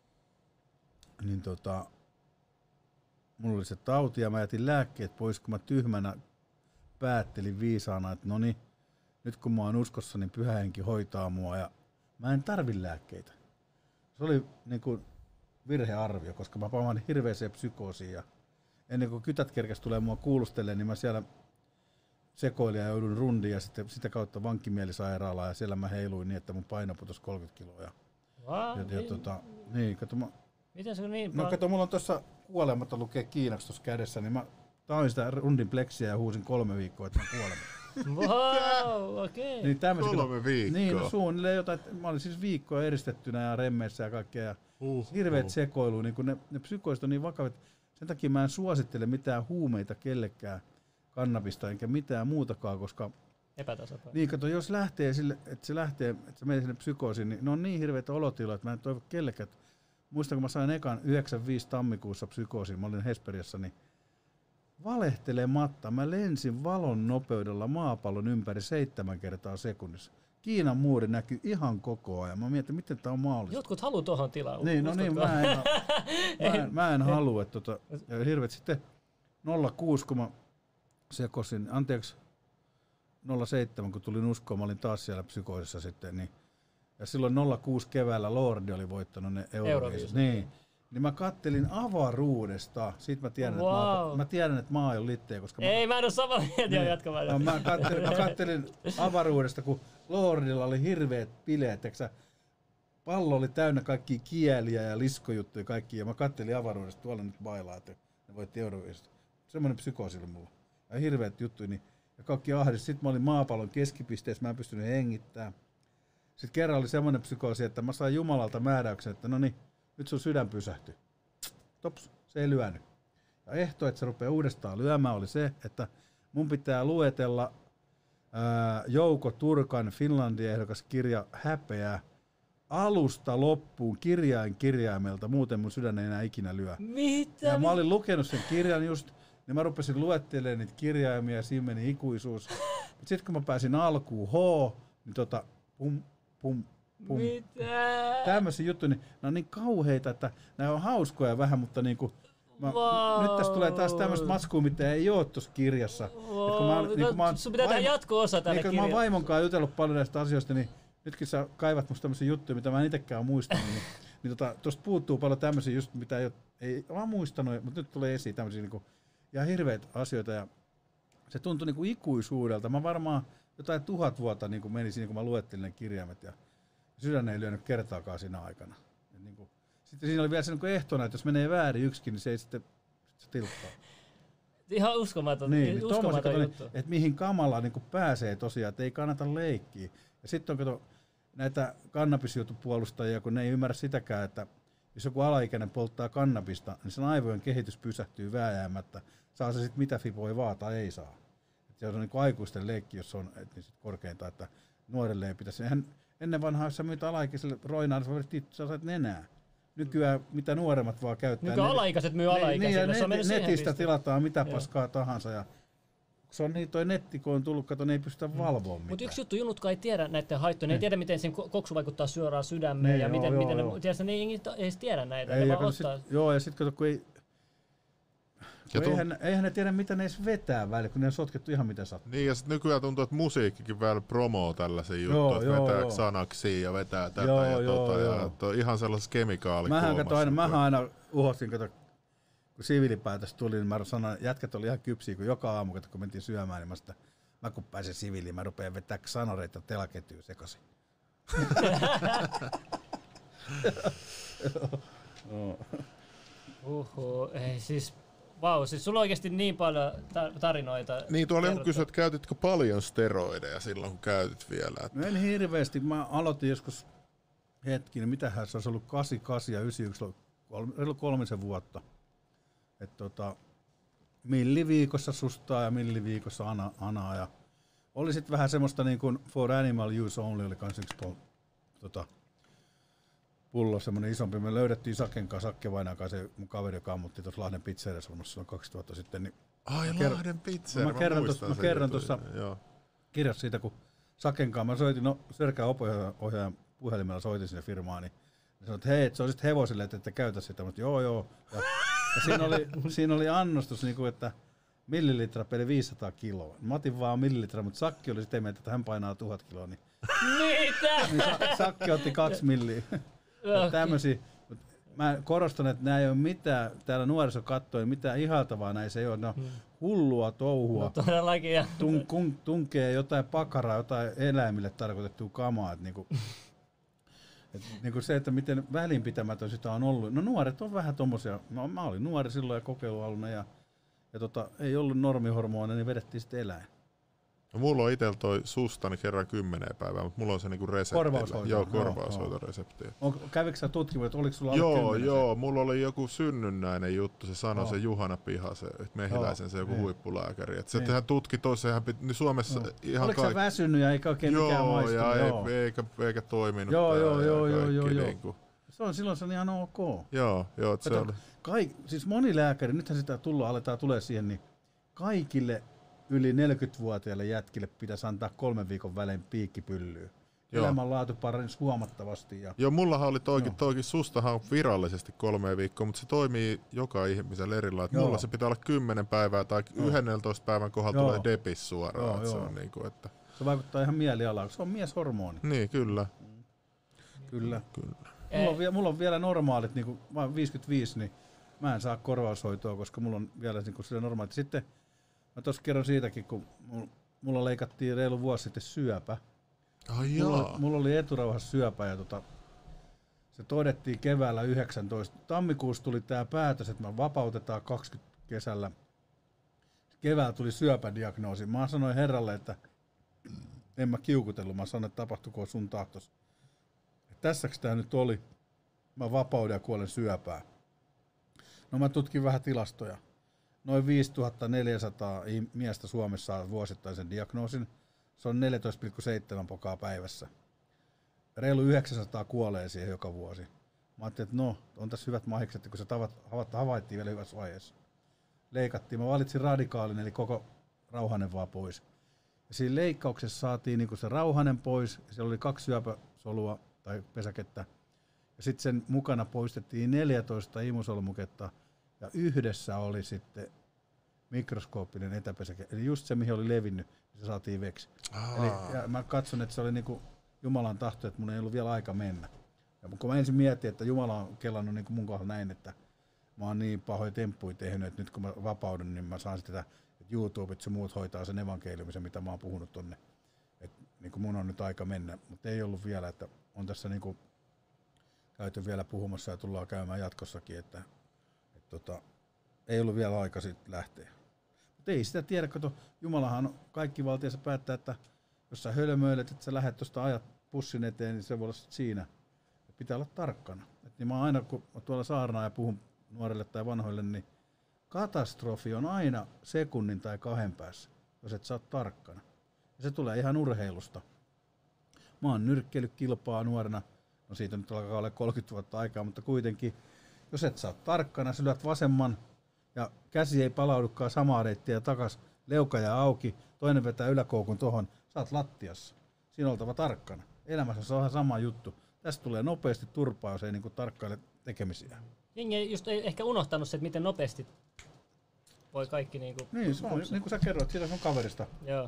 mulla oli se tauti ja mä jätin lääkkeet pois, kun mä tyhmänä päättelin viisaana, että noni, nyt kun mä oon uskossa, niin Pyhä Henki hoitaa mua ja mä en tarvi lääkkeitä. Se oli niin kuin virhearvio, koska mä paamaan hirveeseen psykoosiin ja ennen kuin kytät kerkäs tulee mua kuulustelemaan, niin mä siellä sekoilin ja joudun rundiin ja sitten sitä kautta vankkimielisairaalaan ja siellä mä heiluin niin, että mun paino putosi 30 kiloa. Niin, kato mä... Miten se on niin No kato, mulla on tuossa kuolematta lukee Kiinaksi tuossa kädessä, niin mä taoin sitä rundin pleksiä ja huusin 3 viikkoa, että mä kuolen. Wow, okei. Niin 3 viikkoa. Niin, no suunnilleen jotain. Mä olin siis viikkoa eristettynä ja remmeissä ja kaikkea. Ja hirveet sekoilua, niin kun ne psykoiset on niin vakavat. Sen takia mä en suosittele mitään huumeita kellekään, kannabista enkä mitään muutakaan, koska... Epätasapaino. Niin, kato, jos lähtee sille, että se menee sinne psykoosiin, niin ne on niin hirveitä olotiloja, että mä en toivo kellekään. Muistan, kun mä sain ekan 95 tammikuussa psykoosin, mä olin Hesperiassa, niin valehtelematta mä lensin valon nopeudella maapallon ympäri 7 kertaa sekunnissa. Kiinan muuri näkyy ihan koko ajan. Mä mietin, miten tää on mahdollista. Jotkut haluaa tuohon tilaan. Niin, no niin, mä en halua. Ja hirveet sitten 06, kun mä sekosin, anteeksi, 07, kun tulin uskoon, mä olin taas siellä psykoisessa sitten, niin ja silloin 06 keväällä Lordi oli voittanut ne Euroviisut. Niin mä kattelin avaruudesta. Siitä mä tiedän, että maa ei ole litteä, koska mä en ole sama mieltä jatkamaan. Mä kattelin avaruudesta, kun Lordilla oli hirveät bileet, pallo oli täynnä kaikkia kieliä ja liskojuttuja kaikki, ja mä kattelin avaruudesta, tuolla nyt bailaa, että ne voitti Euroviisut. Semmoinen psykoosi oli mulla. Ja hirveät juttuja, niin, ja kaikki ahdis. Sitten mä olin maapallon keskipisteessä, mä en pystynyt hengittämään. Sitten kerran oli semmoinen psykoosi, että mä sain Jumalalta määräyksen, että no niin, nyt sun sydän pysähtyi. Tops, se ei lyönyt. Ja ehto, että se rupeaa uudestaan lyömään, oli se, että mun pitää luetella Jouko Turkan Finlandia-ehdokas kirja Häpeää alusta loppuun kirjaimelta, muuten mun sydän ei enää ikinä lyö. Mitä? Ja mä olin lukenut sen kirjan just, niin mä rupesin luettelemaan niitä kirjaimia ja siinä meni ikuisuus. Sitten kun mä pääsin alkuun H, niin pum. Mitä? Tämmöisiä juttuja, niin ne on niin kauheita, että nämä on hauskoja vähän, mutta niinku, nyt tästä tulee taas tämmöistä matskua, mitä ei ole tuossa kirjassa. Sun pitää tehdä jatko-osa tälle kirjalle. Kun mä oon vaimon kanssa jutellut paljon näistä asioista, niin nytkin sä kaivat musta tämmöisiä juttuja, mitä mä en itsekään muistanut. niin tuosta puuttuu paljon tämmöisiä just, mitä ei ole muistanut, mutta nyt tulee esiin tämmöisiä niinku, ihan hirveitä asioita. Ja se tuntui niinku ikuisuudelta. Mä varmaan jotain 1000 vuotta niinku meni siinä, kun mä luettelin ne kirjaimet. Ja sydän ei lyönyt kertaakaan siinä aikana. Niinku, sitten siinä oli vielä se niinku ehtona, että jos menee väärin yksikin, niin se ei sitten se tilttaa. Ihan uskomaton, niin, uskomaton juttu. Että mihin kamala niinku pääsee tosiaan, että ei kannata leikkiä. Ja sitten on kato, näitä kannabisjutupuolustajia, kun ne ei ymmärrä sitäkään, että jos joku alaikäinen polttaa kannabista, niin sen aivojen kehitys pysähtyy vääjäämättä. Saa se sitten mitä fipoi vaan tai ei saa. Et se on niinku aikuisten leikki, jos on niin sit korkeinta, että nuorelle ei pitäisi. Ennen vanhaa, jos sä myyt alaikäiselle roinaan, sä saat nenää. Nykyään mitä nuoremmat vaan käyttää. Nykyään alaikäiset myy alaikäisille. Netistä tilataan mitä paskaa tahansa. Ja se on niin, toi netti, kun on tullut, kato, ne ei pystytä valvoa mitään. Mutta yksi juttu, junnutkaan ei tiedä näiden haittoja. Ne ei tiedä, miten sen koksu vaikuttaa suoraan sydämeen. Ja miten ne ei tiedä näitä. Ei, ja sitten kato, kun ei... Eihän ne tiedä, mitä ne edes vetää välillä, kun ne on sotkettu ihan mitä sattuu. Niin, ja sitten nykyään tuntuu, että musiikkikin vielä promoo tällaisia juttuja, että vetää sanaksia ja vetää tätä ja ihan sellaisessa kemikaalikuomassa. Mähän aina uhostin, kun siviilipäätös tuli, niin mä sanoin, että jätkät oli ihan kypsiä, kun joka aamu, kun mentiin syömään, niin mä kun pääsen siviiliin, mä rupean vetää sanoreita telakettyä sekaisin. Ei siis... Vau, siis sulla on oikeasti niin paljon tarinoita. Niin, tuolla joku kysyä, että käytitkö paljon steroideja silloin, kun käytit vielä? Että... No en hirveästi. Mä aloitin joskus hetkinen, mitähän se olisi ollut 88 ja 91, 3 vuotta. Että milliviikossa sustaa ja milliviikossa anaa. Ja oli sitten vähän semmoista niin kuin for animal use only, oli kans yksi pullo, semmoinen isompi. Me löydettiin Sakke Vainaan kanssa, se mun kaveri, joka ammuttiin tuossa Lahden pizzeriassa silloin 2000 sitten. Niin Lahden pizzeri, mä kerran tuossa kirjassa siitä, kun Saken kanssa mä soitin, Sörkää ohjaajan puhelimella soitin sinne firmaan, niin sanoin, että hei, että se olisit hevosille, että ette käytä sitä. Mutta joo. Ja siinä oli annostus, niin kuin, että millilitra peli 500 kiloa. Mä otin vaan millilitra, mutta Sakki oli sitä mieltä, että hän painaa 1000 kiloa. Niin, mitä? Sakki otti 2 milliä. Tämmöisiä. Mä korostan, että nämä ei ole mitään, täällä nuoriso kattoo, mitään ihaltavaa näissä ei ole. Ne on hullua touhua. No todellakin. Ja. Tunkee jotain pakaraa, jotain eläimille tarkoitettua kamaa. Niinku se, että miten välinpitämätön sitä on ollut. No nuoret on vähän tommosia. Mä olin nuori silloin ja kokeilualunen ja ei ollut normihormoneja, niin vedettiin sitten eläin. No, mulla on itsellä toi sustani kerran 10 päivää, mutta mulla on se niinku resepti. Korvaushoitoresepti. Kävikö sä tutkimaan, että oliko sulla Joo, mulla oli joku synnynnäinen juttu, se sanoi se Juhana Piha, se Mehiläisen se joku huippulääkäri. Että se hän tutki toisen, niin Suomessa ihan oliko sä väsynyt ja eikä oikein mikään maistunut? Eikä toiminut. Joo. Silloin se on ihan ok. Joo, se oli. Siis moni lääkäri, nythän sitä aletaan tulee siihen, niin kaikille yli 40-vuotiaille jätkille pitäisi antaa 3 viikon välein piikkipyllyä. elämänlaatu parannisi huomattavasti. Ja Joo, mullahan oli toikin sustahan virallisesti 3 viikkoa, mutta se toimii joka ihmisellä erillä. Mulla se pitää olla 10 päivää tai 11 päivän kohdalla tulee depis suoraan. Se on niinku, että se vaikuttaa ihan mielialaan, se on mieshormoni. Niin, kyllä. Kyllä. Mulla on vielä normaalit, niin mä oon 55, niin mä en saa korvaushoitoa, koska mulla on vielä niin sillä normaalit. Sitten mä tuossa kerron siitäkin, kun mulla leikattiin reilu vuosi sitten syöpä. Mulla oli eturauhassa syöpä ja se todettiin keväällä 19. Tammikuussa tuli tää päätös, että me vapautetaan 20 kesällä. Keväällä tuli syöpädiagnoosi. Mä sanoin herralle, että en mä kiukutellut. Mä sanoin, että tapahtuko sun tahtos. Tässäks tää nyt oli? Mä vapauden ja kuolen syöpää. No mä tutkin vähän tilastoja. Noin 5400 miestä Suomessa saa vuosittain sen diagnoosin. Se on 14,7 pokaa päivässä. Reilu 900 kuolee siihen joka vuosi. Mä ajattelin, että on tässä hyvät mahikset, kun se havaittiin vielä hyvässä vaiheessa. Leikattiin. Mä valitsin radikaalin, eli koko rauhanen vaan pois. Ja siinä leikkauksessa saatiin niin se rauhanen pois. Siellä oli 2 syöpäsolua tai pesäkettä. Ja sitten sen mukana poistettiin 14 imusolmuketta. Ja yhdessä oli sitten mikroskooppinen etäpesäke. Eli just se, mihin oli levinnyt, se saatiin veksi. Eli mä katson, että se oli niinku Jumalan tahto, että mun ei ollut vielä aika mennä. Ja kun mä ensin mietin, että Jumala on kellannut niinku mun kohdalla näin, että mä oon niin pahoja temppuja tehnyt, että nyt kun mä vapaudun, niin mä saan sitä, että YouTubet ja muut hoitaa sen evankeliumisen, mitä mä oon puhunut tonne. Että niinku mun on nyt aika mennä, mutta ei ollut vielä, että on tässä niinku käyty vielä puhumassa ja tullaan käymään jatkossakin, että ei ollut vielä aika sitten lähteä. Mutta ei sitä tiedä, kun Jumalahan on kaikki valtiassa päättää, että jos sä hölmöilet, että sä lähdet tuosta ajat pussin eteen, niin se voi olla siinä. Ja pitää olla tarkkana. Niin mä aina, kun mä tuolla saarnaan ja puhun nuorille tai vanhoille, niin katastrofi on aina sekunnin tai 2 päässä, jos et sä oot tarkkana. Ja se tulee ihan urheilusta. Mä oon nyrkkeillyt kilpaa nuorena, no siitä nyt alkaa olla 30 vuotta aikaa, mutta kuitenkin, jos et sä oot tarkkana, sä lyöt vasemman ja käsi ei palaudukaan samaa reittiä takas, leuka jää auki, toinen vetää yläkoukun tohon, sä oot lattiassa. Siinä on oltava tarkkana. Elämässä se on ihan sama juttu. Tästä tulee nopeasti turpaa, jos ei niinku tarkkaile tekemisiä. Jengi ei just ehkä unohtanut se, että miten nopeasti voi kaikki niinku... Niin, se on, niin kuin sä kerroit, siitä sun kaverista. Joo.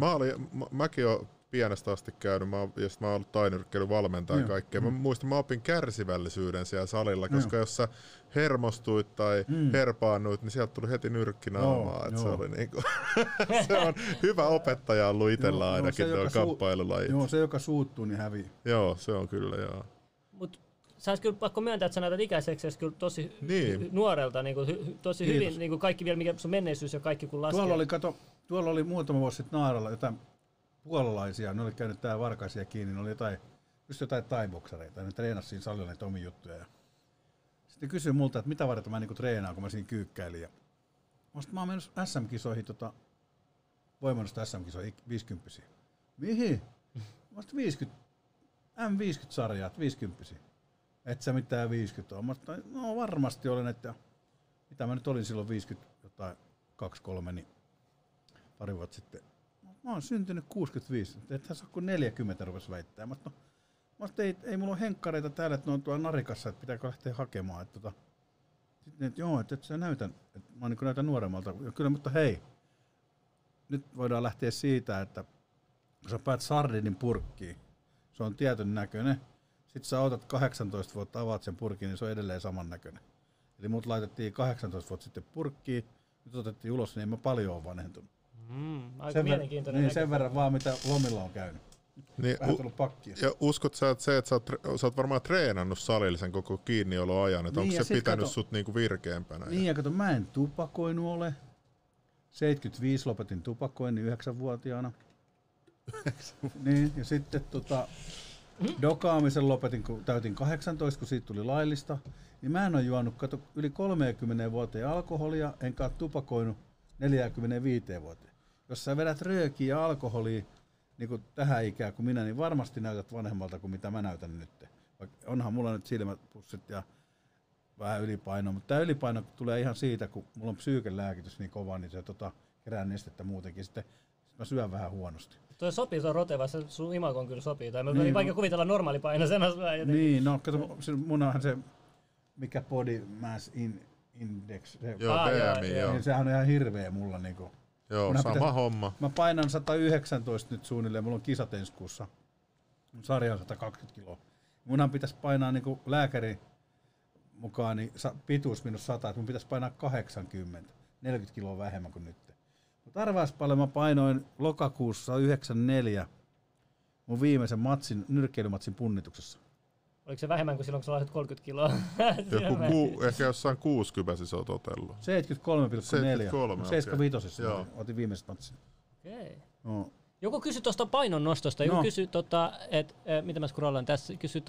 Mäkin oon pienestä asti käynyt, mä oon ollut tainyrkkeilyn valmentaja ja kaikkea. Mä muistan, mä opin kärsivällisyyden siellä salilla, koska jos sä hermostuit tai herpaannuit, niin sieltä tuli heti nyrkkinaamaa. Se oli niinku, se on hyvä opettaja ollut itsellä ainakin tuo kamppailulaji. Joo, se joka suuttuu, niin hävii. Joo, se on kyllä, joo. Mut sä ois kyllä pakko myöntää, että sä näytät ikäiseksi kyllä tosi nuorelta, niinku, tosi hyvin, niinku kaikki vielä, mikä sun menneisyys ja kaikki kun laskee. Tuolla oli muutama vuosi sitten Naaralla jotain puolalaisia, ne oli käynyt täällä Varkaisia kiinni, ne oli jotain taiboksareita, ne treenasi siinä salilla näitä omia juttuja. Ja sitten kysyi multa, että mitä varten mä niinku treenaan, kun mä siinä kyykkäilin. Ja mä oon mennyt SM-kisoihin, voimannosta SM-kisoihin 50. Mihin? Mä oon 50, M50-sarjat, 50. Et sä mitään 50 on. Mä oon, no varmasti olen, että mitä mä nyt olin silloin 50, jotain 2-3, niin pari vuotta sitten. Mä oon syntynyt 65, ethän saa kuin 40 rupesi väittää. Mä sanoin, ei mulla ole henkkareita täällä, että ne on tuolla narikassa, että pitääkö lähteä hakemaan. Sitten, että joo, että sä näytän, että mä niin näytän nuoremmalta. Ja kyllä, mutta hei, nyt voidaan lähteä siitä, että kun sä päät sardinin purkkiin, se on tietyn näköinen. Sitten sä otat 18 vuotta, avaat sen purkin, niin se on edelleen saman näköinen. Eli mut laitettiin 18 vuotta sitten purkkiin, nyt otettiin ulos, niin en mä paljon ole vanhentunut. Aika mielenkiintoinen niin sen verran vaan, mitä lomilla on käynyt. Niin, vähän tullut pakkia. Ja uskot sä, että sä oot varmaan treenannut salilla sen koko kiinnioloajan, että niin, onko se pitänyt sut niinku virkeämpänä? Niin, ja kato, mä en tupakoinut ole. 75 lopetin tupakoinnin 9-vuotiaana. Niin, ja sitten dokaamisen lopetin, kun täytin 18, kun siitä tuli laillista. Niin mä en ole juonut yli 30 vuoteen alkoholia, enkä ole tupakoinut 45 vuoteen. Jos sä vedät röökiä ja alkoholia niin kuin tähän ikään kuin minä, niin varmasti näytät vanhemmalta kuin mitä mä näytän nyt. Onhan mulla nyt silmäpussit ja vähän ylipainoa, mutta tämä ylipaino tulee ihan siitä, kun mulla on psyykelääkitys niin kova, niin se kerää nestettä muutenkin. Sitten Mä syön vähän huonosti. Tuo sopii, se on roteva, se sun imagoon kyllä sopii. Tai Niin, niin, vaikka kuvitella normaalipainoisena. Niin, no kato, mun onhan se, mikä body mass index. Se, Joo, BMI, joo. Niin sehän on ihan hirveä mulla niinku. Joo, sama homma. Mä painan 119 nyt suunnilleen, mulla on kisat ensi kuussa. Mun sarja on 120 kiloa. Munhan pitäisi painaa niinku lääkäri mukaan niin pituus minus 100, että mun pitäisi painaa 80, 40 kiloa vähemmän kuin nyt. Mutta arvaas paljon mä painoin lokakuussa 94 mun viimeisen nyrkkeilymatsin punnituksessa. Oliko se vähemmän kuin silloin, kun sä laitat 30 kiloa? Ehkä jossain 60 se on totellut. 73,4. 75 otin viimeiset matsin. Okei. No. Joku kysyi tuosta painon nostosta. Joku kysyi, mitä mä scrollaan tässä, kysyi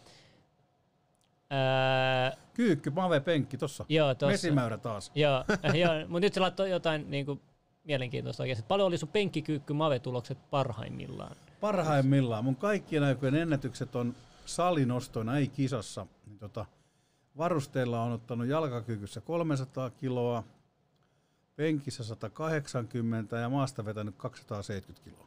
Kyykky, mave, penkki, tossa. Joo, tossa. Mesimäyrä taas. Joo, mutta nyt se laittoi jotain niinku mielenkiintoista oikeasti. Paljon oli sun penkkikyykky, mave-tulokset parhaimmillaan? Parhaimmillaan. Mun kaikkien aikojen ennätykset on salinostoina, ei kisassa. Varusteilla on ottanut jalkakyykyssä 300 kiloa, penkissä 180 ja maasta vetänyt 270 kiloa.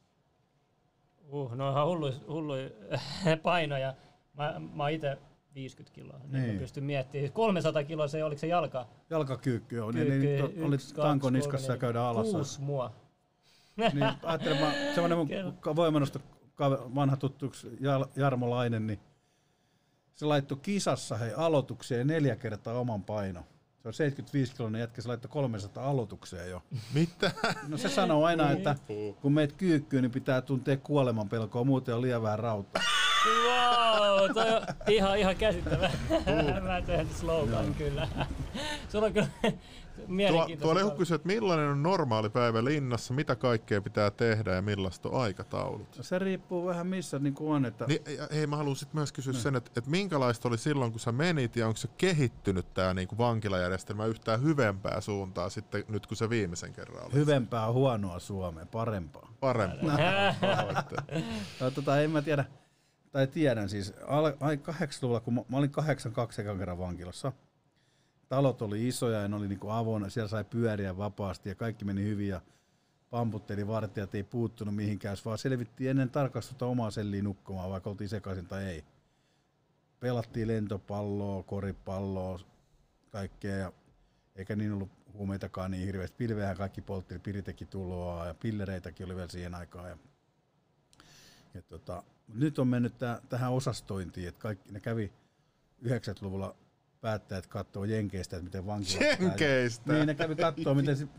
No ihan hulluja painoja. Mä oon itse 50 kiloa, niin mä pystyn miettimään. 300 kiloa, oliko se Jalkakyykky, joo. Niin oli tanko niskassa ja käydään alas. 6 mua. Niin, ajattelin, semmoinen mun voimannosto vanha tuttuksi Jarmo Lainen, niin se laittoi kisassa aloitukseen 4 kertaa oman paino. Se on 75-kiloinen jätkä, se laittoi 300 aloitukseen jo. Mitä? No se sanoo aina, että kun meet kyykkyyn, niin pitää tuntea kuoleman pelkoa, muuten on liian vähän rautaa. Wow, toi on ihan käsittävä. Mä teen slogan kyllä. Sulla on kyllä mielenkiintoista. Tuolla joku kysyy, että millainen on normaali päivä linnassa, mitä kaikkea pitää tehdä ja millaista on aikataulut? Se riippuu vähän missä niin kuin on. Että... Hei, mä haluan sitten myös kysyä sen, että minkälaista oli silloin, kun sä menit ja onko se kehittynyt tää niinku vankilajärjestelmä yhtään hyvempää suuntaa sitten nyt, kun se viimeisen kerran oli? Hyvempää huonoa Suomea, parempaa. Parempaa. En mä tiedä. Tai tiedän siis, 80-luvulla, kun mä olin 82 ekan kerran vankilassa, talot oli isoja ja ne oli niinku avoinna, siellä sai pyöriä vapaasti ja kaikki meni hyvin ja pamputteli vartijat, ei puuttunut mihinkään, vaan selvittiin ennen tarkastusta omaa selliin nukkumaan, vaikka oltiin sekaisin tai ei. Pelattiin lentopalloa, koripalloa, kaikkea ja eikä niin ollut huumeitakaan niin hirveästi. Pilveähän kaikki poltti, Piri teki tuloa ja pillereitäkin oli vielä siihen aikaan. Nyt on mennyt tähän osastointiin, että kaikki ne kävi 90-luvulla päättäjät katsoo Jenkeistä, että miten vankila Jenkeistä? Niin, ne kävi katsoo,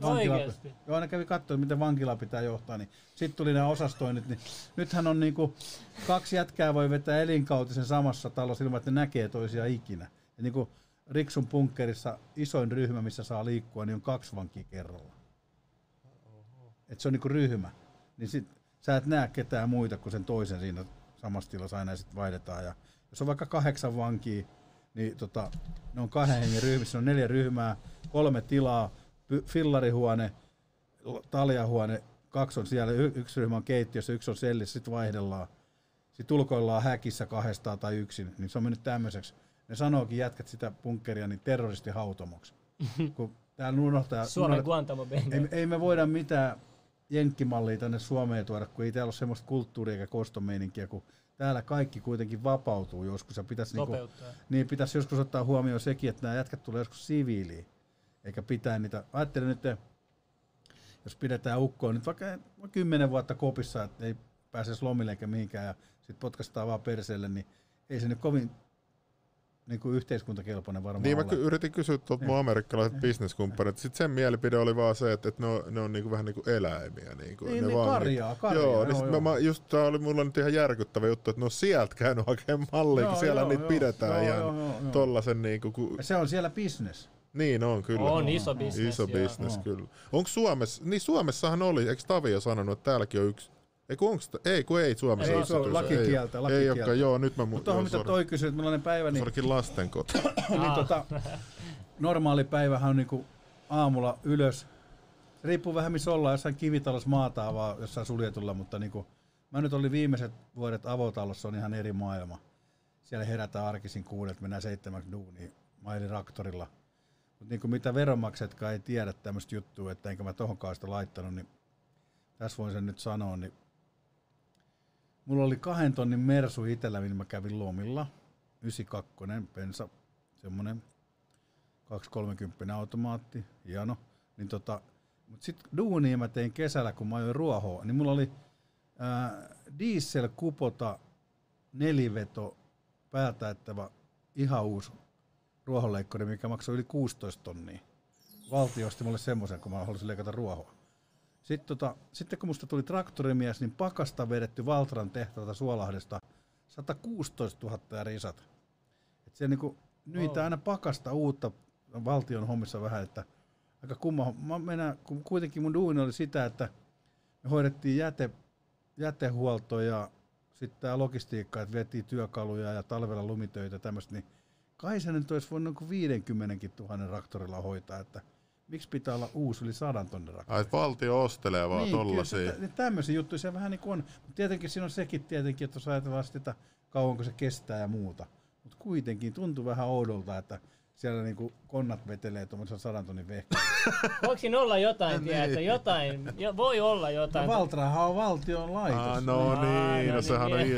miten vankila pitää johtaa. Niin sitten tuli nämä osastoinnit. Niin nythän on niinku 2 jätkää voi vetää elinkautisen samassa talossa ilman, että ne näkee toisiaan ikinä. Ja niinku Riksun bunkkerissa isoin ryhmä, missä saa liikkua, niin on 2 vankia kerralla. Et se on niinku ryhmä. Niin sit sä et näe ketään muita kuin sen toisen siinä samassa tilassa aina ja sitten vaihdetaan. Ja jos on vaikka 8 vankia, niin ne on 2 hengen ryhmissä, on 4 ryhmää, 3 tilaa, fillarihuone, taljahuone, 2 on siellä, 1 ryhmä on keittiössä, 1 on sellissä, sitten vaihdellaan. Sitten ulkoillaan häkissä 2 tai yksin, niin se on mennyt tämmöiseksi. Ne sanookin jätkät sitä bunkkeria niin terroristihautomoksi. Kun täällä unohtaa, Suomen Guantamo Bay. Ei me voida mitään jenkkimallia tänne Suomeen tuoda, kun ei täällä ole semmoista kulttuuria eikä kostomeininkiä, kun täällä kaikki kuitenkin vapautuu joskus. Ja pitäisi joskus ottaa huomioon sekin, että nämä jätkät tulee joskus siviiliin, eikä pitää niitä. Ajattelen nyt, jos pidetään ukkoa nyt vaikka 10 vuotta kopissa, että ei pääse lomille eikä mihinkään ja sitten potkaistaan vaan perseelle, niin ei se nyt kovin niin kuin yhteiskuntakelpoinen varmaan niin, ole. Mä yritin kysyä tuolta mun amerikkalaiset bisneskumppanit. Sitten sen mielipide oli vaan se, että ne on niinku vähän niin kuin eläimiä. Karjaa. Joo, niin just tää oli mulla nyt ihan järkyttävä juttu, että ne on sieltä käynyt hakemaan malleja, kun siellä niitä pidetään ihan tollasen niinku. Se on siellä business. Niin on kyllä. On iso business. Iso business kyllä. Onko Suomessa, niin Suomessahan oli, eikö Tavio sanonut, että täälläkin on yksi. Ei Suomessa. Ei, se on lakikieltä. Ei olekaan, joo, nyt mä tuohon mitä toi kysyy, että millainen päivä. Niin, se olikin lastenkoti. niin normaali päivähän on niinku aamulla ylös. Se riippuu vähän missä ollaan, jossain kivitalossa maataan vaan jossain suljetulla, mutta niinku, mä nyt olin viimeiset vuodet avotalossa, on ihan eri maailma. Siellä herätään arkisin 6, mennään 7 duuniin mailitraktorilla. Mutta niinku mitä veronmaksajatkaan ei tiedä tämmöistä juttua, että enkä mä tohonkaan sitä laittanut, niin tässä voin sen nyt sanoa, niin mulla oli 2 tonnin Mersu itellä, millä mä kävin lomilla. 92 bensa, semmonen 230 automaatti, hieno. Niin mut sit duunia mä tein kesällä, kun mä ajoin Ruohoa, niin mulla oli diesel Kubota 4-veto päätäyttävä ihan uusi ruohonleikkuri, mikä maksoi yli 16 tonnia. Valtio osti mulle semmoisen, kun mä halusin leikata ruohoa. Sitten kun musta tuli traktorimies, niin pakasta vedetty Valtran tehtaalta Suolahdesta 116 000 ja risat. Et se niinku nyitä aina pakasta uutta valtion hommissa vähän, että aika kumma. Kun kuitenkin mun duuni oli sitä, että me hoidettiin jätehuoltoa ja sitten tää logistiikka, että vietiin työkaluja ja talvella lumitöitä ja tämmöistä, niin kai se nyt olisi voinut 50 000 traktorilla hoitaa, että miksi pitää olla uusi yli 100 tonnin rakennus? Ai, valtio ostelee vaan tollasia. Niin tämmöisiä juttuja se vähän niin kuin on. Mutta tietenkin siinä on sekin tietenkin, että jos ajatellaan sitä, kauanko se kestää ja muuta. Mutta kuitenkin tuntuu vähän oudolta, että siellä niinku konnat vetelee tuommoisen 100 tonnin vehkeen. Voiko siinä olla jotain, tiedätkö? Jotain, voi olla jotain. No, Valtrahan on valtion laitos. No sehän on...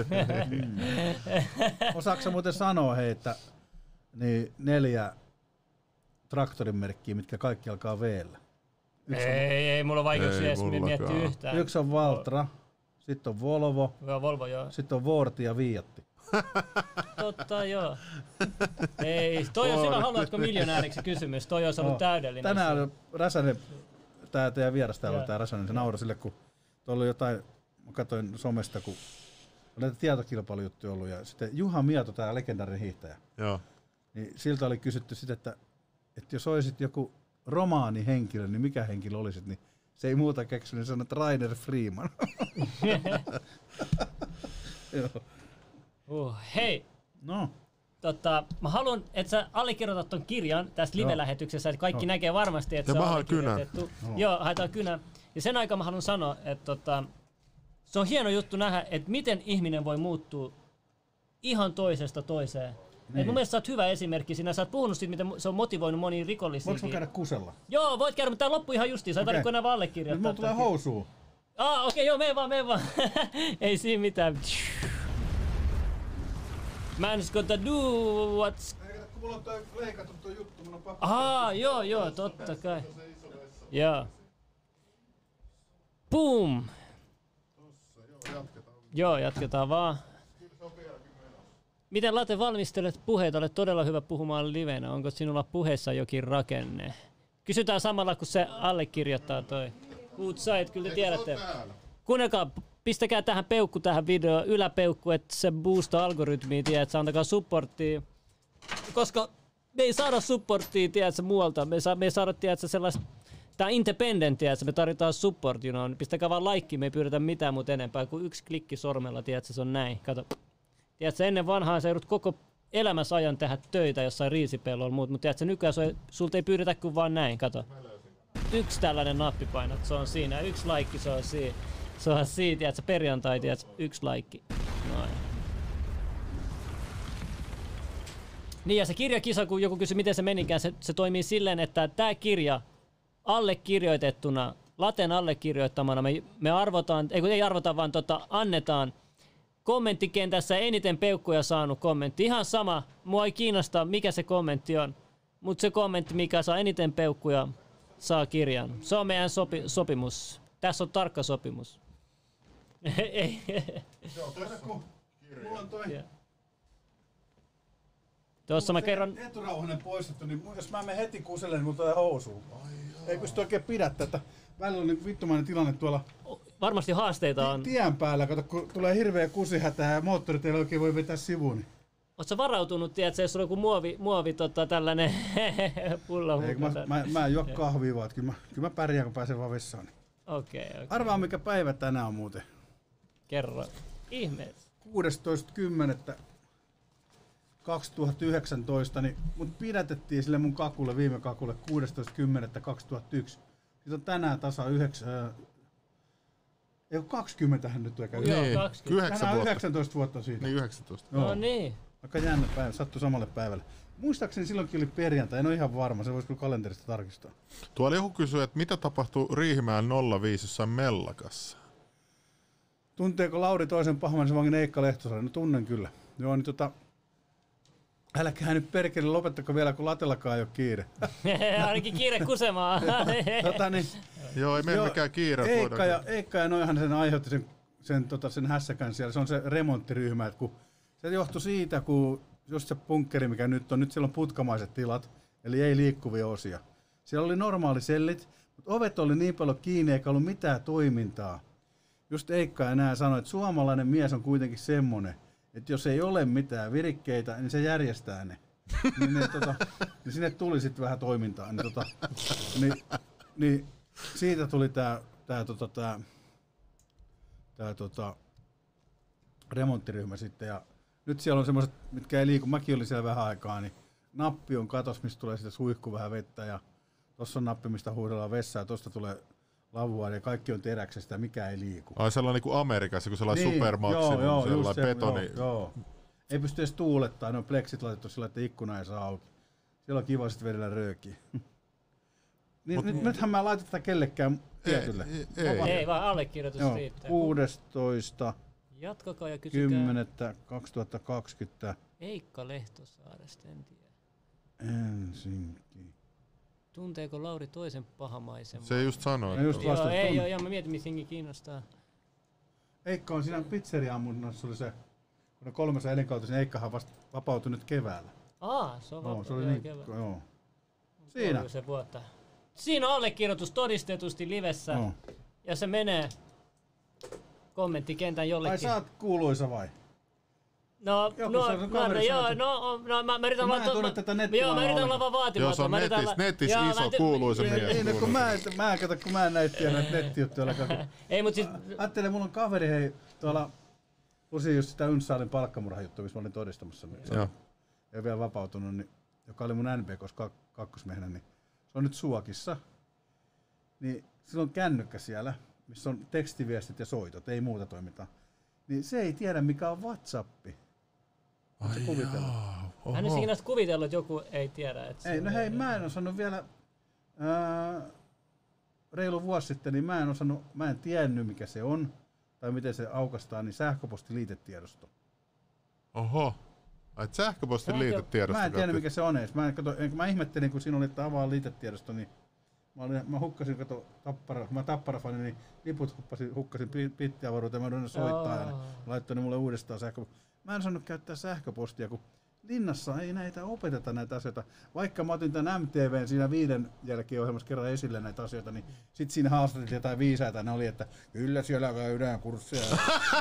Osaatko sä muuten sanoa, hei, että niin 4 traktorin merkkiä, mitkä kaikki alkaa V-llä? Ei, mulla on vaikeuksia edes miettiä yhtään. Yksi on Valtra, sitten on Volvo, joo. Sitten on Vorti ja Viatti. Totta, joo. Ei, toi on silloin haluatko miljonääriksi kysymys, toi olisi ollut täydellinen. Tänään Räsänen, tää teidän vieras täällä on tää Räsänen, se nauroi sille, kun tuolla oli jotain, mä katsoin somesta, kun on näitä tietokilpailujuttuja ollut, ja sitten Juha Mieto, tää legendaarinen hiihtäjä, joo. Niin siltä oli kysytty sitä, että jos olisit joku romaanihenkilö, niin mikä henkilö olisit, niin se ei muuta keksinyt, niin sanoi, että Rainer Freeman. Hei! No. Mä haluan, että sä allekirjoitat ton kirjan tästä live-lähetyksessä, että kaikki näkee varmasti, että se on allekirjoitettu. Joo, haetaan kynän. Ja sen aikaa mä haluan sanoa, että se on hieno juttu nähdä, että miten ihminen voi muuttua ihan toisesta toiseen. Niin. Mun mielestä sä oot hyvä esimerkki siinä. Sä oot puhunut siitä, miten se on motivoinut monia rikollisia. Voinko mä käydä kusella? Joo, voit käydä, mutta tää loppui ihan justiin. Sä ei tarvitse enää vaan allekirjoittaa. Nyt mulla tulee housuun. Okei, joo, mene vaan. Ei siinä mitään. Man's gotta do what's... Kun mulla on toi leikattu toi juttu, mun on pakko... Joo, totta kai. Joo. Boom! Joo, jatketaan vaan. Miten Late valmistelet puheita? Olet todella hyvä puhumaan livenä. Onko sinulla puheessa jokin rakenne? Kysytään samalla, kun se allekirjoittaa toi. Good side, kyllä te tiedätte. Kuunnelkaa, pistäkää tähän peukku tähän videoon, yläpeukku, että se boostaa algoritmiin, tiedätkö, antakaa supporttia. Koska me ei saada supporttia, tiedätkö, muualta. Me ei saada, tiedätkö, sellaista... Tää on independent, tiedätkö, me tarvitaan support, you know. Pistäkää vaan like, me ei pyydetä mitään muuta enempää kuin yksi klikki sormella, tiedätkö, se on näin. Kato. Tiedätkö, ennen vanhaa sä joudut koko elämässä ajan tehdä töitä jossain riisipellolla, mutta tiedätkö, nykyään sulta ei pyydetä kuin vaan näin, kato. Yksi tällainen nappi painat, se on siinä, yksi like, se on siinä. Se on siinä, tiedätkö, perjantai, tiedätkö, yksi like. Noin. Niin ja se kirjakisa, kun joku kysyi miten se menikään, se toimii silleen, että tää kirja allekirjoitettuna, Laten allekirjoittamana, me arvotaan, ei arvota vaan annetaan kommenttikentässä eniten peukkuja saanut kommentti. Ihan sama, mua ei kiinnosta mikä se kommentti on, mutta se kommentti mikä saa eniten peukkuja saa kirjan. Se on meidän sopimus. Tässä on tarkka sopimus. Mulla on toi... Tuossa mä kerron... Eturauhanen poistettu, niin jos mä menen heti kuselle, niin mulla tulee housuun. Ei pysty oikein pidä tätä. Välillä on niin vittumainen tilanne tuolla... Varmasti haasteita on. Tien päällä, kato, kun tulee hirveä kusihätä ja moottorit ei oikein voi vetää sivuun. Niin... Oot sä varautunut, tiedätkö, jos sulla on joku muovi tällainen pulla? Ei, mä en juo kahvia vaan, kyllä mä pärjään, kun pääsen vaan vessaan. Okei. Arvaa mikä päivä tänään on muuten. Kerro. Ihmeessä. 16.10.2019, niin mut pidätettiin sille mun kakulle, viime kakulle 16.10.2001. Sitten on tänään tasa 20 hän nyt tulee käydä. Joo, 20. Tänään on 19 vuotta siitä. Niin 19. No niin. Aika jännä päivä, sattui samalle päivälle. Muistaakseni silloinkin oli perjantai, en ole ihan varma, se voisi kyllä kalenterista tarkistaa. Tuolla joku kysyy, että mitä tapahtui Riihimäen 05 jossain mellakassa? Tunteeko Lauri toisen pahamaisen vangin Eikka Lehtosaari? No tunnen kyllä. Joo, niin älkää nyt perkele, lopettako vielä, kun Latellakaan ei ole kiire. Ainakin kiire kusemaan. Joo, ei meillä mikään kiire. Eikka ja noihan sen aiheutti sen hässäkän siellä. Se on se remonttiryhmä, että kun se johtui siitä, kun just se bunkkeri, mikä nyt siellä on putkamaiset tilat, eli ei liikkuvia osia. Siellä oli normaali sellit, mutta ovet oli niin paljon kiinni, eikä ollut mitään toimintaa. Just Eikka enää sanoi, että suomalainen mies on kuitenkin semmonen, että jos ei ole mitään virikkeitä, niin se järjestää ne. niin sinne tuli sitten vähän toimintaa. Niin siitä tuli tää remonttiryhmä sitten. Ja nyt siellä on semmoiset, mitkä ei liiku. Mäkin olin siellä vähän aikaa, niin nappi on katos, mistä tulee sitä suihku vähän vettä. Ja tossa on nappi, mistä huudellaan vessaa, ja tosta tulee lavuaari ja kaikki on teräksestä ja mikä ei liiku. Ai sellainen niin kuin Amerikassa, kun sellainen niin, supermaksimum, sellainen betoni. Joo. Ei pysty edes tuulettaa, ne on pleksit laitettu sillä, että ikkuna ei saa auki. Siellä on kiva sitten vedellä röökiä. Nythän mä laitan tätä kellekään tietylle. Ei vaan allekirjoitus riittää. 16. Jatkakaa ja kysykää. 10.2020. Eikka Lehtosaaresta, en tiedä. Ensinkin. Tunteeko Lauri toisen pahamaisen? Se just sanoi. Joo, mä mietin, missä henki kiinnostaa. Eikka on siinä pizzeriaamunnassa, oli se, kun ne 3 elinkautisen Eikkahan vasta vapautui nyt keväällä. Se on vapautunut niin, keväällä. Joo. Siinä. Siinä on allekirjoitus todistetusti livessä. Ja se menee kommenttikentän jollekin. Ai sä oot kuuluisa vai? Mä yritän olla vaan vaatimaton. Joo, se on netissä iso kuuluisa mies. Niin, kun mä en näitä tiedä näitä nettijuttuja. Ei, mut siis... Ajattelin, mulla on kaveri, hei, tuolla Lusi just sitä Ynsaalin palkkamurhajuttua, missä mä olin todistamassa. Ei ole vielä vapautunut, niin, joka oli mun NBK:s kakkosmiehenä, niin se on nyt Suokissa. Niin sillä on kännykkä siellä, missä on tekstiviestit ja soitot, ei muuta toimintaa. Niin se ei tiedä, mikä on WhatsAppi. Hän on siinä kuvitellut, että joku ei tiedä. Ei, no hei, mä en osannut vielä reilu vuosi sitten, niin mä en tiennyt mikä se on, tai miten se aukastaa, niin sähköpostiliitetiedosto. Oho, et sähköpostiliitetiedosto. Mä en tiennyt mikä se on edes. Mä ihmettelin, kun siinä oli, että avaa liitetiedosto, niin mä hukkasin, mä Tappara-fani, niin liput hukkasin pittiavaruuteen, mä yritän soittaa ja laittoin mulle uudestaan sähköpostia. Mä en saanut käyttää sähköpostia, kun linnassa ei näitä opeteta näitä asioita. Vaikka mä otin tämän MTVn siinä 5 jälkeen ohjelmassa kerran esille näitä asioita, niin sit siinä haastateltiin jotain viisaita, ne oli, että kyllä siellä käydään kursseja.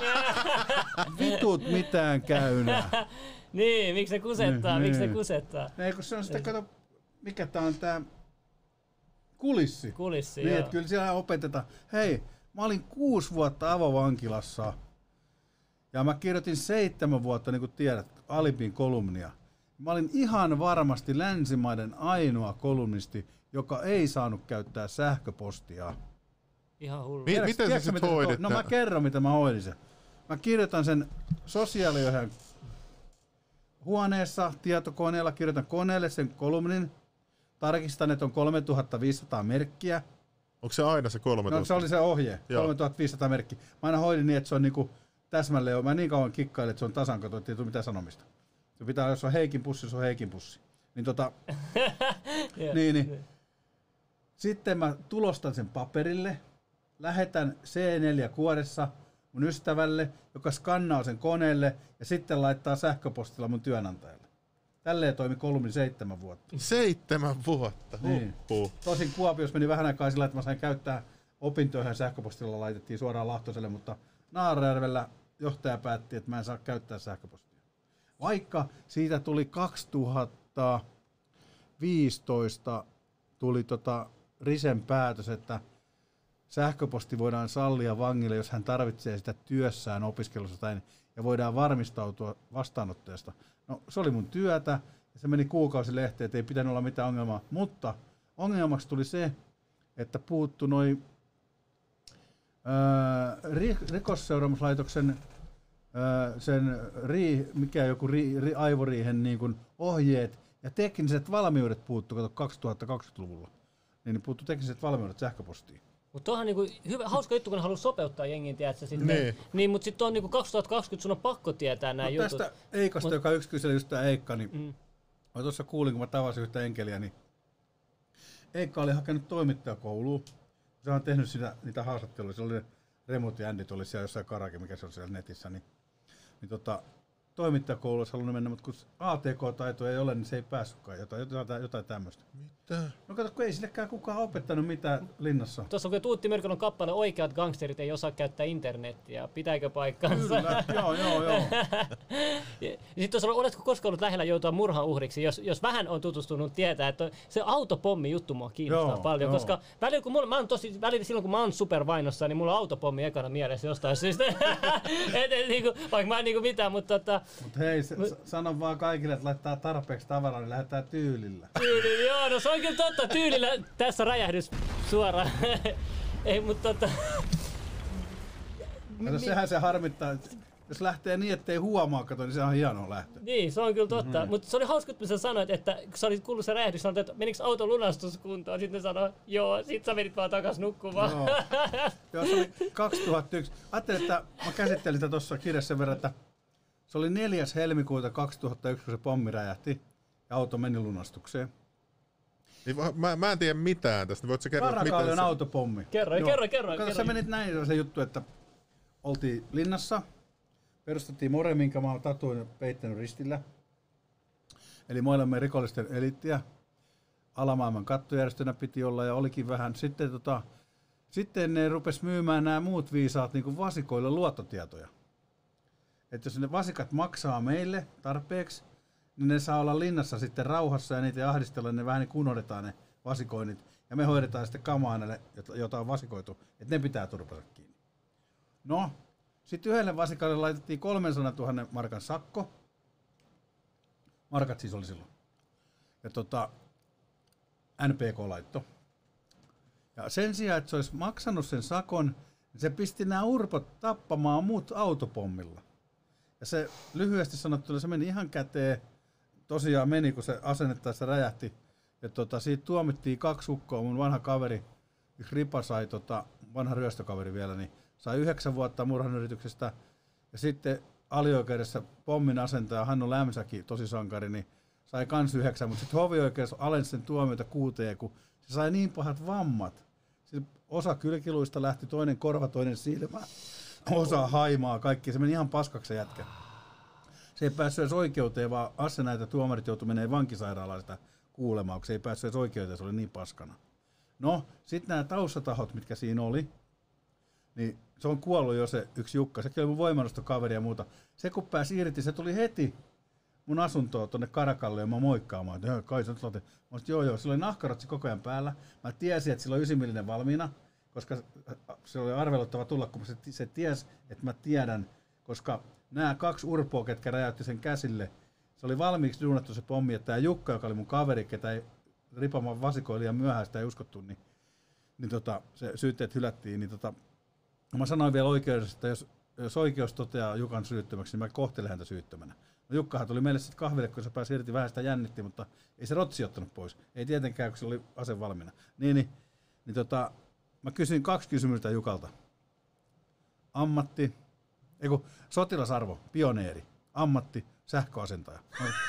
Vitut mitään käynää. Niin, miksi se kusettaa, miksi se kusettaa? Ei, kun se on sitä, kato, mikä tää on tää kulissi. Kulissi, niin, joo. Että kyllä siellä opetetaan. Hei, mä olin 6 vuotta avovankilassa. Ja mä kirjoitin 7 vuotta, niin kuin tiedät, Alipin kolumnia. Mä olin ihan varmasti länsimaiden ainoa kolumnisti, joka ei saanut käyttää sähköpostia. Ihan hullu. Miten sä sit hoidit? No mä kerron, mitä mä hoidin sen. Mä kirjoitan sen sosiaaliohjaajan huoneessa, tietokoneella, kirjoitan koneelle sen kolumnin. Tarkistan, että on 3500 merkkiä. Onko se aina se 3000? No se oli se ohje, 3500 merkkiä. Mä aina hoidin niin, että se on niinku täsmälleen, mä niin kauan kikkailin, että se on tasan, kato, ettei tule mitään sanomista. Se pitää, jos on Heikin pussi, se on Heikin pussi. Niin niin. Sitten mä tulostan sen paperille, lähetän C4-kuoressa mun ystävälle, joka skannaa sen koneelle ja sitten laittaa sähköpostilla mun työnantajalle. Tälleen toimi kolumni 7 vuotta. 7 vuotta? Niin. Tosin Kuopiossa meni vähän aikaa sillä, että mä sain käyttää opintoihin sähköpostilla, laitettiin suoraan Lahtoselle, mutta Naarajärvellä johtaja päätti, että mä en saa käyttää sähköpostia. Vaikka siitä tuli 2015 tuli Risen päätös, että sähköposti voidaan sallia vangille, jos hän tarvitsee sitä työssään, opiskelussa ja voidaan varmistautua vastaanottajasta. No se oli mun työtä ja se meni kuukausilehteen, että ei pitänyt olla mitään ongelmaa, mutta ongelmaksi tuli se, että puuttu noin rikosseuraamuslaitoksen sen aivoriihen niin kuin ohjeet Ja tekniset valmiudet puuttu, kato 2020-luvulla. Niin puuttu tekniset valmiudet sähköpostiin. Mutta onhan niinku hauska juttu, kun haluaa sopeuttaa jengiin, tiedätkö, silleen. Niin, mutta sitten on niinku 2020 sun on pakko tietää nämä jutut. Tästä Eikasta, joka yksi kyseli just tää Eikka, niin mä tuossa kuulin, kun mä tavasin yhtä enkeliä, niin Eikka oli hakenut toimittajakouluun. Se on tehnyt niitä haastatteluja, se oli Remot ja Andit oli siellä jossain karake, mikä se on siellä netissä, niin toimittajakoulu olisi halunnut mennä, mutta kun ATK-taitoja ei ole, niin se ei päässytkaan. Jotain tämmöistä. Mitä? No kato, kun ei sillekään kukaan opettanut mitään linnassa. Tuossa on Tuutti Myrkön kappale Oikeat gangsterit ei osaa käyttää internettiä. Pitääkö paikkansa? Kyllä, joo. Sitten oletko koskaan ollut lähellä joutua murhan uhriksi? Jos vähän on tutustunut, tietää, että se autopommi juttu mua kiinnostaa paljon. Koska välillä, silloin kun mä oon supervainossa, niin mulla on autopommi ekana mielessä jostain syystä. Vaikka mä en mitään, mutta Mutta hei, sano vaan kaikille, että laittaa tarpeeksi tavaraa, niin lähdetään tyylillä. Tyylillä, joo, no se on kyllä totta. Tyylillä tässä räjähdys suoraan. Ei, mutta sehän se harmittaa, jos lähtee niin, ettei huomaa, kato, niin se on hieno lähtö. Niin, se on kyllä totta. Mutta se oli hauska, että sä sanoit, että kun sä olit kuullut se räjähdys, sanoit, että menikö auto lunastuskuntoon? Sitten ne sanoi, joo, sit sä menit vaan takas nukkumaan. Joo, se oli 2001. Ajattelin, että mä käsittelin sitä tuossa kirjassa sen verran, että se oli 4. helmikuuta 2001, kun se pommi räjähti ja auto meni lunastukseen. Niin, mä en tiedä mitään tästä. Voitko sä kertoa, miten Karakallion autopommi. Kerro. Kato, sä menit näin, se juttu, että oltiin linnassa, perustettiin More, minkä mä oon tatuin peittänyt ristillä. Eli me olemme rikollisten eliittiä. Alamaailman kattojärjestönä piti olla ja olikin vähän. Sitten ne rupes myymään nämä muut viisaat niin kuin vasikoille luottotietoja. Että jos ne vasikat maksaa meille tarpeeksi, niin ne saa olla linnassa sitten rauhassa ja niitä ei ahdistella, ne vähän niin unohdetaan ne vasikoinnit. Ja me hoidetaan sitten kamaa näille, jota on vasikoitu, että ne pitää turpata kiinni. No, sitten yhdelle vasikalle laitettiin 300 000 markan sakko. Markat siis oli silloin. Ja NPK laitto. Ja sen sijaan, että se olisi maksanut sen sakon, niin se pisti nämä urpot tappamaan muut autopommilla. Ja se lyhyesti sanottuna, se meni ihan käteen. Tosiaan meni, kun se asennettaessa räjähti. Ja siitä tuomittiin 2 ukkoa. Mun vanha kaveri, Ripa sai, vanha ryöstökaveri vielä, niin sai 9 vuotta murhanyrityksestä. Ja sitten alioikeudessa pommin asentaja Hannu Lämsäki, tosi sankari, niin sai kans 9, mutta sitten hovioikeus alensi sen tuomiota 6, kun se sai niin pahat vammat. Sitten osa kylkiluista lähti, toinen korva, toinen silmä, osa haimaa, kaikki. Se meni ihan paskaksi jätkä. Se ei päässyt edes oikeuteen, vaan assenaita tuomarit joutui menee vankisairaalaan sitä kuulemaan, kun se ei päässyt edes oikeuteen, se oli niin paskana. No, sitten nämä taustatahot, mitkä siinä oli, niin se on kuollut jo se yksi Jukka, sekin oli mun voimannostokaveri ja muuta. Se kun pääsi irti, se tuli heti mun asuntoon tonne Karakalle ja mä moikkaamaan, että kai sä olet. Mä sanoin, joo, sillä oli nahkarotsi koko ajan päällä. Mä tiesin, että sillä on 9mm valmiina, koska se oli arveluttava tulla, kun se tiesi, että mä tiedän, koska nämä 2 urpoa, ketkä räjäytti sen käsille, se oli valmiiksi duunattu se pommi, että tämä Jukka, joka oli mun kaveri, ketä ei ripamaan vasikoili liian myöhään, sitä ei uskottu, niin se syytteet hylättiin, niin mä sanoin vielä oikeudessa, että jos oikeus toteaa Jukan syyttömäksi, niin mä kohtelen häntä syyttömänä. No Jukkahan tuli meille sitten kahville, kun se pääsi irti, vähän sitä jännitti, mutta ei se rotsi ottanut pois. Ei tietenkään, kun se oli ase valmiina. Mä kysyin 2 kysymystä Jukalta. Sotilasarvo, pioneeri, ammatti, sähköasentaja.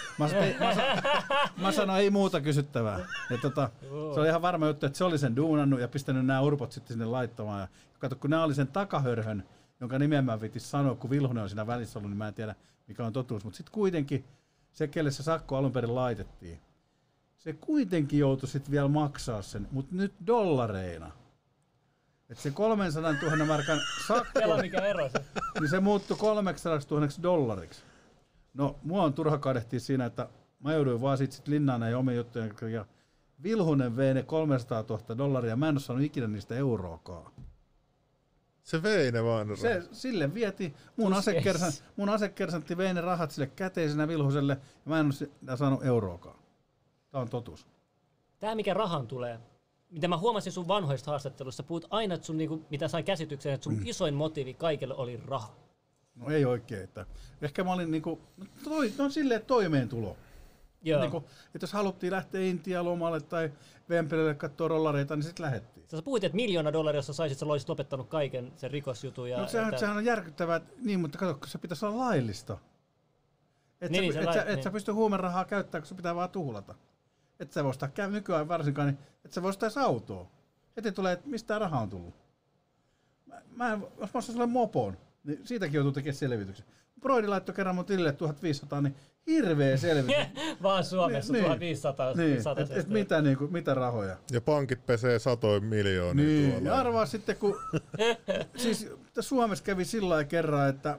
Mä sanoin, ei muuta kysyttävää. Se oli ihan varma juttu, että se oli sen duunannut ja pistänyt nämä urpot sitten sinne laittamaan. Ja kato, kun nämä oli sen takahörhön, jonka nimen mä viitis sanoa, kun Vilhunen on siinä välissä ollut, niin mä en tiedä mikä on totuus. Mutta sitten kuitenkin se, kelle se sakko alun perin laitettiin, se kuitenkin joutui sitten vielä maksaa sen, mutta nyt dollareina. Että se 300 000 markan sakko, mikä ero se? Niin se muuttui 300 000 dollariksi. No, mua on turha kadehtia siinä, että mä jouduin vaan sit linnaan näin omia juttuja, ja Vilhunen vei ne 300 000 dollaria, mä en ole saanut ikinä niistä euroakaan. Se vei ne vaan. Sille vieti, mun asekersantti vei ne rahat sille käteisenä Vilhuselle, ja mä en ole saanut euroakaan. Tää on totuus. Tää mikä rahan tulee. Mitä mä huomasin sun vanhoista haastattelussa, puhut aina, että sun, mitä sai käsityksen, että sun isoin motiivi kaikille oli raha. No ei oikein. Että ehkä mä olin silleen toimeentulo. Niinku, että jos haluttiin lähteä Intiaan lomalle tai Vempelelle katsoa rollareita, niin sitten lähdettiin. Sä puhuit, että $1 miljoonaa, jos sä saisit, sä olisit lopettanut kaiken sen rikosjutun. No sehän on järkyttävää, niin, mutta kato, kun se pitäisi olla laillista. Et sä pysty huumerahaa käyttämään, kun se pitää vaan tuhlata. Et sä voi ostaa nykyään varsinkaan, niin et sä voi ostaa autoa. Heti tulee, että mistä raha on tullut. Jos mä ostan sulle mopon, niin siitäkin joutuu tekemään selvityksen. Broidi laittoi kerran mun tilille 1500, niin hirveä selvitys. Vaan Suomessa niin, 1500. Niin, mitä rahoja. Ja pankit pesee satoja miljoonia niin, tuolla. Ja arvaa sitten, kun siis Suomessa kävi sillä lailla kerran, että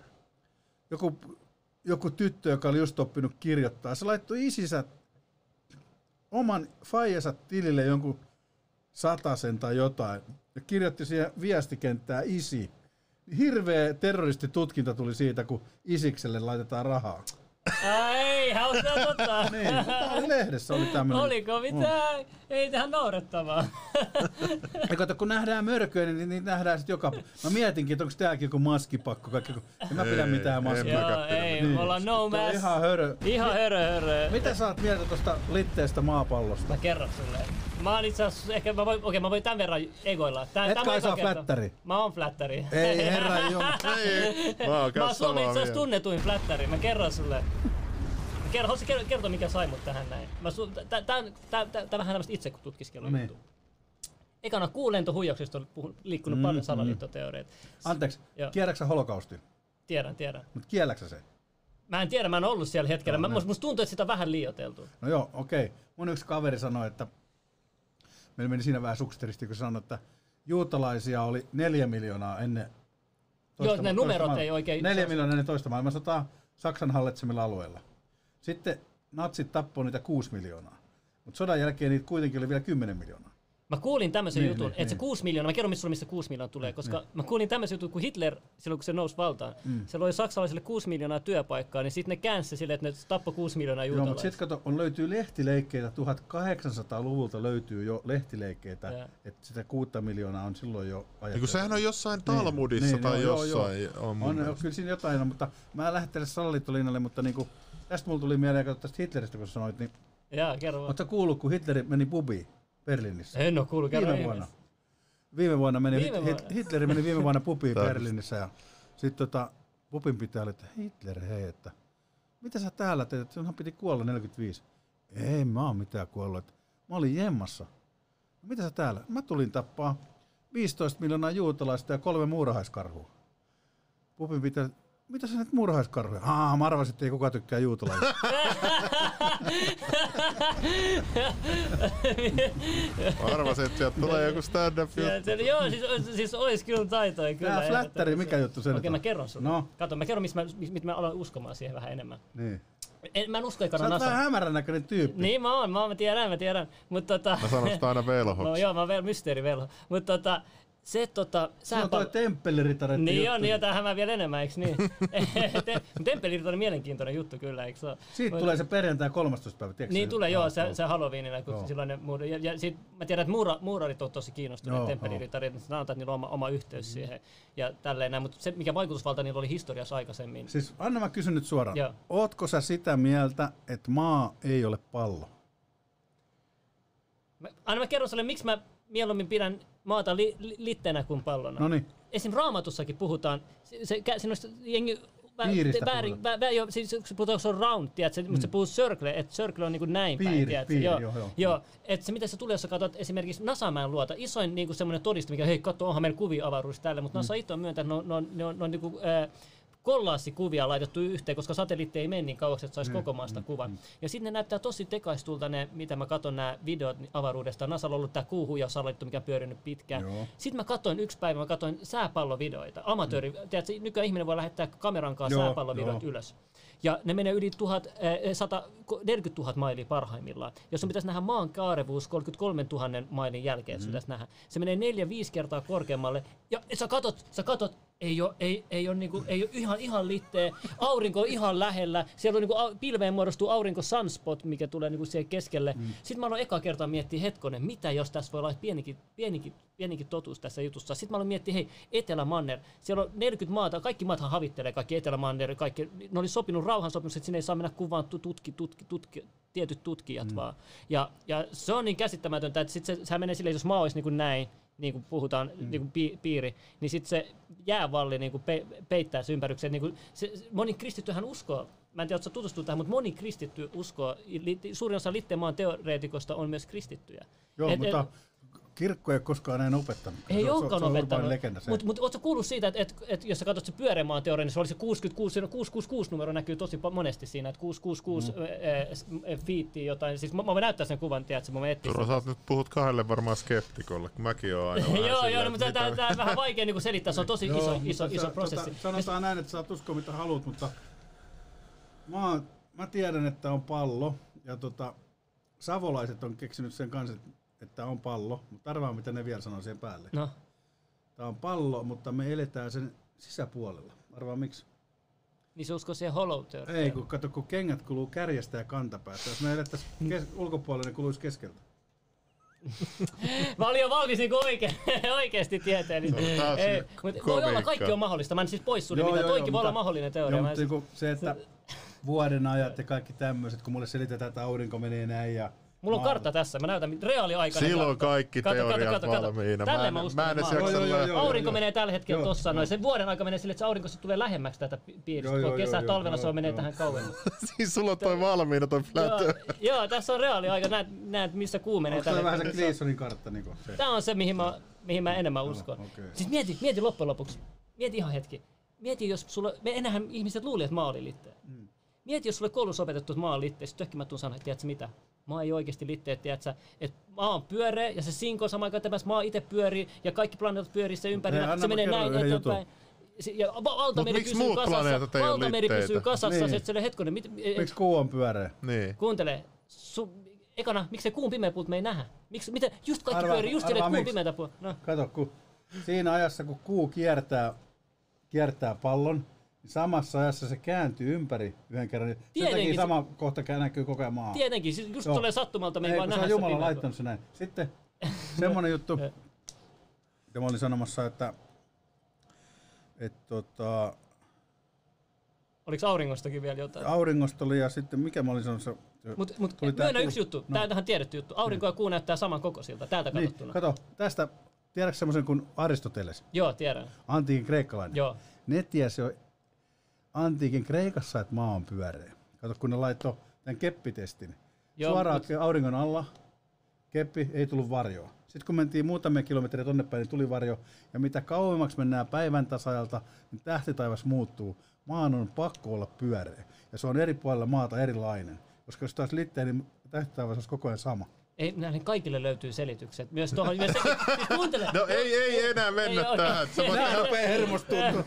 joku tyttö, joka oli just oppinut kirjoittaa, se laittoi isinsä oman faijansa tilille jonkun 100 tai jotain ja kirjoitti siihen viestikenttää isi. Hirveä terroristitutkinta tuli siitä, kun Isikselle laitetaan rahaa. Ei, hauskaa totta. Niin, tämä oli lehdessä, oli tämmöinen. Oliko mitään? Ei tähän naurettavaa. Ja kato, kun nähdään mörköjä, niin nähdään sitten joka... Mä mietinkin, että onko tämäkin joku maskipakko. En mä pidä mitään maskia. Joo, ei, me ollaan no mask. Ihan hörö. Ihan hörö. Mitä sä oot mieltä tosta litteestä maapallosta? Mä kerron sulle. Mä oon itse asiassa, ehkä mä voin tämän verran egoilla. Et kai saa flättäri. Mä oon flättäri. Ei herra jumala. Mä oon Suomen itse asiassa tunnetuin flättäri. Mä kerron sulle. Haluaisin kertoa, mikä sai mut tähän näin. Tää vähän tämmöstä itse tutkiskelua juttu. Ekana kuulentohuijauksista on liikkunut paljon salaliittoteoreita. Anteeksi, kielläksä sä holokaustin? Tiedän. Mut kielläksä se? Mä en tiedä, mä en ollut siellä hetkellä. No, musta tuntuu, että sitä on vähän liioiteltu. No joo, okei. Mun yksi kaveri sanoi, että meillä meni siinä vähän suksteristi, kun sanoi, että juutalaisia oli 4 miljoonaa ennen Joo, ne numerot ei oikein... 4 miljoonaa ennen toista maailmansotaa Saksan hallitsemilla alueilla. Sitten natsit tappoi niitä 6 miljoonaa. Mutta sodan jälkeen niitä kuitenkin oli vielä 10 miljoonaa. Mä kuulin tämmöisen jutun, että se 6 miljoonaa, mä kerron mistä 6 miljoonaa tulee, koska mä kuulin tämmöisen jutun, kun Hitler, silloin kun se nousi valtaan, se loi saksalaisille 6 miljoonaa työpaikkaa, niin sitten ne käänsi se silleen, että ne tappoi 6 miljoonaa juutalaisia. Joo, mutta sitten kato, löytyy lehtileikkeitä, 1800-luvulta löytyy jo lehtileikkeitä, että sitä 6 miljoonaa on silloin jo ajateltu. Sehän on jossain Talmudissa tai jossain. On kyllä siinä jotain, mutta mä lähden salaliittolinjalle, mutta niinku, tästä mulla tuli mieleen, katso tästä Hitleristä, kun sanoit, niin... Jaa, kerro vaan. Ootko kuullut, kun Hitler meni pubiin Berliinissä? En oo kuullut, kerro Viime vuonna Hitler meni viime vuonna pubiin Berliinissä ja sitten pubin pitää oli, että Hitler, hei, että mitä sä täällä teet, että sinunhan piti kuolla 45. Ei mä oon mitään kuollut, mä olin jemmassa. Mitä sä täällä? Mä tulin tappaa 15 miljoonaa juutalaista ja 3 muurahaiskarhua. Pubin pitää, mitä sä nyt muurahaiskarhuja? Mä arvasin, että ei kukaan tykkää juutalaisista. Mä arvasin, että sieltä tulee joku stand-up juttu. Joo, siis ois kyllä taitoja. Tää flättäri, mikä juttu se? Okei, mä kerron sulle. No. Kato, mä kerron, mistä mä aloin uskomaan siihen vähän enemmän. Niin. Mä en usko ekana NASA. Sä oot vähän hämärän näköinen tyyppi. Niin mä oon, mä tiedän. Mä sanon sitä aina velhoksi. No joo, mä oon mysteerivelho. Mutta se on toi temppeliritaretti niin juttu. Niin tähän mä vielä enemmän, eiks niin? Temppeliritaretti on mielenkiintoinen juttu kyllä, eiks oo? Siitä tulee se perjantai 13. päivä, tiedätkö? Niin tulee, joo, se Halloweenina, kun silloin ne ja sit mä tiedän, että muurarit on tosi kiinnostuneet temppeliritaretit, niin sanotaan, että niillä on oma yhteys siihen ja tälleen näin, mutta se mikä vaikutusvalta niillä oli historiassa aikaisemmin. Siis Anna, mä kysyn nyt suoraan. Joo. Ootko sä sitä mieltä, että maa ei ole pallo? Anna mä kerron sulle, miksi mä mieluummin pidän maata litteenä kuin pallona. Noniin. Esim. Raamatussakin puhutaan, sinusta jengi väärin, siis puhutaan, se on round, tiedätkö, mutta se puhuu circle, että circle on niin kuin näin päin, tiedätkö? Joo. Että se mitä se tulee, jos sä katsot esimerkiksi NASAmäen luota, isoin niin kuin semmoinen todiste, mikä hei katso, onhan meillä kuvia avaruudessa tälle, mutta NASA itse on myöntänyt, että ne on niin kuin, kollaassikuvia laitettu yhteen, koska satelliitti ei mene niin kauaksi, että saisi koko maasta kuvan. Ja sitten ne näyttää tosi tekaistulta ne, mitä mä katson nämä videot avaruudesta. NASAlla on ollut tämä kuuhuijaussalalittu, mikä on pyörinyt pitkään. Joo. Sitten mä katsoin yksi päivä, mä katsoin sääpallovideoita. Amatööri, tiedätkö, nykyään ihminen voi lähettää kameran kanssa sääpallovideot ylös. Ja ne menee yli 140 000 mailia parhaimmillaan. Jos on pitäisi nähdä maan kaarevuus 33 000 mailin jälkeen, se pitäisi nähdä. Se menee 4-5 kertaa korkeammalle. Ja sä katot ei ole ihan litteä, aurinko on ihan lähellä, siellä on niinku pilveen muodostuu aurinko sunspot, mikä tulee niinku siihen keskelle. Sitten mä aloin eka kertaa miettiä hetkonen, mitä jos tässä voi olla pienikin totuus tässä jutussa. Sitten mä aloin miettiä, hei, Etelämanner, siellä on 40 maata, kaikki maathan havittelee, kaikki Etelämanner, kaikki, ne oli sopinut rauhansopimus, että sinne ei saa mennä kuvaan tietyt tutkijat vaan. Ja se on niin käsittämätöntä, että sitten sehän menee silleen, jos maa olisi niin kuin näin, niin kuin puhutaan, niin kuin piiri, niin sitten se jäävalli niin kuin peittää se ympärykseen. Niin moni kristittyhän uskoo, mä en tiedä, oletko tutustunut tähän, mutta moni kristitty uskoo, suurin osa Litteen maan teoreetikosta on myös kristittyjä. Joo, mutta kirkko ei ole koskaan näin opettanut. Ei olekaan opettanut, mutta ootko kuullut siitä, että jos sä katsot se pyöreän maan teoria, niin se oli se 666 numero näkyy tosi monesti siinä, että 666 fiittiä jotain. Siis mä voin näyttää sen kuvan, tiedätkö, mä voin etsiä sen. Sä nyt puhut kahdelle varmaan skeptikolle, kun mäkin oon aina vähän Joo, mutta tää on vähän vaikea niinku selittää, se on tosi iso prosessi. Sanotaan näin, että saat uskoa mitä haluat, mutta mä tiedän, että on pallo, ja savolaiset on keksinyt sen kanssa, että on pallo, mutta arvaa mitä ne vielä sanoo siihen päälle. No. Tää on pallo, mutta me eletään sen sisäpuolella. Arvaa miksi? Niin se uskoo siihen hollow-teoriaan. Ei, kun kengät kuluu kärjestä ja kantapäästä. Jos me elettäisiin ulkopuolella, ne kuluisi keskeltä. Mä olin jo valmis niinku oikeesti tieteellisesti. Voi olla, kaikki on mahdollista. Mä en siis poissulje mitään. Toikin voi olla mahdollinen teoria. Joo, mutta se, että vuoden ajat ja kaikki tämmöiset, kun mulle selitetään, että aurinko menee näin ja mulla on kartta tässä, mä näytän reaaliaikainen. Silloin kaikki teoriat valmiina. Tälle mä uskon. Aurinko menee tällä hetkellä tossa noin. Se vuoden aika menee sille, että se aurinko tulee lähemmäksi tätä piiristä. Kesä, talvena se menee tähän kauemmas. Siis sulla on toi valmiina toi flat. Joo, tässä on reaaliaika. Näet missä kuu menee tällä hetkellä. Onko se vähän se Gleasonin kartta? Tää on se, mihin mä enemmän uskon. Siis mieti loppujen lopuksi. Mieti ihan hetki. Mieti, jos sulla... Enähän ihmiset luuli, että maa oli litteä. Mieti, jos sulle koulussa opetettu, että maa on litteä. Sitten mä tuun sanoa, että tiedätkö mitä? Maa ei oikeesti litteä, että maa on pyöreä ja se sinkoo samaan aikaan, että maa itse pyörii ja kaikki planeetat pyörii sen ympärillä. Se menee näin eteenpäin. Ja valtameri pysyy kasassa. Niin. Hetkonen, miksi kuu on pyöreä? Niin. Kuuntele. Ekana, miksi se kuun pimeä puut me ei nähdä? Miten just kaikki pyörii, just silleen kuun pimeätä puolta? No. Kato, kun siinä ajassa kun kuu kiertää pallon, samassa ajassa se kääntyy ympäri yhden kerran. Sen takia sama kohta näkyy koko ajan maa. Tietenkin, just tulee sattumalta, me ei vaan nähdä se Jumala laittanut se näin. Sitten semmonen juttu, mitä mä olin sanomassa, että oliko auringostakin vielä jotain? Auringosta oli ja sitten mikä mä olin sanomassa? Myönnä yksi juttu, tää on tähän tiedetty juttu. Aurinko ja kuu näyttää saman kokoisilta, täältä katsottuna. Kato, tästä, tiedätkö semmoisen kuin Aristoteles? Joo, tiedän. Antiikin kreikkalainen. Joo. Ne tiesi jo antiikin Kreikassa, että maa on pyöreä. Kato, kun ne laittoi tämän keppitestin. Suoraan auringon alla, keppi, ei tullut varjoa. Sitten kun mentiin muutamia kilometriä tonne päin, niin tuli varjo. Ja mitä kauemmaksi mennään päivän tasajalta, niin tähtitaivas muuttuu. Maan on pakko olla pyöreä. Ja se on eri puolilla maata erilainen. Koska jos taas litteä, niin tähtitaivas olisi koko ajan sama. Ei, näin kaikille löytyy selitykset. Myös tuohon, siis kuuntele. No ei enää mennä tähän. Nää rupeaa hermostumaan.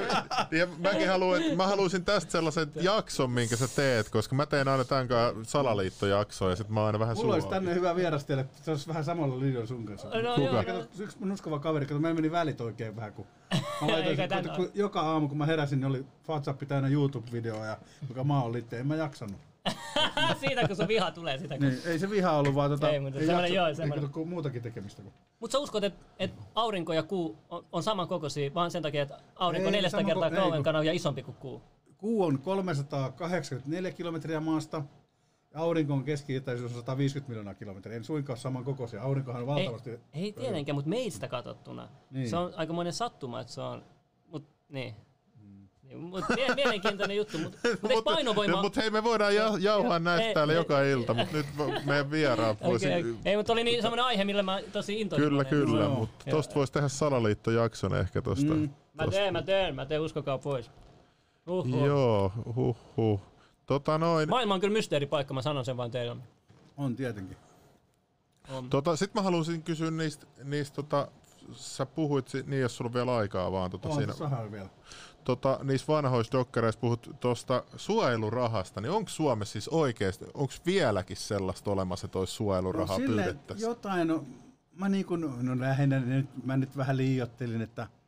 Mä haluaisin tästä sellaisen jakson, minkä sä teet, koska mä teen aina tämän kanssa salaliittojaksoa ja sit mä oon aina vähän mulla olisi tänne hyvä vieras teille, se olisi vähän samalla linjalla sun kanssa. No, kuka? Yksi mun uskova kaveri, kato, meillä meni välit oikein vähän, kun mä laitoin, kun joka aamu kun mä heräsin, niin oli WhatsApp täynnä YouTube-videoja, joka maa on litteä, en mä jaksanut. Siitä kun sun viha tulee sitä. Niin, ei se viha ollut, vaan ei muutakin tekemistä. Mutta sä uskot, että aurinko ja kuu on samankokoisia vaan sen takia, että aurinko 400 kertaa kauempana ja isompi kuin kuu? Kuu on 384 kilometriä maasta, ja aurinko keskietäisyys on 150 miljoonaa kilometriä. En suinkaan samankokoisia, aurinkohan on valtavasti. Ei tietenkään, mutta meistä katsottuna. Niin. Se on aikamoinen sattuma, että se on, niin. Mielenkiintoinen juttu, mutta painovoima... Mutta hei, me voidaan jauhaa näistä täällä joka ilta, mutta nyt meidän vieraat voisi... Ei, mutta oli niin semmoinen aihe, millä mä tosi intohimoinen. Kyllä, mutta tosta voisi tehdä salaliittojakson ehkä tosta. Mä teen, uskokaa pois. Joo, Maailma on kyllä mysteeripaikka, mä sanon sen vaan teille. On tietenkin. Sitten mä haluaisin kysyä niistä sä puhuit, niin jos sulla on vielä aikaa vaan siinä. Vielä. Niissä vanhoissa dokkareissa puhut tuosta suojelurahasta, niin onko Suomessa siis oikeasti, onko vieläkin sellaista olemassa, että olisi suojelurahaa pyydettäisiin? Jotain, mä lähinnä, mä nyt vähän liioittelin, että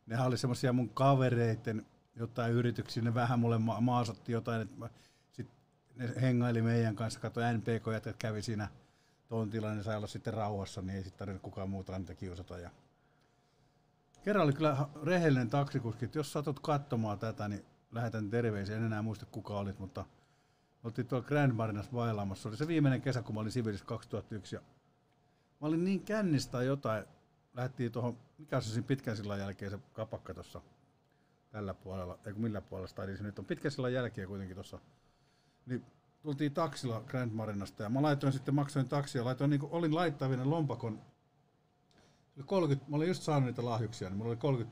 nehän oli semmosia mun kavereitten jotain yrityksiä, ne vähän mulle maasotti jotain, että sitten ne hengaili meidän kanssa, katsoi NPK-jätet kävi siinä tontilla, niin sai olla sitten rauhassa, niin ei sitten tarvinnut kukaan muuta niitä kiusata. Ja kerran oli kyllä rehellinen taksikuski, että jos satut katsomaan tätä, niin lähetän terveisiä, en enää muista kuka olit, mutta oltiin tuolla Grand Marinassa bailaamassa. Se oli se viimeinen kesä, kun mä olin Sibirissä 2001. Ja mä olin niin kännistä jotain, lähdettiin tuohon, mikä se siinä pitkän sillan jälkeen se kapakka tuossa tällä puolella, eikö millä puolella stadissa nyt on pitkän sillan jälkeen kuitenkin tuossa. Niin tultiin taksilla Grand Marinasta ja mä maksoin taksia, olin laittavinen lompakon. 30, mä olin just saanut niitä lahjuksia, niin mulla oli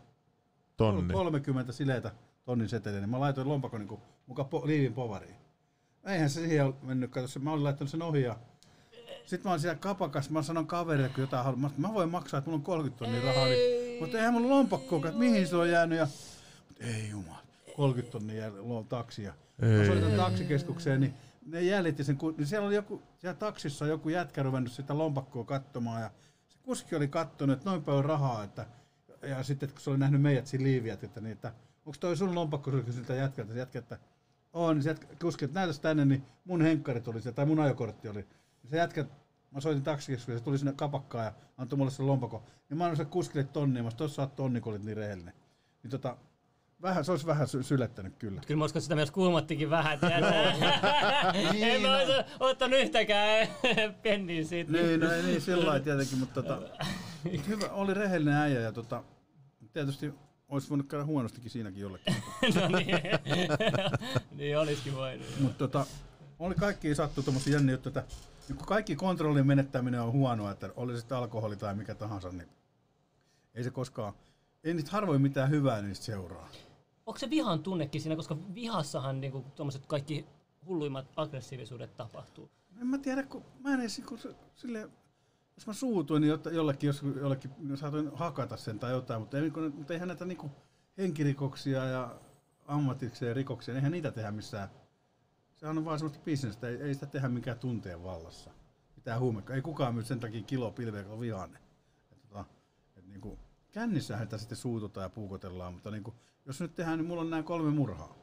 30 sileitä tonnin seteliä, niin mä laitoin lompakon niin mukaan liivin povariin. Eihän se siihen ole mennyt, mä olin laittanut sen ohi ja sitten mä olin siellä kapakassa, mä sanon kaverille, kun jotain haluan, mä voin maksaa, että mulla on 30 tonnia rahaa, mutta eihän mulla lompakkoa, että mihin se on jäänyt ja ei jumala, 30 tonnia taksia. Mä soitan taksikeskukseen, niin ne jäljitti sen, niin siellä oli siellä taksissa joku jätkä ruvennut sitä lompakkoa katsomaan ja se kuski oli kattonut, että noin paljon rahaa, että ja sitten kun se oli nähnyt meidät siinä liiviät, että onko toi sun lompakko siltä jätkältä, että on, niin se kuski, että näytäs tänne, niin mun henkkarit oli siellä, tai mun ajokortti oli. Se jätkä, mä soitin taksikeskukseen, se tuli sinne kapakkaan ja antoi mulle sen lompakon. Ja mä annoin se kuskille tonnia, mä sanoin, tossa saat tonni, kun olit niin rehellinen. Niin se olisi vähän sylettänyt kyllä. Kyllä mä uskon, että sitä myös kuumattikin vähän, en mä olisi ottanut yhtäkään penniä siitä. Niin sillä lailla tietenkin, mutta hyvä, oli rehellinen äijä ja tietysti olisi voinut käydä huonostikin siinäkin jollekin. No niin olisikin voinut. Mutta oli kaikki sattuu tommosia jänniä juttuja, että kun kaikki kontrollin menettäminen on huonoa, että oli sitten alkoholi tai mikä tahansa, niin ei se koskaan, ei niitä harvoin mitään hyvää niistä seuraa. Onko se vihan tunnekin siinä, koska vihassahan niinku tuommoiset kaikki hulluimmat aggressiivisuudet tapahtuu? En mä tiedä, kun mä en edes silleen, jos mä suutuin, niin jollekin saatoin hakata sen tai jotain, mutta eihän näitä niinku henkirikoksia ja ammatikseen rikoksia, eihän niitä tehdä missään. Sehän on vaan semmoista bisnestä, ei sitä tehdä mikään tunteen vallassa. Mitään huumekaa, ei kukaan myy sen takia kiloa pilveä, kun on vihainen. Niinku, kännissähän sitä sitten suututaan ja puukotellaan, mutta niinku, jos nyt tehdään, niin mulla on nämä 3 murhaa.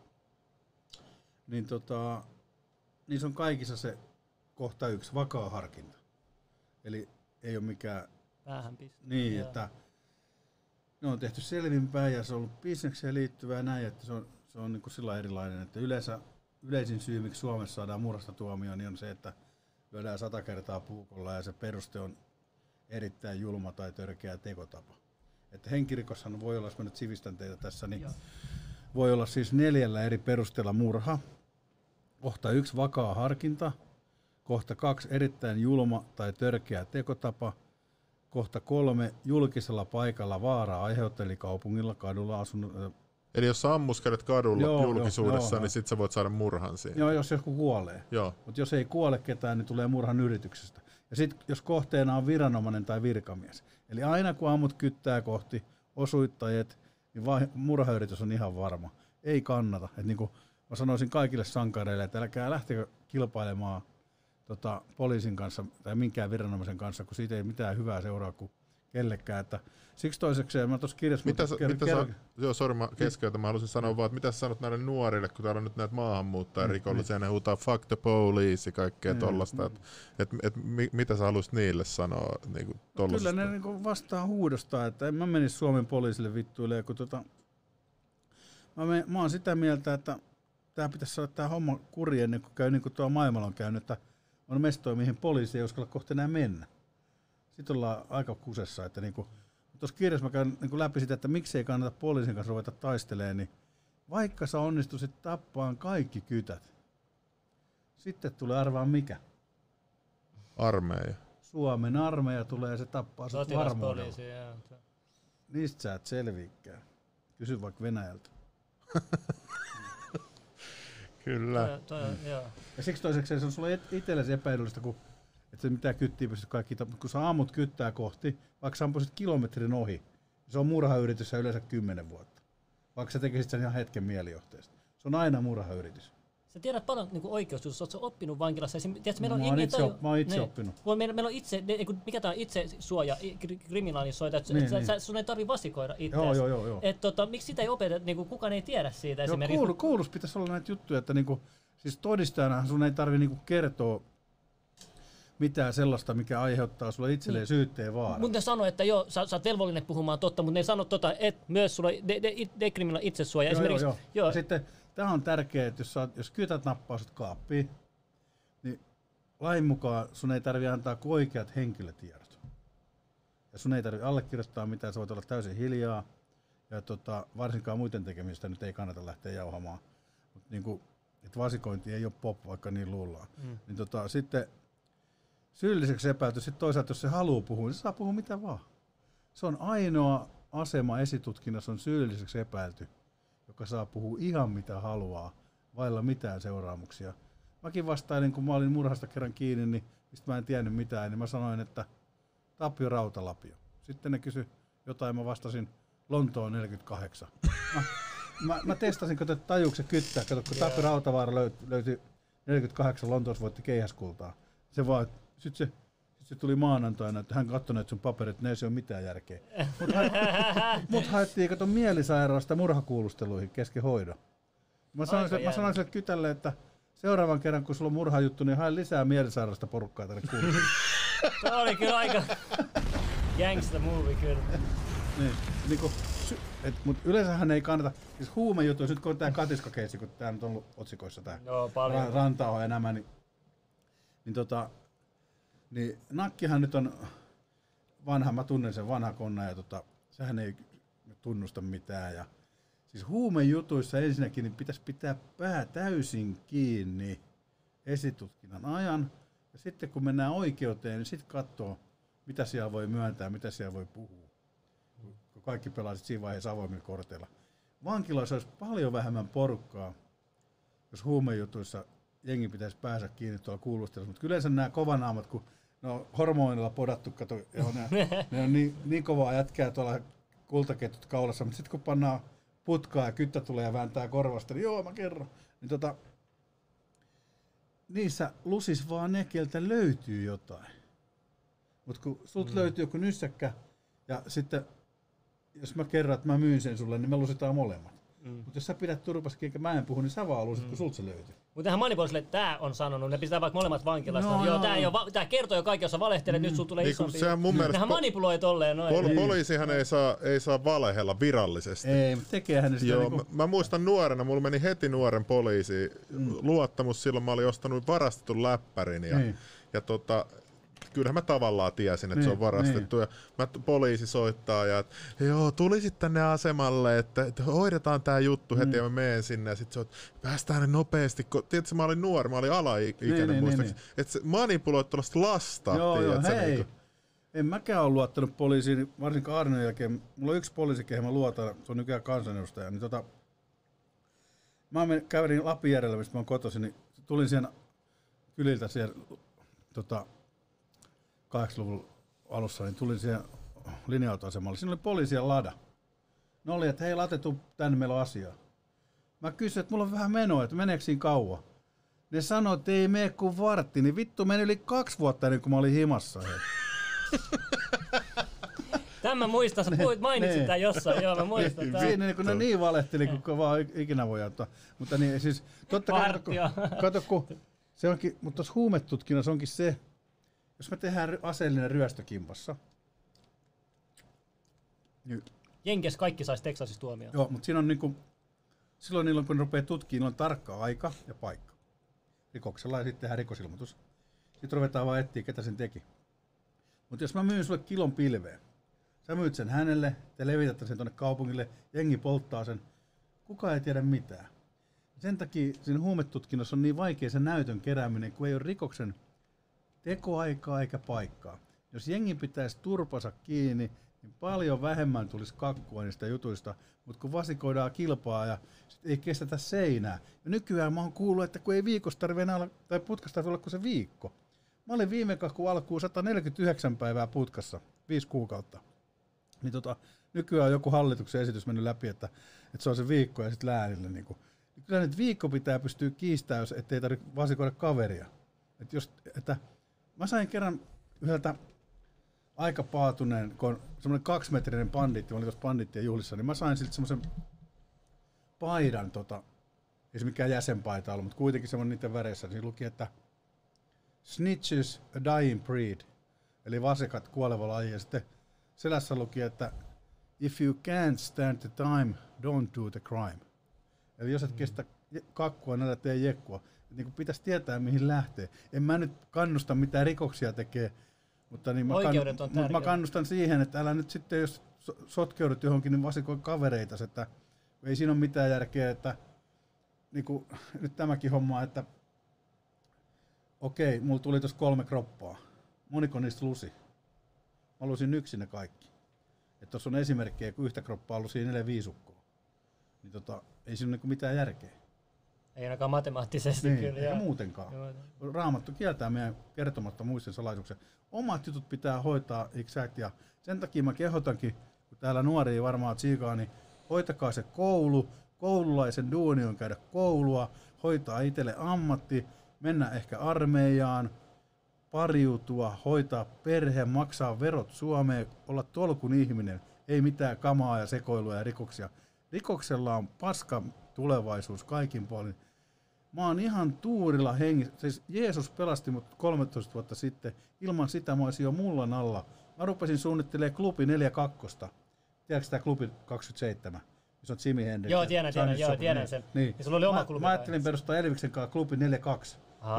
Niin niissä on kaikissa se kohta 1, vakaa harkinta. Eli ei ole mikään... Päähän pistää. Niin, että ne on tehty selvinpäin ja se on ollut bisnekseen liittyvää näin, että se on niin kuin sillä erilainen, että yleisin syy, miksi Suomessa saadaan murhasta tuomio, niin on se, että lyödään 100 kertaa puukolla ja se peruste on erittäin julma tai törkeä tekotapa. Että henkirikoshan voi olla, jos mä nyt sivistän teitä tässä, niin voi olla siis 4 eri perusteella murha. Kohta 1 vakaa harkinta. Kohta 2 erittäin julma tai törkeä tekotapa. Kohta 3 julkisella paikalla vaaraa aiheutteli kaupungilla, kadulla asunut. Eli jos sä ammuskelet kadulla julkisuudessa, niin sit sä voit saada murhan siinä. Joo, jos joku kuolee. Mutta jos ei kuole ketään, niin tulee murhan yrityksestä. Ja sitten jos kohteena on viranomainen tai virkamies. Eli aina kun ammut kyttää kohti osuittajat, niin murhayritys on ihan varma. Ei kannata. Et niin kuin mä sanoisin kaikille sankareille, että älkää lähtekö kilpailemaan poliisin kanssa tai minkään viranomaisen kanssa, kun siitä ei mitään hyvää seuraa kuin kellekään. Että siksi toisekseen mä tuossa kirjassa... Mä keskeytän. Mä haluaisin sanoa vaan, että mitä sä sanot näille nuorille, kun täällä on nyt näitä maahanmuuttajarikollisuja, ne huutaa fuck the police ja kaikkea tollaista. Mitä sä haluaisit niille sanoa? Niin kyllä ne niin vastaa huudosta, että en mä menisi Suomen poliisille vittuilemaan, kun mä oon sitä mieltä, että tää pitäisi saada tää homma kuriin ennen kuin käy niin kuin tuolla maailmalla on käynyt, että on mestoja, mihin poliisi ei uskalla kohta enää mennä. Sitten ollaan aika kusessa, että niinku, tuossa kirjassa mä käyn niinku läpi sitä, että miksi ei kannata poliisin kanssa ruveta taistelemaan, niin vaikka sä onnistuisit tappaan kaikki kytät, sitten tulee arvaa mikä? Armeija. Suomen armeija tulee ja se tappaa sut varmuudella. Niistä sä et selviikään. Kysy vaikka Venäjältä. Kyllä. Ja siksi toiseksi se on sulle itsellesi epäilyllistä, että mitä kyttiä pystyt kaikki, kun sä ammut kyttää kohti, vaikka sä ampuisit kilometrin ohi, se on murhayritys ja yleensä 10 vuotta. Vaikka sä tekisit sen ihan hetken mielijohteesta. Se on aina murhayritys. Sä tiedät paljon niin oikeusjutusta, ootko oppinut vankilassa? Tiedätkö, meillä on mä oon itse oppinut. Meillä on itse, mikä tää on itse suoja, kriminalisoida, että sun ei tarvi vasikoida itseäsi. Joo. Miksi sitä ei opeteta, niin kukaan ei tiedä siitä Joo, esimerkiksi? koulussa pitäisi olla näitä juttuja, että niinku, siis todistajana sun ei tarvi niinku kertoa mitään sellaista, mikä aiheuttaa sulle itselleen syytteen vaaran. Mutta ne sanoo, että joo, sä oot velvollinen puhumaan totta, mutta ne ei sano että myös sulla on dekriminal itsesuoja. Joo. Sitten tämä on tärkeää, että jos kytät nappaa sut kaappiin, niin lain mukaan sun ei tarvitse antaa kuin oikeat henkilötiedot. Ja sun ei tarvitse allekirjoittaa mitään, sä voit olla täysin hiljaa. Ja varsinkaan muiden tekemistä nyt ei kannata lähteä jauhamaan. Niin että vasikointi ei ole pop, vaikka niin luullaan. Niin sitten syylliseksi epäilty, sitten toisaalta jos se haluaa puhua, niin se saa puhua mitä vaan. Se on ainoa asema esitutkinnassa on syylliseksi epäilty, joka saa puhua ihan mitä haluaa, vailla mitään seuraamuksia. Mäkin vastailin, kun mä olin murhasta kerran kiinni, niin mistä mä en tiennyt mitään, niin mä sanoin, että Tapio Rautalapio. Sitten ne kysyi jotain, mä vastasin Lontoon 48. Mä testasin, kun tajuuko kyttää, kato, kun Tapio Rautavaara löytyi 48, Lontoossa voitti keihäskultaa. Se vaan, sitten se tuli maanantaina, että hän katsoi näitä sun paperit, että ne ei ole mitään järkeä. Mut haettiin, kato, mielisairaalasta murhakuulusteluihin kesken hoidon. Mä sanoin sille kytälle, että seuraavan kerran, kun sulla on murhajuttu, niin hae lisää mielisairaalasta porukkaa tänne kuulusteluun. Tämä oli kyllä aika gangsta movie kyllä. Mutta yleensähän ei kannata, siis huumejutuissa, nyt kun on tää katiskakeissi, kun tää nyt on ollut otsikoissa tää Ranta-aho ja nämä, niin Nakkihan nyt on vanha, mä tunnen sen vanha konna ja sehän ei tunnusta mitään. Ja siis huumejutuissa ensinnäkin niin pitäisi pitää pää täysin kiinni esitutkinnan ajan. Ja sitten kun mennään oikeuteen, niin sitten katsoo, mitä siellä voi myöntää, mitä siellä voi puhua. Kun kaikki pelaisit siinä vaiheessa avoimilla korteilla. Vankiloissa olisi paljon vähemmän porukkaa, jos huumejutuissa jengi pitäisi päästä kiinni tuolla kuulustelussa. Mutta yleensä nämä kovanaamat, kun ne on hormonilla podattu, kato, ne on niin kovaa jätkää tuolla kultaketjut kaulassa, mutta sitten kun pannaan putkaa ja kyttä tulee ja vääntää korvasta, niin joo, mä kerron. Niin niissä lusis vaan ne, keltä löytyy jotain. Mutta kun sulta löytyy joku nyssäkkä ja sitten jos mä kerron, että mä myyn sen sulle, niin me lusitaan molemmat. Mutta jos sä pidät turpaskin eikä mä en puhu, niin sä vaan lusit, kun sulta se löytyy. Mutta tähän manipuoliselle, että tää on sanonut, ne pistää vaikka molemmat vankilasta. Tää kertoo jo kaikki, jos sä valehtelet, nyt sulla tulee isompi. Nehän manipuloi tolleen noin. Poliisihan ei saa valehella virallisesti. Ei, tekeehän ne sitä. Joo, mä muistan nuorena, mulla meni heti nuoren poliisi luottamus, silloin mä olin ostanut varastetun läppärin ja kyllähän mä tavallaan tiesin, että se on varastettu. Ja poliisi soittaa ja joo, tulisit tänne asemalle, että hoidetaan tää juttu heti ja mä menen sinne. Ja sit se on, päästään ne nopeasti. Tiedätkö, mä olin nuori, mä olin alaikäinen muistaakseni. Että se manipuloit tuollaista lasta. Joo, hei. En mäkään ole luottanut poliisiin, varsinkaan Arnon jälkeen. Mulla on yksi poliisi, kehen mä luotan, se on nykyään kansanedustaja. Niin mä kävelin Lapinjärjellä, mistä mä oon kotoisin, niin tulin siihen kyliltä siellä 80-luvun alussa, niin tulin siihen linja-autoasemalle. Siinä oli poliisi ja lada. Ne oli, että hei, latetu tänne, meillä on asiaa. Mä kysyin, että mulla on vähän menoa, että meneekö siinä kauan. Ne sanoi, että ei mene kuin vartti, niin vittu meni yli 2 vuotta ennen kuin mä olin himassa. Tämän muistan, sä mainitsit tämän jossain, joo mä muistan. Siinä kun ne niin valehteli, kun vaan ikinä voi ottaa. Mutta niin, siis totta kai, kato kun se onkin, mutta tuossa huumetutkinnassa onkin se, jos me tehdään aseellinen ryöstö kimpassa. Niin, Jenkes kaikki saisi Texasissa tuomioon. Joo, mutta siinä on niinku, silloin niillä kun ne rupeaa tutkimaan, on tarkka aika ja paikka. Rikoksella ja sitten tehdään rikosilmoitus. Sitten ruvetaan vaan etsiä, ketä sen teki. Mutta jos mä myyn sulle kilon pilveä, sä myyt sen hänelle, te levitätte sen tuonne kaupungille, jengi polttaa sen, kukaan ei tiedä mitään. Sen takia siinä huumetutkinnassa on niin vaikea sen näytön kerääminen, kun ei ole rikoksen tekoaikaa eikä paikkaa. Jos jengi pitäisi turpansa kiinni, niin paljon vähemmän tulisi kakkua niistä jutuista, mutta kun vasikoidaan kilpaa ja ei kestetä seinää. Ja nykyään mä oon kuullut, että kun ei viikosta tarvitse enää olla, tai putkasta tarvitse olla kuin se viikko. Mä olin viime kuun alkuun 149 päivää putkassa, 5 kuukautta. Niin nykyään on joku hallituksen esitys mennyt läpi, että se on se viikko ja sitten läänille. Niin Kyllä nyt viikko pitää pystyä kiistämään, jos ettei tarvitse vasikoida kaveria. Että mä sain kerran yhdeltä aika paatuneen, kun on semmoinen 2-metrinen banditti, mä olin tuossa bandittien juhlissa, niin mä sain siltä semmoisen paidan, ei se mikään jäsenpaita ollut, mutta kuitenkin semmoinen niiden väreissä, niin luki, että Snitches a dying breed, eli vasikat kuoleva laji, ja sitten selässä luki, että if you can't stand the time, don't do the crime. Eli jos et kestä kakkua, älä tee jekkua. Niin pitäisi tietää, mihin lähtee. En mä nyt kannusta mitään rikoksia tekee, mutta niin mä kannustan siihen, että älä nyt sitten, jos sotkeudut johonkin, niin vasikoi kavereitas, että ei siinä ole mitään järkeä, että niin kuin, nyt tämäkin homma, että okei, mulla tuli tuossa 3 kroppaa. Moniko niistä lusi? Mä lusin yksin ne kaikki. Että tuossa on esimerkkejä, kun yhtä kroppaa lusi 4-5 ukkoa. Niin ei siinä ole niin mitään järkeä. Ei ainakaan matemaattisesti niin, kyllä. Eikä muutenkaan. Raamattu kieltää meidän kertomatta muisten salaisuuksia. Omat jutut pitää hoitaa exact, ja sen takia mä kehotankin, kun täällä nuoria varmaan tsiikaa, niin hoitakaa se koulu. Koululaisen duuni on käydä koulua, hoitaa itselle ammatti, mennä ehkä armeijaan, pariutua, hoitaa perhe, maksaa verot Suomeen, olla tolkun ihminen, ei mitään kamaa ja sekoilua ja rikoksia. Rikoksella on paska tulevaisuus kaikin puolin. Mä oon ihan tuurilla hengissä. Siis Jeesus pelasti mut 13 vuotta sitten. Ilman sitä mä olisin jo mullan alla. Mä rupesin suunnittelemaan klubi 42. Tiedätkö sitä klubi 27? Se on Jimi Hendrix. Joo, tiedän sen. Niin. Ja sulla oli oma klubi. Mä ajattelin perustaa Elviksen kanssa klubi 42.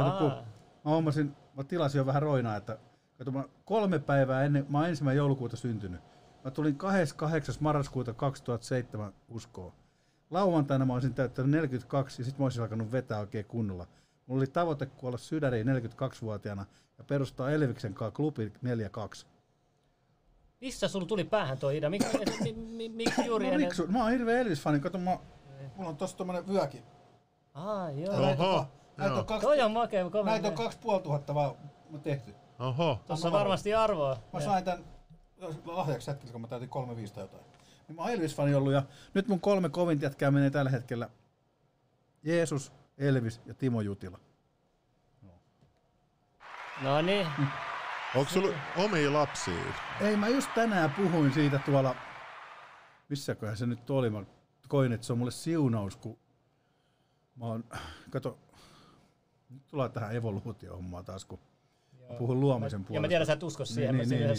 Mä tilasin jo vähän roinaa, että mä 3 päivää ennen, mä oon 1. joulukuuta syntynyt. Mä tulin 28. marraskuuta 2007 uskoon. Lauantaina mä olisin täyttänyt 42 ja sit mä olisin alkanut vetää oikein kunnolla. Mulla oli tavoite kuolla sydäriin 42-vuotiaana ja perustaa Elviksen kanssa klubi 42. Missä sulla tuli päähän tuo idea? Miksi juuri ennen? Mä oon hirveä Elvis-fani. Kato, mulla on tossa tommonen vyökin. Joo. Toi on makea. Näitä on 2500 vaan tehty. Oho. Tossa on varmasti arvoa. Mä sain tän lahjaksi hetkellä, kun mä täytin 3-5 tai jotain. Niin mä oon Elvis-fani ollut ja nyt mun 3 kovinta jätkää menee tällä hetkellä Jeesus, Elvis ja Timo Jutila. No niin. Onko sulla omia lapsia? Ei, mä just tänään puhuin siitä tuolla, missäköhän se nyt oli, mä koin, että se on mulle siunaus, kun mä oon, kato, nyt tullaan tähän evoluutio-hommaan taas, kun puhun luomisen puolesta. Ja mä tiedän, sä et usko siihen,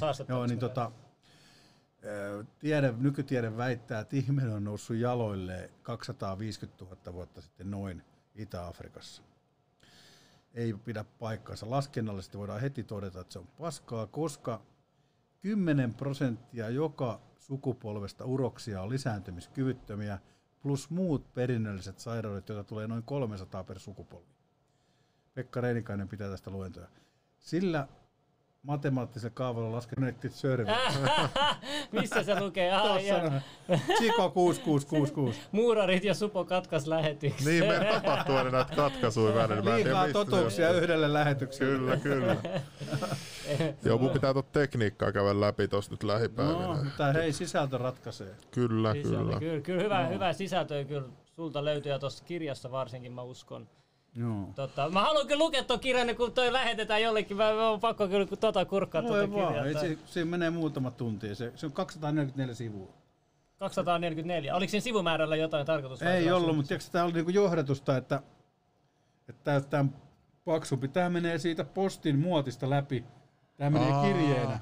nykytiede väittää, että ihminen on noussut jaloilleen 250 000 vuotta sitten noin Itä-Afrikassa. Ei pidä paikkaansa. Laskennallisesti voidaan heti todeta, että se on paskaa, koska 10% joka sukupolvesta uroksia on lisääntymiskyvyttömiä, plus muut perinnölliset sairaudet, joita tulee noin 300 per sukupolvi. Pekka Reinikainen pitää tästä luentoja. Sillä matemaattisella kaavalla laskennettiin server. Missä se lukee? Chico 6666. Muurarit ja Supo katkas lähetyksen. Niin, meillä tapahtuu aina näitä katkaisuja välillä. Liikaa totuuksia yhdelle lähetykselle. Kyllä. Joo, mun pitää tuota tekniikkaa käydä läpi tosta nyt lähipäivinä. No, mutta hei, sisältö ratkaisee. Kyllä. Kyllä hyvää sisältöä kyllä sulta löytyy ja tuossa kirjassa varsinkin mä uskon. Joo. Mä haluan kyllä lukea tuon kirjan, kun toi lähetetään jollekin. Mä oon pakko kyllä kurkkaa tuota kirjaa. Siinä menee muutama tunti. Se on 244 sivua. 244. Oliko siinä sivumäärällä jotain tarkoitusta? Ei ollut, mutta tiedätkö, tää oli niinku johdatusta, että tämän paksumpi. Tää menee siitä postin muotista läpi. Tää menee kirjeenä.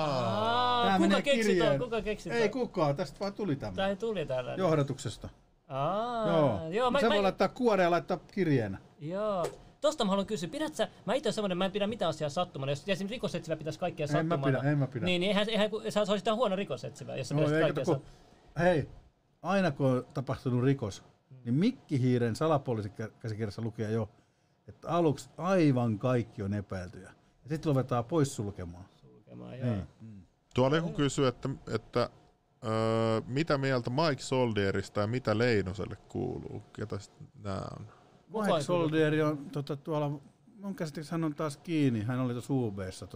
Kuka keksi Ei kukaan, tästä vaan tuli tämä. Tää tuli tällainen. Johdatuksesta. Joo, se voi laittaa kuoreen ja laittaa kirjeenä. Joo. Tosta mä haluan kysyä, mä itse semmonen, mä en pidä mitään asiaa sattumana. Jos esimerkiksi rikosetsivä pitäisi kaikkea sattumana. En mä pidä. Niin eihän sä olisit huono rikosetsivä, jos sä pitäisit kaikkea sattumana. Hei, aina kun on tapahtunut rikos, niin Mikki Hiiren salapoliisikäsikirjassa lukee jo, että aluksi aivan kaikki on epäiltyjä. Ja sitten ruvetaan pois sulkemaan. Joo. Tuolla joku kysyy, että mitä mieltä Mike Soldierista ja mitä Leinoselle kuuluu? Ketä nää on? Mike Soldieri on tuolla, mun käsittääkseni hän on taas kiinni. Hän oli tuossa UB:ssa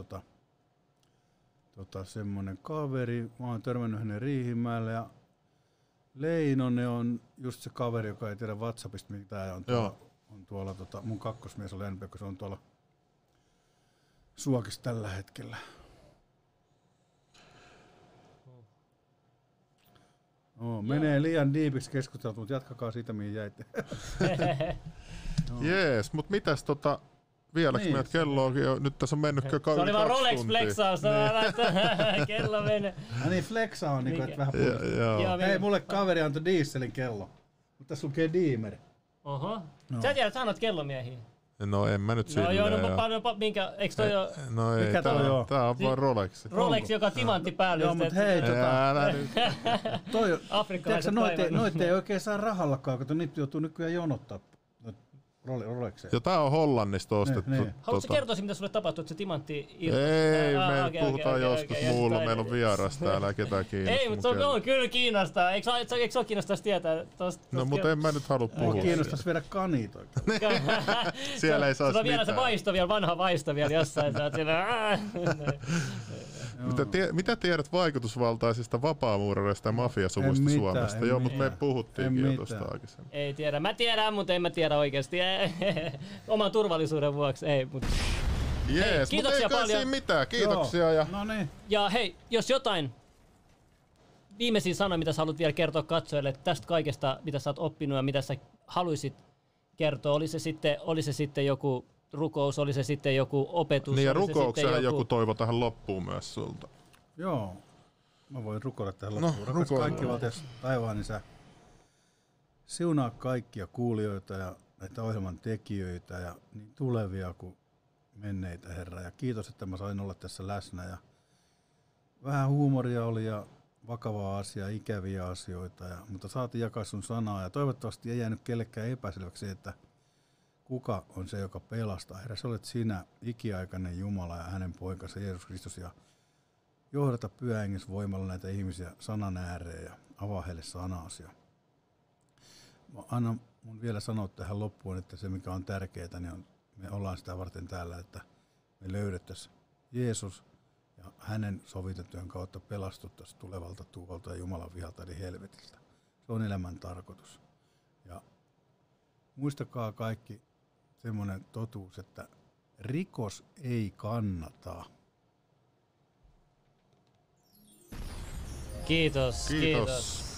semmonen kaveri. Mä oon törmännyt hänen Riihimäelle ja Leinonen on just se kaveri, joka ei tiedä WhatsAppista, mitä on tuolla mun kakkosmies oli NP, kun se on tuolla Suokissa tällä hetkellä. Menee liian diipiksi keskustelut, mutta jatkakaa siitä, mihin jäitte. Jees, mutta mitäs vieläks Niin. meidät kello onkin jo, nyt tässä on mennyt Se oli vaan Rolex flexaus, kello menee. Niin flexaa on niinku, että vähän puhutaan. Joo. Hei, mulle kaveri antoi dieselin kello. Mutta tässä lukee Deemer. Oho. Sä tiedät, sä annat kellomiehiä. No en mä nyt silleen. No joo, minkä, eiks toi jo No ei, Mikä toi on? tää on vaan Rolex. Rolex, joka on timantti päälle. Joo, mut hei, Älä nyt. toi, Afrikkalaiset tiedätkö, noit ei oikein saa rahallakaan, kun niitä joutuu nykyään jonottaa. Rolexeja. Ja tää on Hollannista ostettu. Niin. Haluatko kertoa, mitä sulle tapahtui, että se timantti Ei, me puhutaan joskus muulla. Meillä on vieras täällä ja ketään kiinnostaa. Ei, mutta se on kyllä kiinnostaa. Eikö sua kiinnostaisi tietää? No, mutta en mä nyt halua puhua. Kiinnostaisi viedä kanit oikein. Siellä ei saisi Sulla on vielä se mitään. vaisto vielä, vanha vaisto vielä jossain. Sä oot siellä, Mitä tiedät vaikutusvaltaisista vapaamuurareista ja mafiasuvuista En mitään, Suomesta? en Joo, mutta me mitään. puhuttiinkin En jo tuosta mitään. aikaisemmin. Ei tiedä. Mä tiedän, mutta en mä tiedä oikeesti. Oman turvallisuuden vuoksi. Ei, mutta... Jees, mutta ei kai siinä mitään. Kiitoksia. Ja... No niin. Ja hei, jos jotain viimeisiä sanoja, mitä sä haluat vielä kertoa katsojille tästä kaikesta, mitä sä oot oppinut ja mitä sä haluaisit kertoa, oli se sitten joku rukous, oli se sitten joku opetus. Niin ja oli se rukouksena sitten joku toivo tähän loppuun myös sulta. Joo. Mä voin rukoilla tähän No, loppuun. Rakas kaikki valtias taivaan, niin sä siunaa kaikkia kuulijoita ja näitä ohjelman tekijöitä ja niin tulevia kuin menneitä, Herra. Ja kiitos, että mä sain olla tässä läsnä. Ja vähän huumoria oli ja vakavaa asiaa, ikäviä asioita, mutta saatiin jakaa sun sanaa. Ja toivottavasti ei jäänyt kellekään epäselväksi, että kuka on se, joka pelastaa. Herra, sä olet sinä, ikiaikainen Jumala ja hänen poikansa Jeesus Kristus. Ja johdata Pyhä Hengen voimalla näitä ihmisiä sanan ääreen ja avaa heille sanasi. Mä annan mun vielä sanoa tähän loppuun, että se mikä on tärkeää, niin me ollaan sitä varten täällä, että me löydettäisiin Jeesus ja hänen sovitettujen kautta pelastuttaisiin tulevalta tuolta ja Jumalan vihalta eli helvetiltä. Se on elämän tarkoitus. Ja muistakaa kaikki semmoinen totuus, että rikos ei kannata. Kiitos.